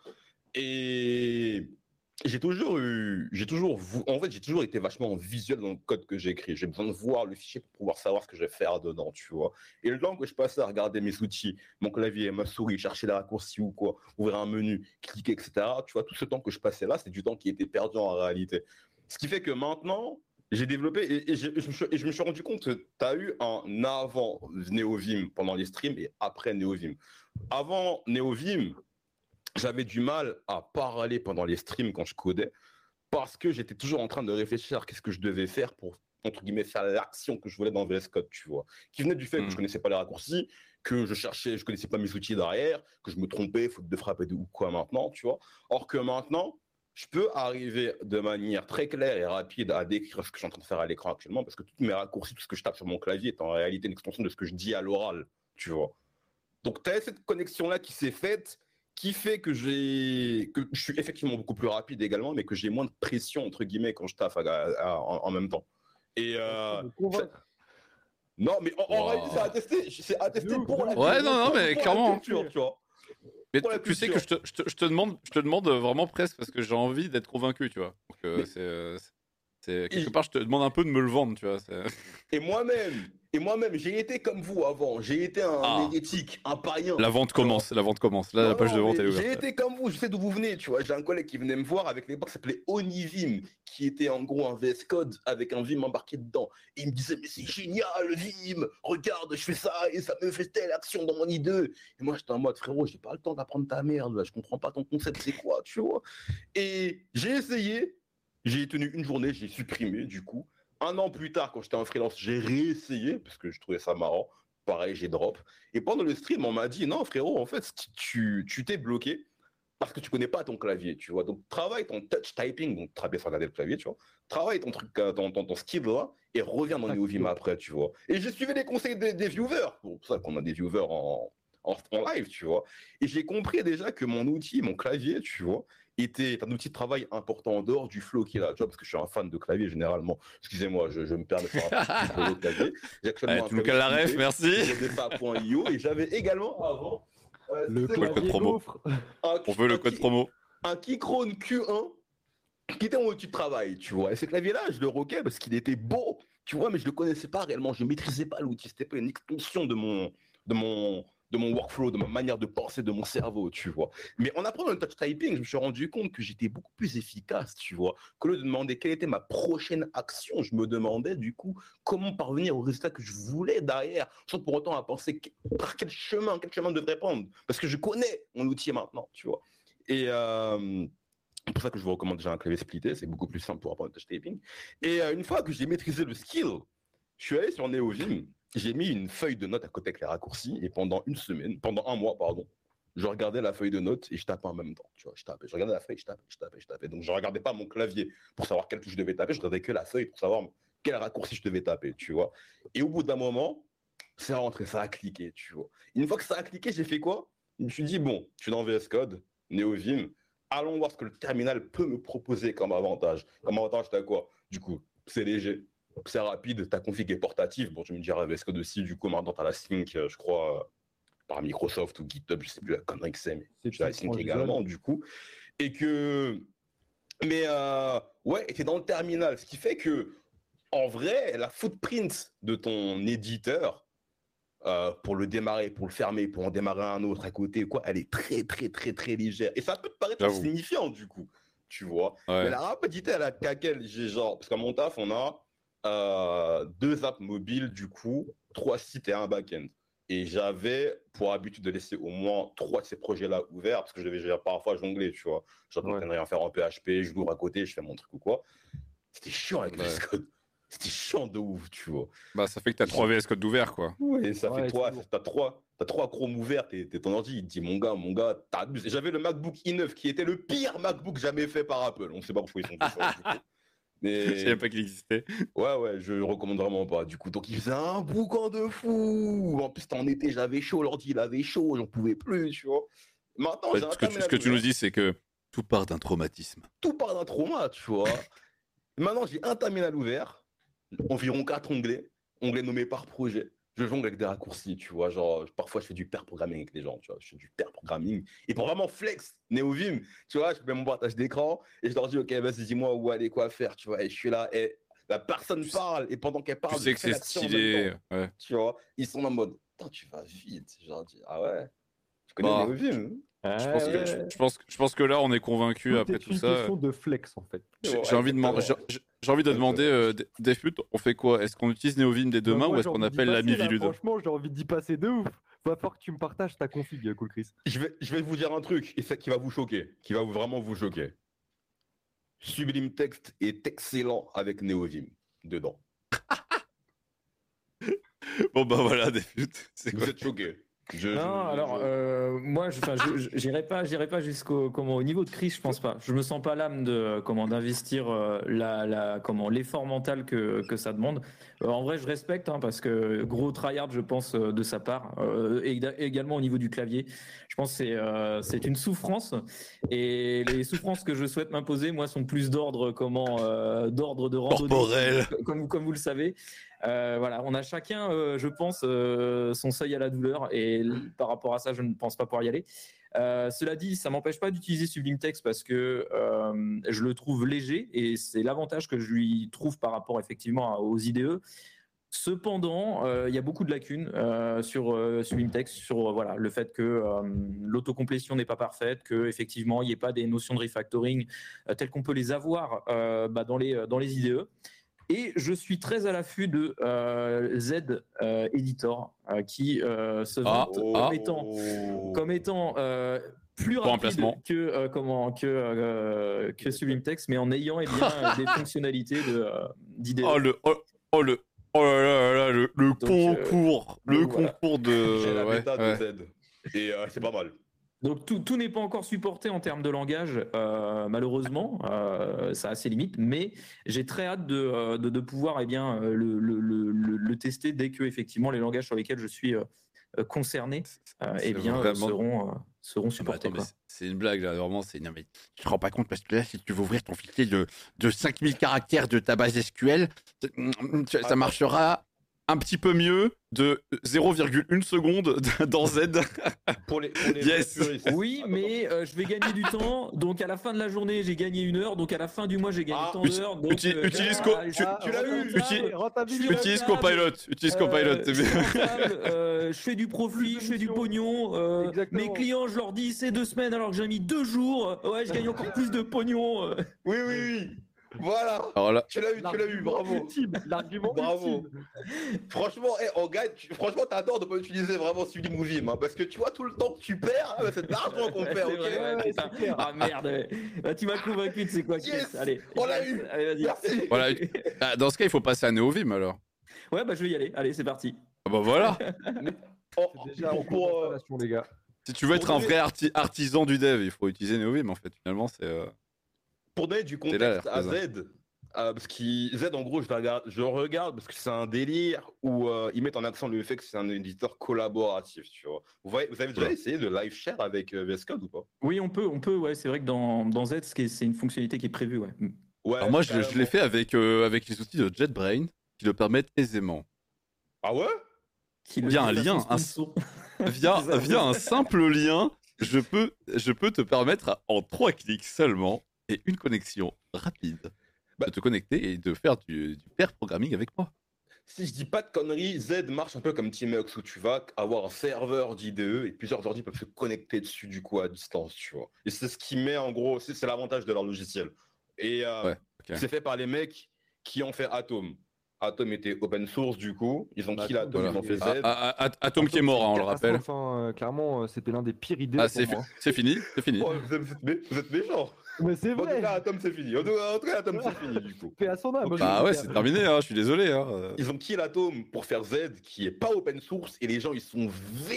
Et j'ai toujours eu, j'ai toujours, vou- en fait, j'ai toujours été vachement visuel dans le code que j'écris. J'ai besoin de voir le fichier pour pouvoir savoir ce que je vais faire dedans, tu vois. Et le temps que je passais à regarder mes outils, mon clavier, ma souris, chercher les raccourcis ou quoi, ouvrir un menu, cliquer, et cetera. Tu vois, tout ce temps que je passais là, c'est du temps qui était perdu en réalité. Ce qui fait que maintenant, j'ai développé et, et j'ai- je me suis, et je me suis rendu compte que tu as eu un avant Neovim pendant les streams et après Neovim. Avant Neovim, j'avais du mal à parler pendant les streams quand je codais parce que j'étais toujours en train de réfléchir à qu'est-ce que je devais faire pour, entre guillemets, faire l'action que je voulais dans V S Code, tu vois. Qui venait du fait Mm. que je connaissais pas les raccourcis, que je cherchais, je connaissais pas mes outils derrière, que je me trompais, faute de frappe et de ou quoi maintenant, tu vois. Or que maintenant, je peux arriver de manière très claire et rapide à décrire ce que je suis en train de faire à l'écran actuellement, parce que tous mes raccourcis, tout ce que je tape sur mon clavier est en réalité une extension de ce que je dis à l'oral, tu vois. Donc, tu as cette connexion-là qui s'est faite, qui fait que, j'ai... que je suis effectivement beaucoup plus rapide également, mais que j'ai moins de pression, entre guillemets, quand je taffe à- à- à- en, en même temps. Et euh, ça- Non, mais en, en Wow. réalité, c'est attesté, c'est attesté De ouf, pour de la ouf. Ouais, non, non, pour- mais pour la clairement. culture, tu vois. Mais Pour la tu, tu sais que culture. je te, je, te, je te demande, je te demande vraiment presque parce que j'ai envie d'être convaincu, tu vois. Donc, euh, Mais- c'est, euh, c'est- c'est- quelque Et- part, je te demande un peu de me le vendre, tu vois. c'est- Et moi-même, et moi-même, j'ai été comme vous avant. J'ai été un Ah. hérétique, un païen. La vente commence, la vente commence. Là, Non, la page non, de vente, mais elle est j'ai ouverte. été comme vous, je sais d'où vous venez, tu vois. J'ai un collègue qui venait me voir avec l'époque, ça s'appelait Onivim, qui était en gros un V S Code avec un Vim embarqué dedans. Et il me disait, mais c'est génial, Vim, regarde, je fais ça et ça me fait telle action dans mon I deux. Et moi, j'étais en mode, frérot, j'ai pas le temps d'apprendre ta merde, là, je comprends pas ton concept, c'est quoi, tu vois. Et j'ai essayé, j'ai tenu une journée, j'ai supprimé, du coup. Un an plus tard, quand j'étais en freelance, j'ai réessayé, parce que je trouvais ça marrant. Pareil, j'ai drop. Et pendant le stream, on m'a dit, non, frérot, en fait, tu tu t'es bloqué parce que tu connais pas ton clavier, tu vois. Donc, travaille ton touch typing, donc travaille sans regarder le clavier, tu vois. Travaille ton truc, euh, ton, ton, ton skill là, et reviens dans Neovim après, tu vois. Et j'ai suivi les conseils des, des viewers. C'est pour ça qu'on a des viewers en, en, en live, tu vois. Et j'ai compris déjà que mon outil, mon clavier, tu vois, était un outil de travail important en dehors du flow qu'il a, tu vois, parce que je suis un fan de clavier généralement. Excusez-moi, je, je me permets de faire un petit peu de clavier. J'ai actuellement Ouais, un tu nous cales la clavier ref, splitté, merci. G D F A point I O, et j'avais également avant euh, Le c'est code clavier promo. gaufre. un- On veut le un code qui- promo. un Keychron Q un qui était mon outil de travail, tu vois. Et ce clavier-là, je le roquais parce qu'il était beau, tu vois, mais je le connaissais pas réellement, je maîtrisais pas l'outil. C'était pas une extension de mon, de mon, de mon workflow, de ma manière de penser, de mon cerveau, tu vois. Mais en apprenant le touch typing, je me suis rendu compte que j'étais beaucoup plus efficace, tu vois. Qu'au lieu de demander quelle était ma prochaine action, je me demandais du coup comment parvenir au résultat que je voulais derrière, sans pour autant à penser que- par quel chemin, quel chemin je devrais prendre, parce que je connais mon outil maintenant, tu vois. Et euh, c'est pour ça que je vous recommande déjà un clavier splitté, c'est beaucoup plus simple pour apprendre le touch typing. Et euh, une fois que j'ai maîtrisé le skill, je suis allé sur Neovim, j'ai mis une feuille de notes à côté avec les raccourcis, et pendant une semaine, pendant un mois, pardon, je regardais la feuille de notes et je tapais en même temps. Tu vois, je tapais, je regardais la feuille, je tapais, je tapais, je tapais. Donc je regardais pas mon clavier pour savoir quelle touche je devais taper, je regardais que la feuille pour savoir quel raccourci je devais taper, tu vois. Et au bout d'un moment, c'est rentré, ça a cliqué, tu vois. Une fois que ça a cliqué, j'ai fait quoi? Je me suis dit, bon, je suis dans V S Code, Neovim, allons voir ce que le terminal peut me proposer comme avantage. Comme avantage, t'as quoi? Du coup, c'est léger, c'est rapide, ta config est portative. Bon, tu me diras V S Code aussi, du coup, maintenant, t'as la sync, euh, je crois, euh, par Microsoft ou GitHub, je sais plus la connerie que c'est, mais C'est j'ai la tout sync proche également, zone. du coup. Et que. Mais, euh, ouais, et t'es dans le terminal, ce qui fait que, en vrai, la footprint de ton éditeur, euh, pour le démarrer, pour le fermer, pour en démarrer un autre à côté, quoi, elle est très, très, très, très légère. Et ça peut te paraître J'avoue. insignifiant, du coup, tu vois. Ouais. Mais la rapidité à laquelle j'ai genre, parce qu'à mon taf, on a euh, deux apps mobiles, du coup, trois sites et un back-end. Et j'avais pour habitude de laisser au moins trois de ces projets-là ouverts, parce que je devais gérer parfois jongler, tu vois. Genre, Ouais. je ne rien faire en P H P, je l'ouvre à côté, je fais mon truc ou quoi. C'était chiant avec Ouais. V S Code. C'était chiant de ouf, tu vois. Bah, ça fait que t'as trois V S Code d'ouvert, quoi. Ouais, ça Ouais, fait toi, toujours. t'as trois, t'as trois chromes ouverts, t'es, t'es ton ordi, il te dit mon gars, mon gars, t'abuses. Et j'avais le MacBook i neuf qui était le pire MacBook jamais fait par Apple. On sait pas pourquoi ils sont tous ça. Du coup. Je Mais savais pas qu'il existait. ouais, ouais, je recommande vraiment pas. Du coup, donc il faisait un boucan de fou. En plus, c'était en été, j'avais chaud, l'ordi il avait chaud, j'en pouvais plus, tu vois. Maintenant, Ouais, j'ai un ce, que tu, ce terminal que tu nous ouvert. dis, c'est que tout part d'un traumatisme. Tout part d'un trauma, tu vois. Maintenant, j'ai un terminal ouvert, environ quatre onglets, onglets nommés par projet. Je jongle avec des raccourcis, tu vois. Genre, parfois, je fais du pair programming avec les gens, tu vois. Je fais du pair programming. Et pour vraiment flex, Neovim, tu vois, je mets mon partage d'écran et je leur dis, OK, vas-y, dis-moi où aller, quoi faire, tu vois. Et je suis là, et la personne Tu- parle, et pendant qu'elle Tu parle, sais je que fais c'est l'action en même stylé. temps, Ouais. tu vois. Ils sont en mode, putain, tu vas vite. Je leur dis, ah ouais, tu connais Bah, Neovim? Je pense, que, je, je pense, que- je pense que là, on est convaincu Tout après est tout une ça. question de flex en fait. J'ai Ouais, j'ai envie de, demander- j'ai exactement. j'ai- j'ai envie de demander, euh, Exactement. D- Defut, on fait quoi? Est-ce qu'on utilise Neovim dès demain Bah, moi, ou est-ce j'ai qu'on envie d'y appelle l'ami passer, là. Vilude? Franchement, j'ai envie d'y passer de ouf. Va falloir que tu me partages ta config, Cool Chris. Je vais, je vais vous dire un truc et ça qui va vous choquer, qui va vous- vraiment vous choquer. Sublime Text est excellent avec Neovim dedans. Bon bah voilà, Defut, c'est Vous quoi? êtes choqués. Je, Non, je- alors je- euh, moi, je, enfin, je, je- j'irai pas, j'irai pas jusqu'au comment au niveau de Chris, je pense pas. Je me sens pas l'âme de comment d'investir euh, la, la comment l'effort mental que que ça demande. Euh, en vrai, je respecte hein, parce que gros tryhard, je pense euh, de sa part, euh, et également au niveau du clavier. Je pense que c'est euh, c'est une souffrance et les souffrances que je souhaite m'imposer, moi, sont plus d'ordre comment euh, d'ordre de randonnée, Corporel. comme, comme comme vous le savez. Euh, voilà, on a chacun, euh, je pense, euh, son seuil à la douleur et par rapport à ça, je ne pense pas pouvoir y aller. Euh, cela dit, ça m'empêche pas d'utiliser Sublime Text parce que euh, je le trouve léger et c'est l'avantage que je lui trouve par rapport effectivement aux I D E. Cependant, euh, il y a beaucoup de lacunes euh, sur euh, Sublime Text, sur euh, voilà le fait que euh, l'autocomplétion n'est pas parfaite, que effectivement il n'y ait pas des notions de refactoring euh, telles qu'on peut les avoir euh, bah, dans les dans les I D E. Et je suis très à l'affût de euh, Z euh, Editor euh, qui euh, se Ah, vante Oh. comme étant, comme étant euh, plus Pour un rapide placement. que euh, comment que euh, que Sublime Text, mais en ayant eh bien euh, des fonctionnalités de euh, d'I D E. Oh le, oh, oh le, oh là là là, le, le Donc, euh, concours, le donc voilà. concours de. J'ai la ouais, bêta ouais. de Z. Et euh, c'est pas mal. Donc tout, tout n'est pas encore supporté en termes de langage, euh, malheureusement, euh, ça a ses limites, mais j'ai très hâte de, euh, de, de pouvoir eh bien, euh, le, le, le, le tester dès que effectivement les langages sur lesquels je suis euh, concerné euh, eh C'est bien, euh, vraiment- seront, euh, seront Ah bah supportés. attends, mais quoi. c'est- c'est une blague là, vraiment. C'est non mais tu te rends pas compte parce que là, si tu veux ouvrir ton fichier de, de cinq mille caractères de ta base S Q L, ça, ça marchera un petit peu mieux de zéro virgule une seconde dans Z. Pour les, pour les Yes. vrais puristes. Oui, Attends, mais euh, je vais gagner du temps. Donc à la fin de la journée, j'ai gagné une heure. Donc à la fin du mois, j'ai gagné Ah, tant uti- d'heures. Donc, uti- euh, utilise je- co- ah, tu- je- tu l'as eu, rentable, uti- je suis Utilise rentable, Copilot, utilise euh, Copilot. c'est je suis bien. rentable, euh, je fais du profit, je fais du pognon. euh, Exactement. mes clients, je leur dis c'est deux semaines alors que j'ai mis deux jours. Ouais, je gagne encore plus de pognon. euh. Oui, oui, oui. Voilà. Alors là, Tu l'as eu, tu l'as eu, bravo. Ultime, l'argument Bravo. ultime. Franchement, eh, on gagne. tu- Franchement, t'as tort de pas utiliser vraiment Sublime ou Vim, hein, parce que tu vois tout le temps que tu perds, hein, c'est de l'argent qu'on Ouais, perd, c'est ok. vrai, ouais, Ouais, putain. c'est clair. Ah merde. ouais. Bah, tu m'as convaincu de c'est quoi Chris. Yes, Allez, on l'a passe. eu. Allez, vas-y. Merci. voilà. Ah, dans ce cas, il faut passer à Neovim alors. Ouais, bah je vais y aller. Allez, c'est parti. Ah bah voilà. Oh, C'est déjà pour, en pour, euh, installation, les gars. Si tu veux être Pour un donner- vrai arti- artisan du dev, il faut utiliser Neovim en fait. Finalement, c'est. euh, pour donner du T'es là, contexte à l'artisan. Z, euh, parce qu'il Z en gros je regarde, je regarde parce que c'est un délire où euh, ils mettent en accent le fait que c'est un éditeur collaboratif, tu vois. Vous, voyez, vous avez déjà Ouais. essayé de live share avec euh, V S Code ou pas? Oui, on peut, on peut. Ouais, c'est vrai que dans, dans Z, c'est c'est une fonctionnalité qui est prévue. Ouais. Ouais. Alors moi, je, je l'ai carrément. fait avec, euh, avec les outils de JetBrain qui le permettent aisément. Ah ouais? Qui Via un le- lien, un- sponsor. Via, C'est ça. via un simple lien, je peux, je peux te permettre en trois clics seulement et une connexion rapide Bah- de te connecter et de faire du, du pair programming avec moi. Si je dis pas de conneries, Z marche un peu comme Teamux où tu vas avoir un serveur d'I D E et plusieurs ordi peuvent se connecter dessus du coup à distance, tu vois. Et c'est ce qui met en gros, c'est c'est l'avantage de leur logiciel. Et euh, Ouais, ok. c'est fait par les mecs qui ont fait Atom. Atom était open source du coup, ils ont Bah, kill Atom, Atom, ils ont fait Z. Ah, ah, ah, Atom qui est mort, hein, on le rappelle. Catastrophe, hein, euh, Clairement, euh, c'était l'un des pires idées Ah, pour c'est fi- moi. c'est fini, c'est fini. Oh, vous, êtes, vous êtes mé- vous êtes méchants. Mais c'est En tout vrai. cas, Atom c'est fini. En tout cas, en tout cas, Atom c'est fini du coup. Fais à son âme. moi, je Bah veux ouais, dire. c'est terminé, hein, je suis désolé. Hein. euh. Ils ont kill Atom pour faire Z qui est pas open source et les gens ils sont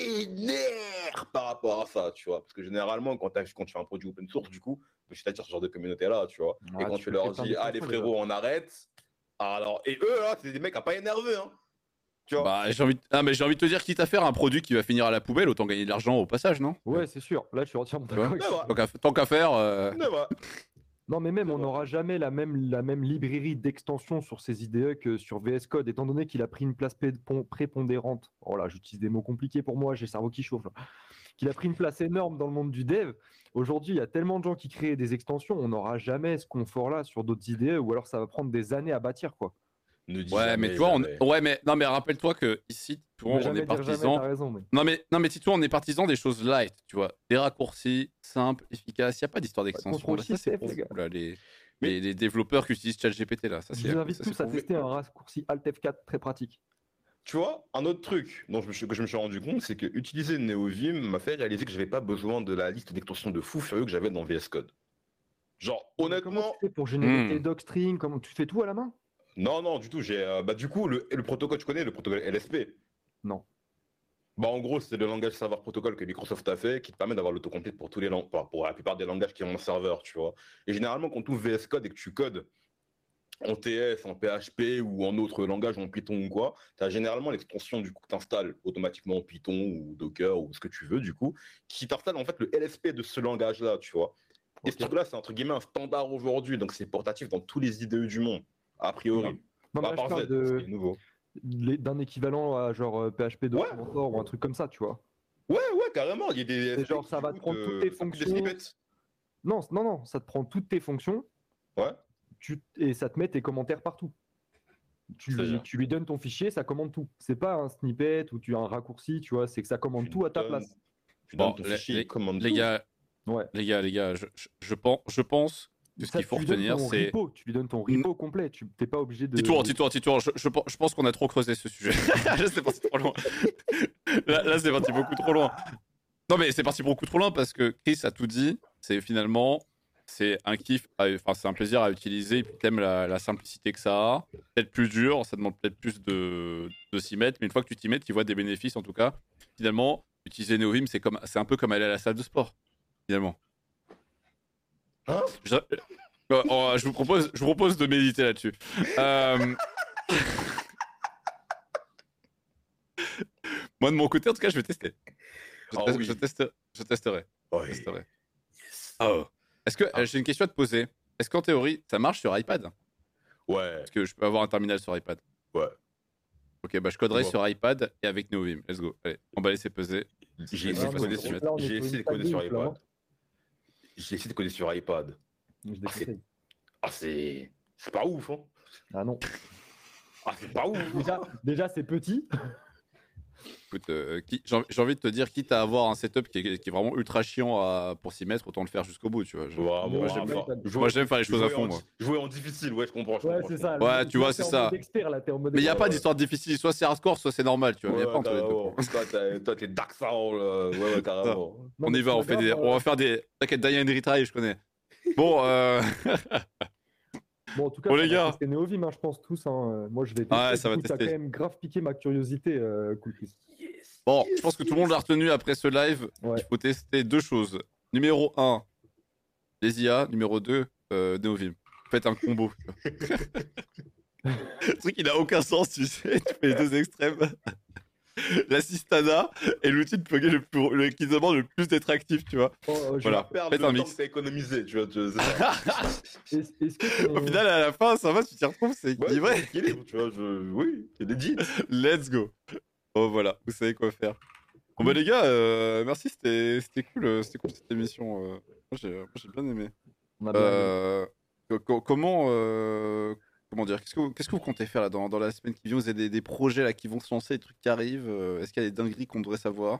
vénères par rapport à ça, tu vois. Parce que généralement, quand, t'as- quand tu fais un produit open source, du coup, tu t'attires ce genre de communauté là, tu vois. Ah, et quand tu tu, peux leur créer plein dis, ah les d'extensions, frérots, on arrête. Alors, et eux là, c'est des mecs à pas énervés, hein. Tu vois. Bah, j'ai envie, de... ah, mais j'ai envie de te dire, quitte à faire un produit qui va finir à la poubelle, autant gagner de l'argent au passage, non? Ouais, c'est sûr. Là, je suis entièrement Tu vois d'accord. avec Mais toi. ouais. Tant qu'à, tant qu'à faire. euh, Mais ouais. Non, mais même, C'est on vrai. n'aura jamais la même, la même librairie d'extensions sur ces I D E que sur V S Code, étant donné qu'il a pris une place pé- pon- prépondérante. Oh là, j'utilise des mots compliqués pour moi, j'ai le cerveau qui chauffe. Là. Qu'il a pris une place énorme dans le monde du dev. Aujourd'hui, il y a tellement de gens qui créent des extensions, on n'aura jamais ce confort-là sur d'autres I D E, ou alors ça va prendre des années à bâtir, quoi. Ne dis Ouais, jamais, mais tu vois, on... jamais. ouais, mais non, mais rappelle-toi que ici, tu vois, Ne on jamais est dire jamais, partisan. t'as raison, mais... Non mais, non mais Tito, on est partisan des choses light, tu vois, des raccourcis simples, efficaces. Il n'y a pas d'histoire d'extension. contrôle Là, ça, c'est shift F, pour les gars. vous, là, les, Mais- les, les développeurs qui utilisent ChatGPT là. Ça, Je c'est, vous invite ça, c'est tous à pour vous. tester un raccourci Alt F quatre très pratique. Tu vois, un autre truc dont je me suis, que je me suis rendu compte, c'est que utiliser NeoVim m'a fait réaliser que j'avais pas besoin de la liste d'extensions de fou furieux que j'avais dans V S Code. Genre, Comment honnêtement, tu fais pour générer Hmm. tes docstrings, comment tu fais tout à la main? non, non, du tout. J'ai, euh, bah, du coup, le, le protocole, tu connais le protocole L S P. Non. Bah, en gros, c'est le langage serveur protocole que Microsoft a fait qui te permet d'avoir l'autocomplete pour tous les lang- pour, pour la plupart des langages qui ont un serveur, tu vois. Et généralement, quand tu ouvres V S Code et que tu codes en T S, en P H P ou en autre langage, en Python ou quoi, tu as généralement l'extension du coup que tu installes automatiquement en Python ou Docker ou ce que tu veux, du coup, qui t'installe en fait le L S P de ce langage-là, tu vois. Et ce Ok. truc-là, c'est entre guillemets un standard aujourd'hui, donc c'est portatif dans tous les I D E du monde, a priori. Non, mais Bah, là, à je part parle Z, de- c'est nouveau. les- d'un équivalent à genre euh, P H P Ouais. Documentor ou un truc comme ça, tu vois. Ouais, ouais, carrément, il y a des C'est V S P genre, qui, ça du va coup, te prendre te- toutes tes ça fait des fonctions. snippets. Non, non, non, ça te prend toutes tes fonctions Ouais. tu, et ça te met tes commentaires partout. Tu C'est lui, bien. tu lui donnes ton fichier, ça commande tout. C'est pas un snippet ou tu as un raccourci, tu vois, c'est que ça commande Tu tout à ta donnes- place. Tu Bon, donnes ton les, fichier, les- il commande les tout. gars, Ouais. les gars, les gars, je, je, je pense, je pense que ce Ça, qu'il faut tu lui donnes retenir, ton c'est. repo, tu lui donnes ton repo complet. Tu n'es pas obligé de. Petit tour, petit tour, petit tour. Je, je, pense- je pense qu'on a trop creusé ce sujet. Là, c'est parti trop loin. Là, là, c'est parti beaucoup trop loin. Non, mais c'est parti beaucoup trop loin parce que Chris a tout dit. C'est finalement, c'est un kiff, à- enfin, c'est un plaisir à utiliser. Et puis, t'aimes la, la simplicité que ça a. Peut-être plus dur, ça demande peut-être plus de, de s'y mettre. Mais une fois que tu t'y mets, tu vois des bénéfices en tout cas. Finalement, utiliser Neovim, c'est comme, c'est un peu comme aller à la salle de sport. Finalement. Hein je, oh, oh, je vous propose, je vous propose de méditer là-dessus. Euh... Moi, de mon côté, en tout cas, je vais tester. Je, Ah teste- oui. je, teste- je testerai. Ouais. Je testerai. Yes. Oh. Est-ce que Ah. euh, j'ai une question à te poser? Est-ce qu'en théorie, ça marche sur iPad? Ouais. Est-ce que je peux avoir un terminal sur iPad? Ouais. Ok, bah je coderai Bon. sur iPad et avec Neovim. Let's go. Allez, emballer, c'est peser. J'ai Ouais, essayé, ouais, de coder ouais, sur... ouais. Là, on est j'ai sur essayé de une coder sur table, là, iPad. J'ai essayé de coder sur iPad. Je déconseille. Ah, c'est. C'est pas ouf, hein. Ah non. Ah, c'est pas ouf. Déjà, déjà c'est petit. Écoute, euh, qui- j'ai envie- j'ai envie de te dire, quitte à avoir un setup qui est, qui est vraiment ultra chiant à- pour s'y mettre, autant le faire jusqu'au bout, tu vois. Je- Ouais, bon, moi, j'aime enfin, bien. jouer- moi, j'aime faire les choses à jouer fond, en- moi. Jouer en difficile, ouais, je comprends. Je Ouais, comprends, c'est je ça. comprends. Ouais, tu vois, c'est t'es en ça. mode expert, là, t'es en mode Mais il n'y a expert. pas d'histoire difficile, soit c'est hardcore, soit c'est normal, tu vois. Mais il Ouais, n'y a pas entre les deux. carrément. quoi. Toi, t'as- toi, t'es Dark Soul. euh, Ouais, ouais, carrément. Non, On mais y va, c'est on, pas fait des, grave, on euh, va faire des. T'inquiète, Diane Retry, je connais. Bon, euh... Bon, en tout cas, Bon, ça les va gars. tester Neovim, hein, je pense tous. Hein. Euh, Moi, je vais tester. Ouais, ça Du va coup, t'as tester. quand même grave piqué ma curiosité, euh, Cool Chris. bon, je pense que tout le monde l'a retenu après ce live. Ouais. Il faut tester deux choses. Numéro un, les I A. Numéro deux, euh, Neovim. Faites un combo. Le truc, il n'a aucun sens, tu sais. Tu fais les deux extrêmes. L'assistana est l'outil de plugger le plus, le, qui demande le plus d'être actif, tu vois. Oh, euh, je- Voilà. Perdre Faites le un temps mix. que t'as économisé, tu vois. Tu vois, c'est ça. Est-ce est-ce que ton- Au final, à la fin, ça va, tu t'y retrouves, c'est Ouais, équilibré. c'est équilibre, tu vois. Je... Oui, il y a des jeans. Let's go. Oh voilà, vous savez quoi faire. Bon bah les gars, euh, merci, c'était c'était cool, euh, c'était cool cette émission. euh. Moi j'ai moi, j'ai bien aimé. on a bien aimé. Euh, co- co- comment euh, comment dire, qu'est-ce que vous, qu'est-ce que vous comptez faire là dans, dans la semaine qui vient? Vous avez des, des projets là qui vont se lancer, des trucs qui arrivent. euh, Est-ce qu'il y a des dingueries qu'on devrait savoir?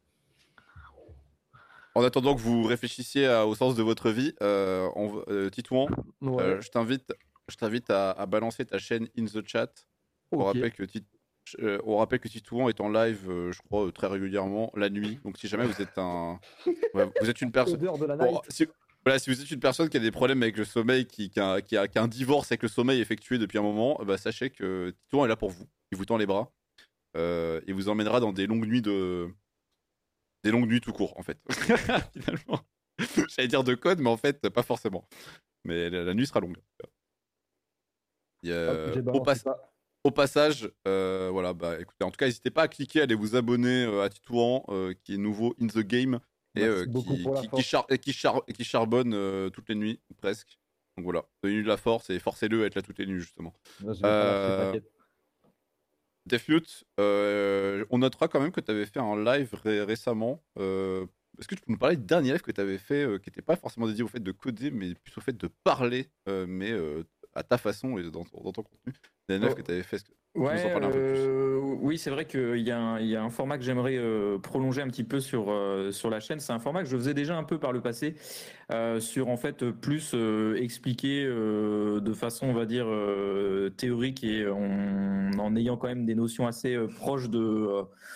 En attendant que vous réfléchissiez à- au sens de votre vie, euh, on- euh, Titouan, Ouais, euh, je t'invite, je t'invite à, à balancer ta chaîne in the chat. On ok. rappelle que Tit- euh, on rappelle que Titouan est en live, euh, je crois, euh, très régulièrement la nuit. Donc si jamais vous êtes un, ouais, vous êtes une personne. Odeur de la Bon, night. si... Voilà, si vous êtes une personne qui a des problèmes avec le sommeil, qui, qui, a, qui, a, qui a un divorce avec le sommeil effectué depuis un moment, bah, sachez que Titouan est là pour vous. Il vous tend les bras. Euh, il vous emmènera dans des longues nuits de, des longues nuits tout court en fait. Finalement, j'allais dire de code, mais en fait pas forcément. Mais la, la nuit sera longue. Il y a- Hop, j'ai au, balancé pas- ça. au passage, euh, voilà, bah écoutez, en tout cas, n'hésitez pas à cliquer, à aller vous abonner euh, à Titouan, euh, qui est nouveau in the game et Merci euh, beaucoup qui, pour la qui, qui, force. char- et qui, char- et qui charbonne euh, toutes les nuits, ou presque. Donc voilà, donnez-lui de la force et forcez-le à être là toutes les nuits, justement. Je vais pas lâcher, Euh, t'inquiète. Deathmute, euh, on notera quand même que tu avais fait un live ré- récemment. Euh, Est-ce que tu peux nous parler du dernier live que tu avais fait, euh, qui n'était pas forcément dédié au fait de coder, mais plus au fait de parler, euh, mais euh, à ta façon et dans, dans ton contenu? Le dernier live Oh. que tu avais fait, est-ce que tu peux nous en Ouais, parler un peu plus? euh, oui, c'est vrai qu'il y, a un- il y a un format que j'aimerais euh, prolonger un petit peu sur, euh, sur la chaîne. C'est un format que je faisais déjà un peu par le passé, euh, sur en fait plus euh, expliquer euh, de façon, on va dire, euh, théorique et en, en ayant quand même des notions assez euh, proches de, euh,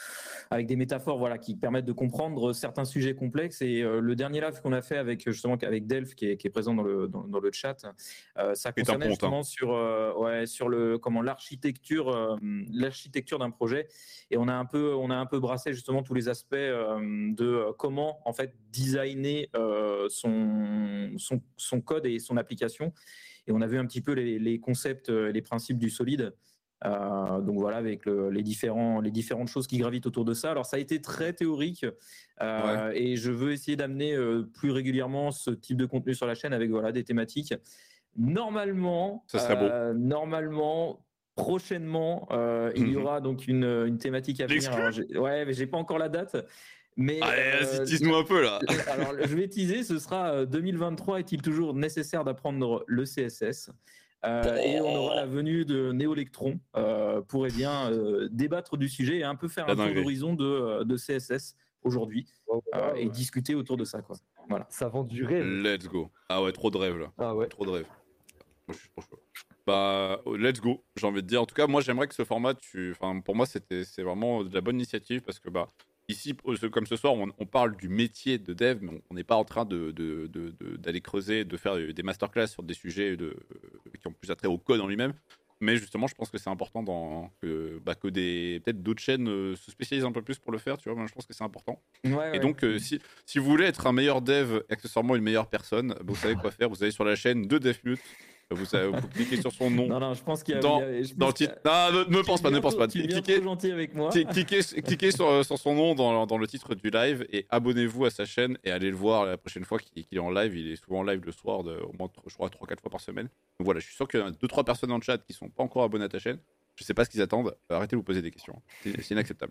avec des métaphores voilà, qui permettent de comprendre certains sujets complexes. Et euh, le dernier live qu'on a fait avec, justement, avec Delph, qui est, qui est présent dans le, dans, dans le chat, euh, ça concernait ponte, justement hein. sur, euh, ouais, sur le, comment, l'architecture, euh, l'architecture d'un projet. Et on a, un peu, on a un peu brassé justement tous les aspects euh, de comment en fait, designer euh, son, son, son code et son application. Et on a vu un petit peu les, les concepts, les principes du solide. Euh, donc voilà, avec le, les, différents, les différentes choses qui gravitent autour de ça. Alors ça a été très théorique euh, ouais. et je veux essayer d'amener euh, plus régulièrement ce type de contenu sur la chaîne avec voilà, des thématiques. Normalement, ça serait euh, beau. Normalement, prochainement, euh, il y aura donc une, une thématique à venir. Alors, j'ai, ouais, mais j'ai pas encore la date. Mais allez, euh, vas-y, tease-nous un peu là. Alors, je vais teaser, ce sera deux mille vingt-trois. Est-il toujours nécessaire d'apprendre le C S S ? Euh, et on aura la venue de Néolectron euh, pour eh bien, euh, débattre du sujet et un peu faire la un tour d'horizon de, de C S S aujourd'hui oh, wow, euh, et ouais. discuter autour de ça. Quoi. Voilà. Ça vend du rêve. Let's go. Ah ouais, trop de rêve là. Ah ouais. Trop de rêve. Moi, je suis trop chaud. Bah, let's go, j'ai envie de dire. En tout cas, moi, j'aimerais que ce format, tu... enfin, pour moi, c'était, c'est vraiment de la bonne initiative parce que, bah, ici, comme ce soir, on, on parle du métier de dev, mais on n'est pas en train de, de, de, de, d'aller creuser, de faire des masterclass sur des sujets de, qui ont plus attrait au code en lui-même. Mais justement, je pense que c'est important dans, que, bah, que des, peut-être d'autres chaînes euh, se spécialisent un peu plus pour le faire, tu vois. Moi, je pense que c'est important. Ouais, et ouais. donc, euh, si, si vous voulez être un meilleur dev, accessoirement une meilleure personne, vous savez quoi faire. Vous allez sur la chaîne de DevMute. Vous, savez, vous cliquez sur son nom. Non, non, je pense qu'il y a. Dans, il y a, je dans le titre. Non, ne, ne pense pas, ne pense pas. Tu es bien cliquez, trop gentil avec moi. Cliquez, cliquez sur, sur son nom dans, dans le titre du live et abonnez-vous à sa chaîne et allez le voir la prochaine fois qu'il, qu'il est en live. Il est souvent en live le soir, de, au moins, je crois, trois quatre fois par semaine. Donc voilà, je suis sûr qu'il y a deux trois personnes dans le chat qui sont pas encore abonnées à ta chaîne. Je sais pas ce qu'ils attendent. Arrêtez de vous poser des questions. C'est, c'est inacceptable.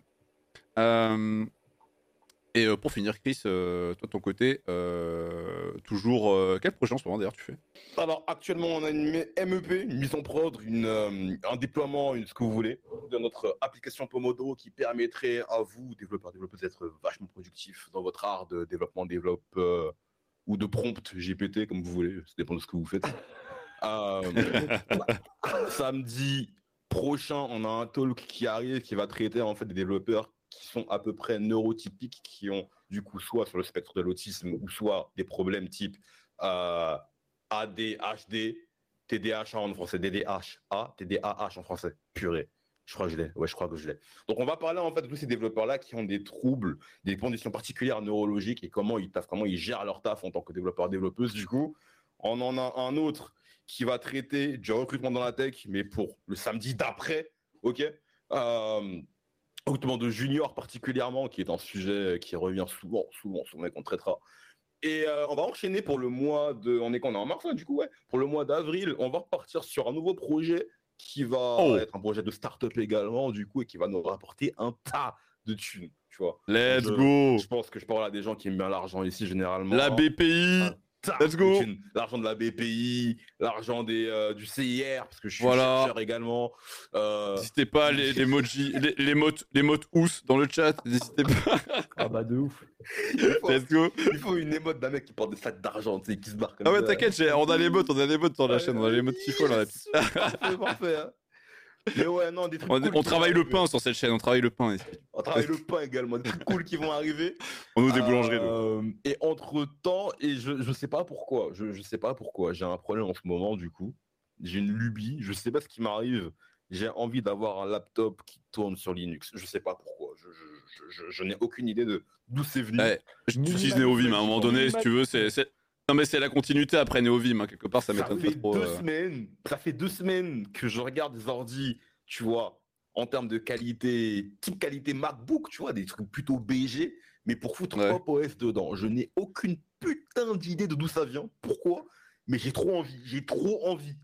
Euh. Et euh, pour finir, Chris, euh, toi de ton côté, euh, toujours euh, quel projet en ce moment d'ailleurs tu fais ? Alors actuellement on a une M E P, une mise en prod, une, euh, un déploiement, une, ce que vous voulez, de notre application Pomodoro qui permettrait à vous, développeurs, développeurs, d'être vachement productifs dans votre art de développement, développe euh, ou de prompt G P T comme vous voulez, ça dépend de ce que vous faites. euh, samedi prochain, on a un talk qui arrive qui va traiter en fait des développeurs qui sont à peu près neurotypiques, qui ont du coup soit sur le spectre de l'autisme ou soit des problèmes type euh, A D H D, T D A H en français, D D H A, T D A H en français, purée. Je crois que je l'ai, ouais, je crois que je l'ai. Donc on va parler en fait de tous ces développeurs-là qui ont des troubles, des conditions particulières neurologiques et comment ils taffent, comment ils gèrent leur taf en tant que développeurs, développeuses. Du coup, on en a un autre qui va traiter du recrutement dans la tech, mais pour le samedi d'après, ok euh, recrutement de juniors particulièrement, qui est un sujet qui revient souvent, souvent, souvent qu'on traitera. Et euh, on va enchaîner pour le mois de... On est quand on est en mars, là, du coup, ouais. Pour le mois d'avril, on va repartir sur un nouveau projet qui va oh. être un projet de start-up également, du coup, et qui va nous rapporter un tas de thunes, tu vois. Let's je, go. Je pense que je parle à des gens qui aiment bien l'argent ici, généralement. La B P I hein. Let's go. L'argent de la B P I, l'argent des, euh, du C I R, parce que je suis voilà. chercheur également. Euh... N'hésitez pas, les, les emojis, les, les mots les mots ous dans le chat, n'hésitez pas. Ah bah de ouf. Il faut, Let's go. Il faut une émote d'un mec qui porte des sacs d'argent, tu sais, qui se barre comme ah ouais, ça. t'inquiète, on a les mots, on a les mots sur la chaîne, on a les mots qu'il faut là. Parfait, parfait. Hein. Mais ouais, non, des trucs on, cool on travaille le pain sur cette chaîne, on travaille le pain ici. On travaille le pain également, des trucs cool qui vont arriver. On nous des euh, boulangeries. Nous. Et entre temps, et je je sais pas pourquoi, je je sais pas pourquoi, j'ai un problème en ce moment du coup, j'ai une lubie, je sais pas ce qui m'arrive, j'ai envie d'avoir un laptop qui tourne sur Linux, je sais pas pourquoi, je je je, je, je n'ai aucune idée de d'où c'est venu. Ouais, tu utilises Neovim à un moment donné, si tu veux, c'est c'est non mais c'est la continuité après Neovim, hein, quelque part ça m'étonne pas trop. Deux euh... semaines, ça fait deux semaines que je regarde des ordis, tu vois, en termes de qualité, type qualité MacBook, tu vois, des trucs plutôt B G, mais pour foutre ouais. Hop O S dedans. Je n'ai aucune putain d'idée de d'où ça vient, pourquoi, mais j'ai trop envie, j'ai trop envie.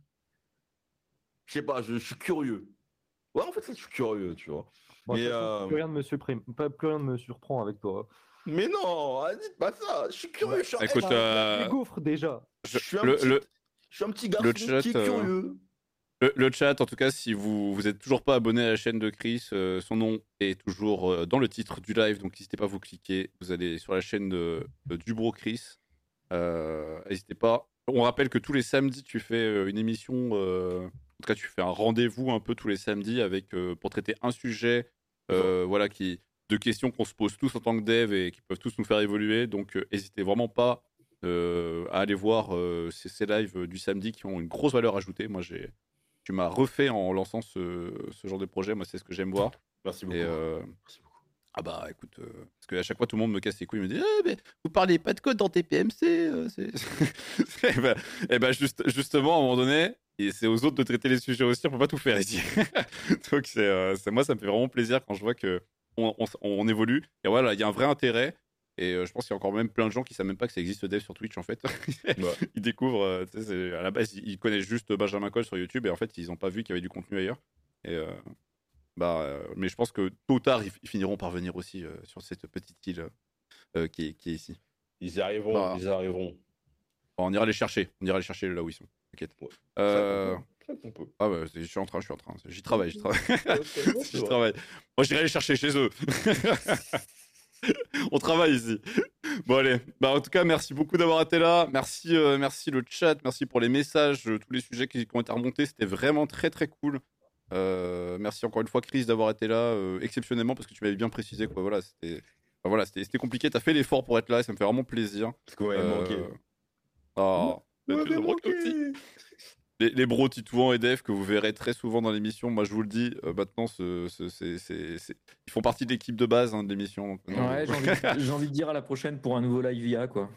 Je sais pas, je, je suis curieux. Ouais, en fait, je suis curieux, tu vois. Bon, mais euh... plus, rien ne me surprime, pas, plus rien ne me surprend avec toi. Mais non, dites pas ça, je suis curieux. Ouais. Je suis Écoute, euh... les gaufres déjà. Je, je, suis un le, petit, le... je suis un petit garçon chat, qui est curieux. Euh... Le, le chat, en tout cas, si vous vous êtes toujours pas abonné à la chaîne de Chris, euh, son nom est toujours euh, dans le titre du live, donc n'hésitez pas à vous cliquer. Vous allez sur la chaîne de, de du bro Chris. Euh, n'hésitez pas. On rappelle que tous les samedis, tu fais euh, une émission. Euh, en tout cas, tu fais un rendez-vous un peu tous les samedis avec euh, pour traiter un sujet, euh, voilà, qui de questions qu'on se pose tous en tant que dev et qui peuvent tous nous faire évoluer. Donc, euh, n'hésitez vraiment pas euh, à aller voir euh, ces, ces lives du samedi qui ont une grosse valeur ajoutée. Moi, j'ai, tu m'as refait en lançant ce, ce genre de projet. Moi, c'est ce que j'aime voir. Merci beaucoup. Et, euh, Merci beaucoup. ah bah écoute, euh, parce qu'à chaque fois tout le monde me casse les couilles, il me dit eh, mais vous parlez pas de code dans tes P M C. Euh, c'est... et bah, et bah juste, justement, à un moment donné, et c'est aux autres de traiter les sujets aussi, on peut pas tout faire ici. Donc c'est, euh, c'est, moi, ça me fait vraiment plaisir quand je vois que on, on, on évolue. Et voilà, il y a un vrai intérêt. Et euh, je pense qu'il y a encore même plein de gens qui savent même pas que ça existe dev sur Twitch en fait. Ouais. Ils découvrent, euh, tu sais, c'est- à la base, ils, ils connaissent juste Benjamin Cole sur YouTube et en fait, ils ont pas vu qu'il y avait du contenu ailleurs. Et euh, bah, euh, mais je pense que tôt ou tard, ils, ils finiront par venir aussi euh, sur cette petite île euh, qui, est, qui est ici. Ils y arriveront, Bah. ils y arriveront. On ira les chercher, on ira les chercher là où ils sont. T'inquiète. Ouais. Euh, Ça qu'on peut. Ah ouais, je suis en train, je suis en train. J'y travaille, j'y travaille. Ça, J'y travaille. Moi, j'irai les chercher chez eux. On travaille ici. Bon allez, bah en tout cas merci beaucoup d'avoir été là, merci, euh, merci le chat, merci pour les messages, euh, tous les sujets qui, qui ont été remontés, c'était vraiment très très cool. Euh, merci encore une fois Chris d'avoir été là euh, exceptionnellement parce que tu m'avais bien précisé quoi, voilà c'était, enfin, voilà c'était, c'était compliqué, t'as fait l'effort pour être là, et ça me fait vraiment plaisir. Parce qu'on m'avait manqué. Oh, Vous tu m'avez nous manques manqué. aussi. Les, les bros Titouan et Def que vous verrez très souvent dans l'émission, moi je vous le dis, euh, maintenant ce, ce, c'est, c'est, c'est... ils font partie de l'équipe de base hein, de l'émission. Donc, non, Ouais, j'ai envie, j'ai envie de dire à la prochaine pour un nouveau live I A, quoi.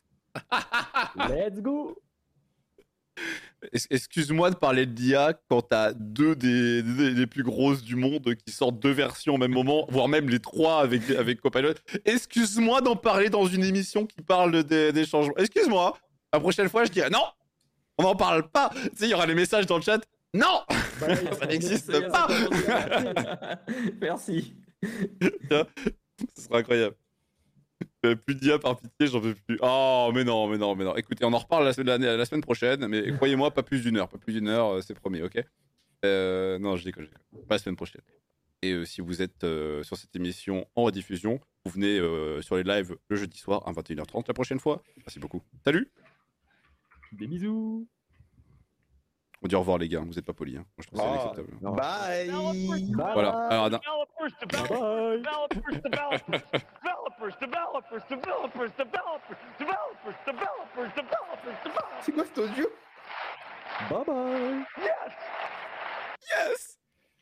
Let's go. Es- Excuse-moi de parler de l'I A quand t'as deux des, des, des plus grosses du monde qui sortent deux versions au même moment, voire même les trois avec, avec Copilot. Excuse-moi d'en parler dans une émission qui parle des, des changements. Excuse-moi, la prochaine fois je dirais non, on n'en parle pas. Tu sais, il y aura les messages dans le chat. Non, Bah, là, il y a ça pas de- n'existe Ça y est, pas. ça commence. Merci. Ce sera incroyable. Euh, plus d'I A par pitié, j'en veux plus. Oh, mais non, mais non, mais non. Écoutez, on en reparle la, semaine- la, la semaine prochaine, mais croyez-moi, pas plus d'une heure. Pas plus d'une heure, euh, c'est promis, ok euh, Non, je déconne, je déconne. Pas la semaine prochaine. Et euh, si vous êtes euh, sur cette émission en rediffusion, vous venez euh, sur les lives le jeudi soir à vingt et une heures trente la prochaine fois. Merci beaucoup. Salut. Des bisous. On dit au revoir, les gars. Vous êtes pas polis. Hein. Moi, je trouve ça Ah. inacceptable. Bye. Bye. Voilà. Alors, non. Bye bye. Developers, developers, developers, developers, developers, developers, developers, developers, developers, developers. C'est quoi cet audio? Bye bye. Yes! Yes.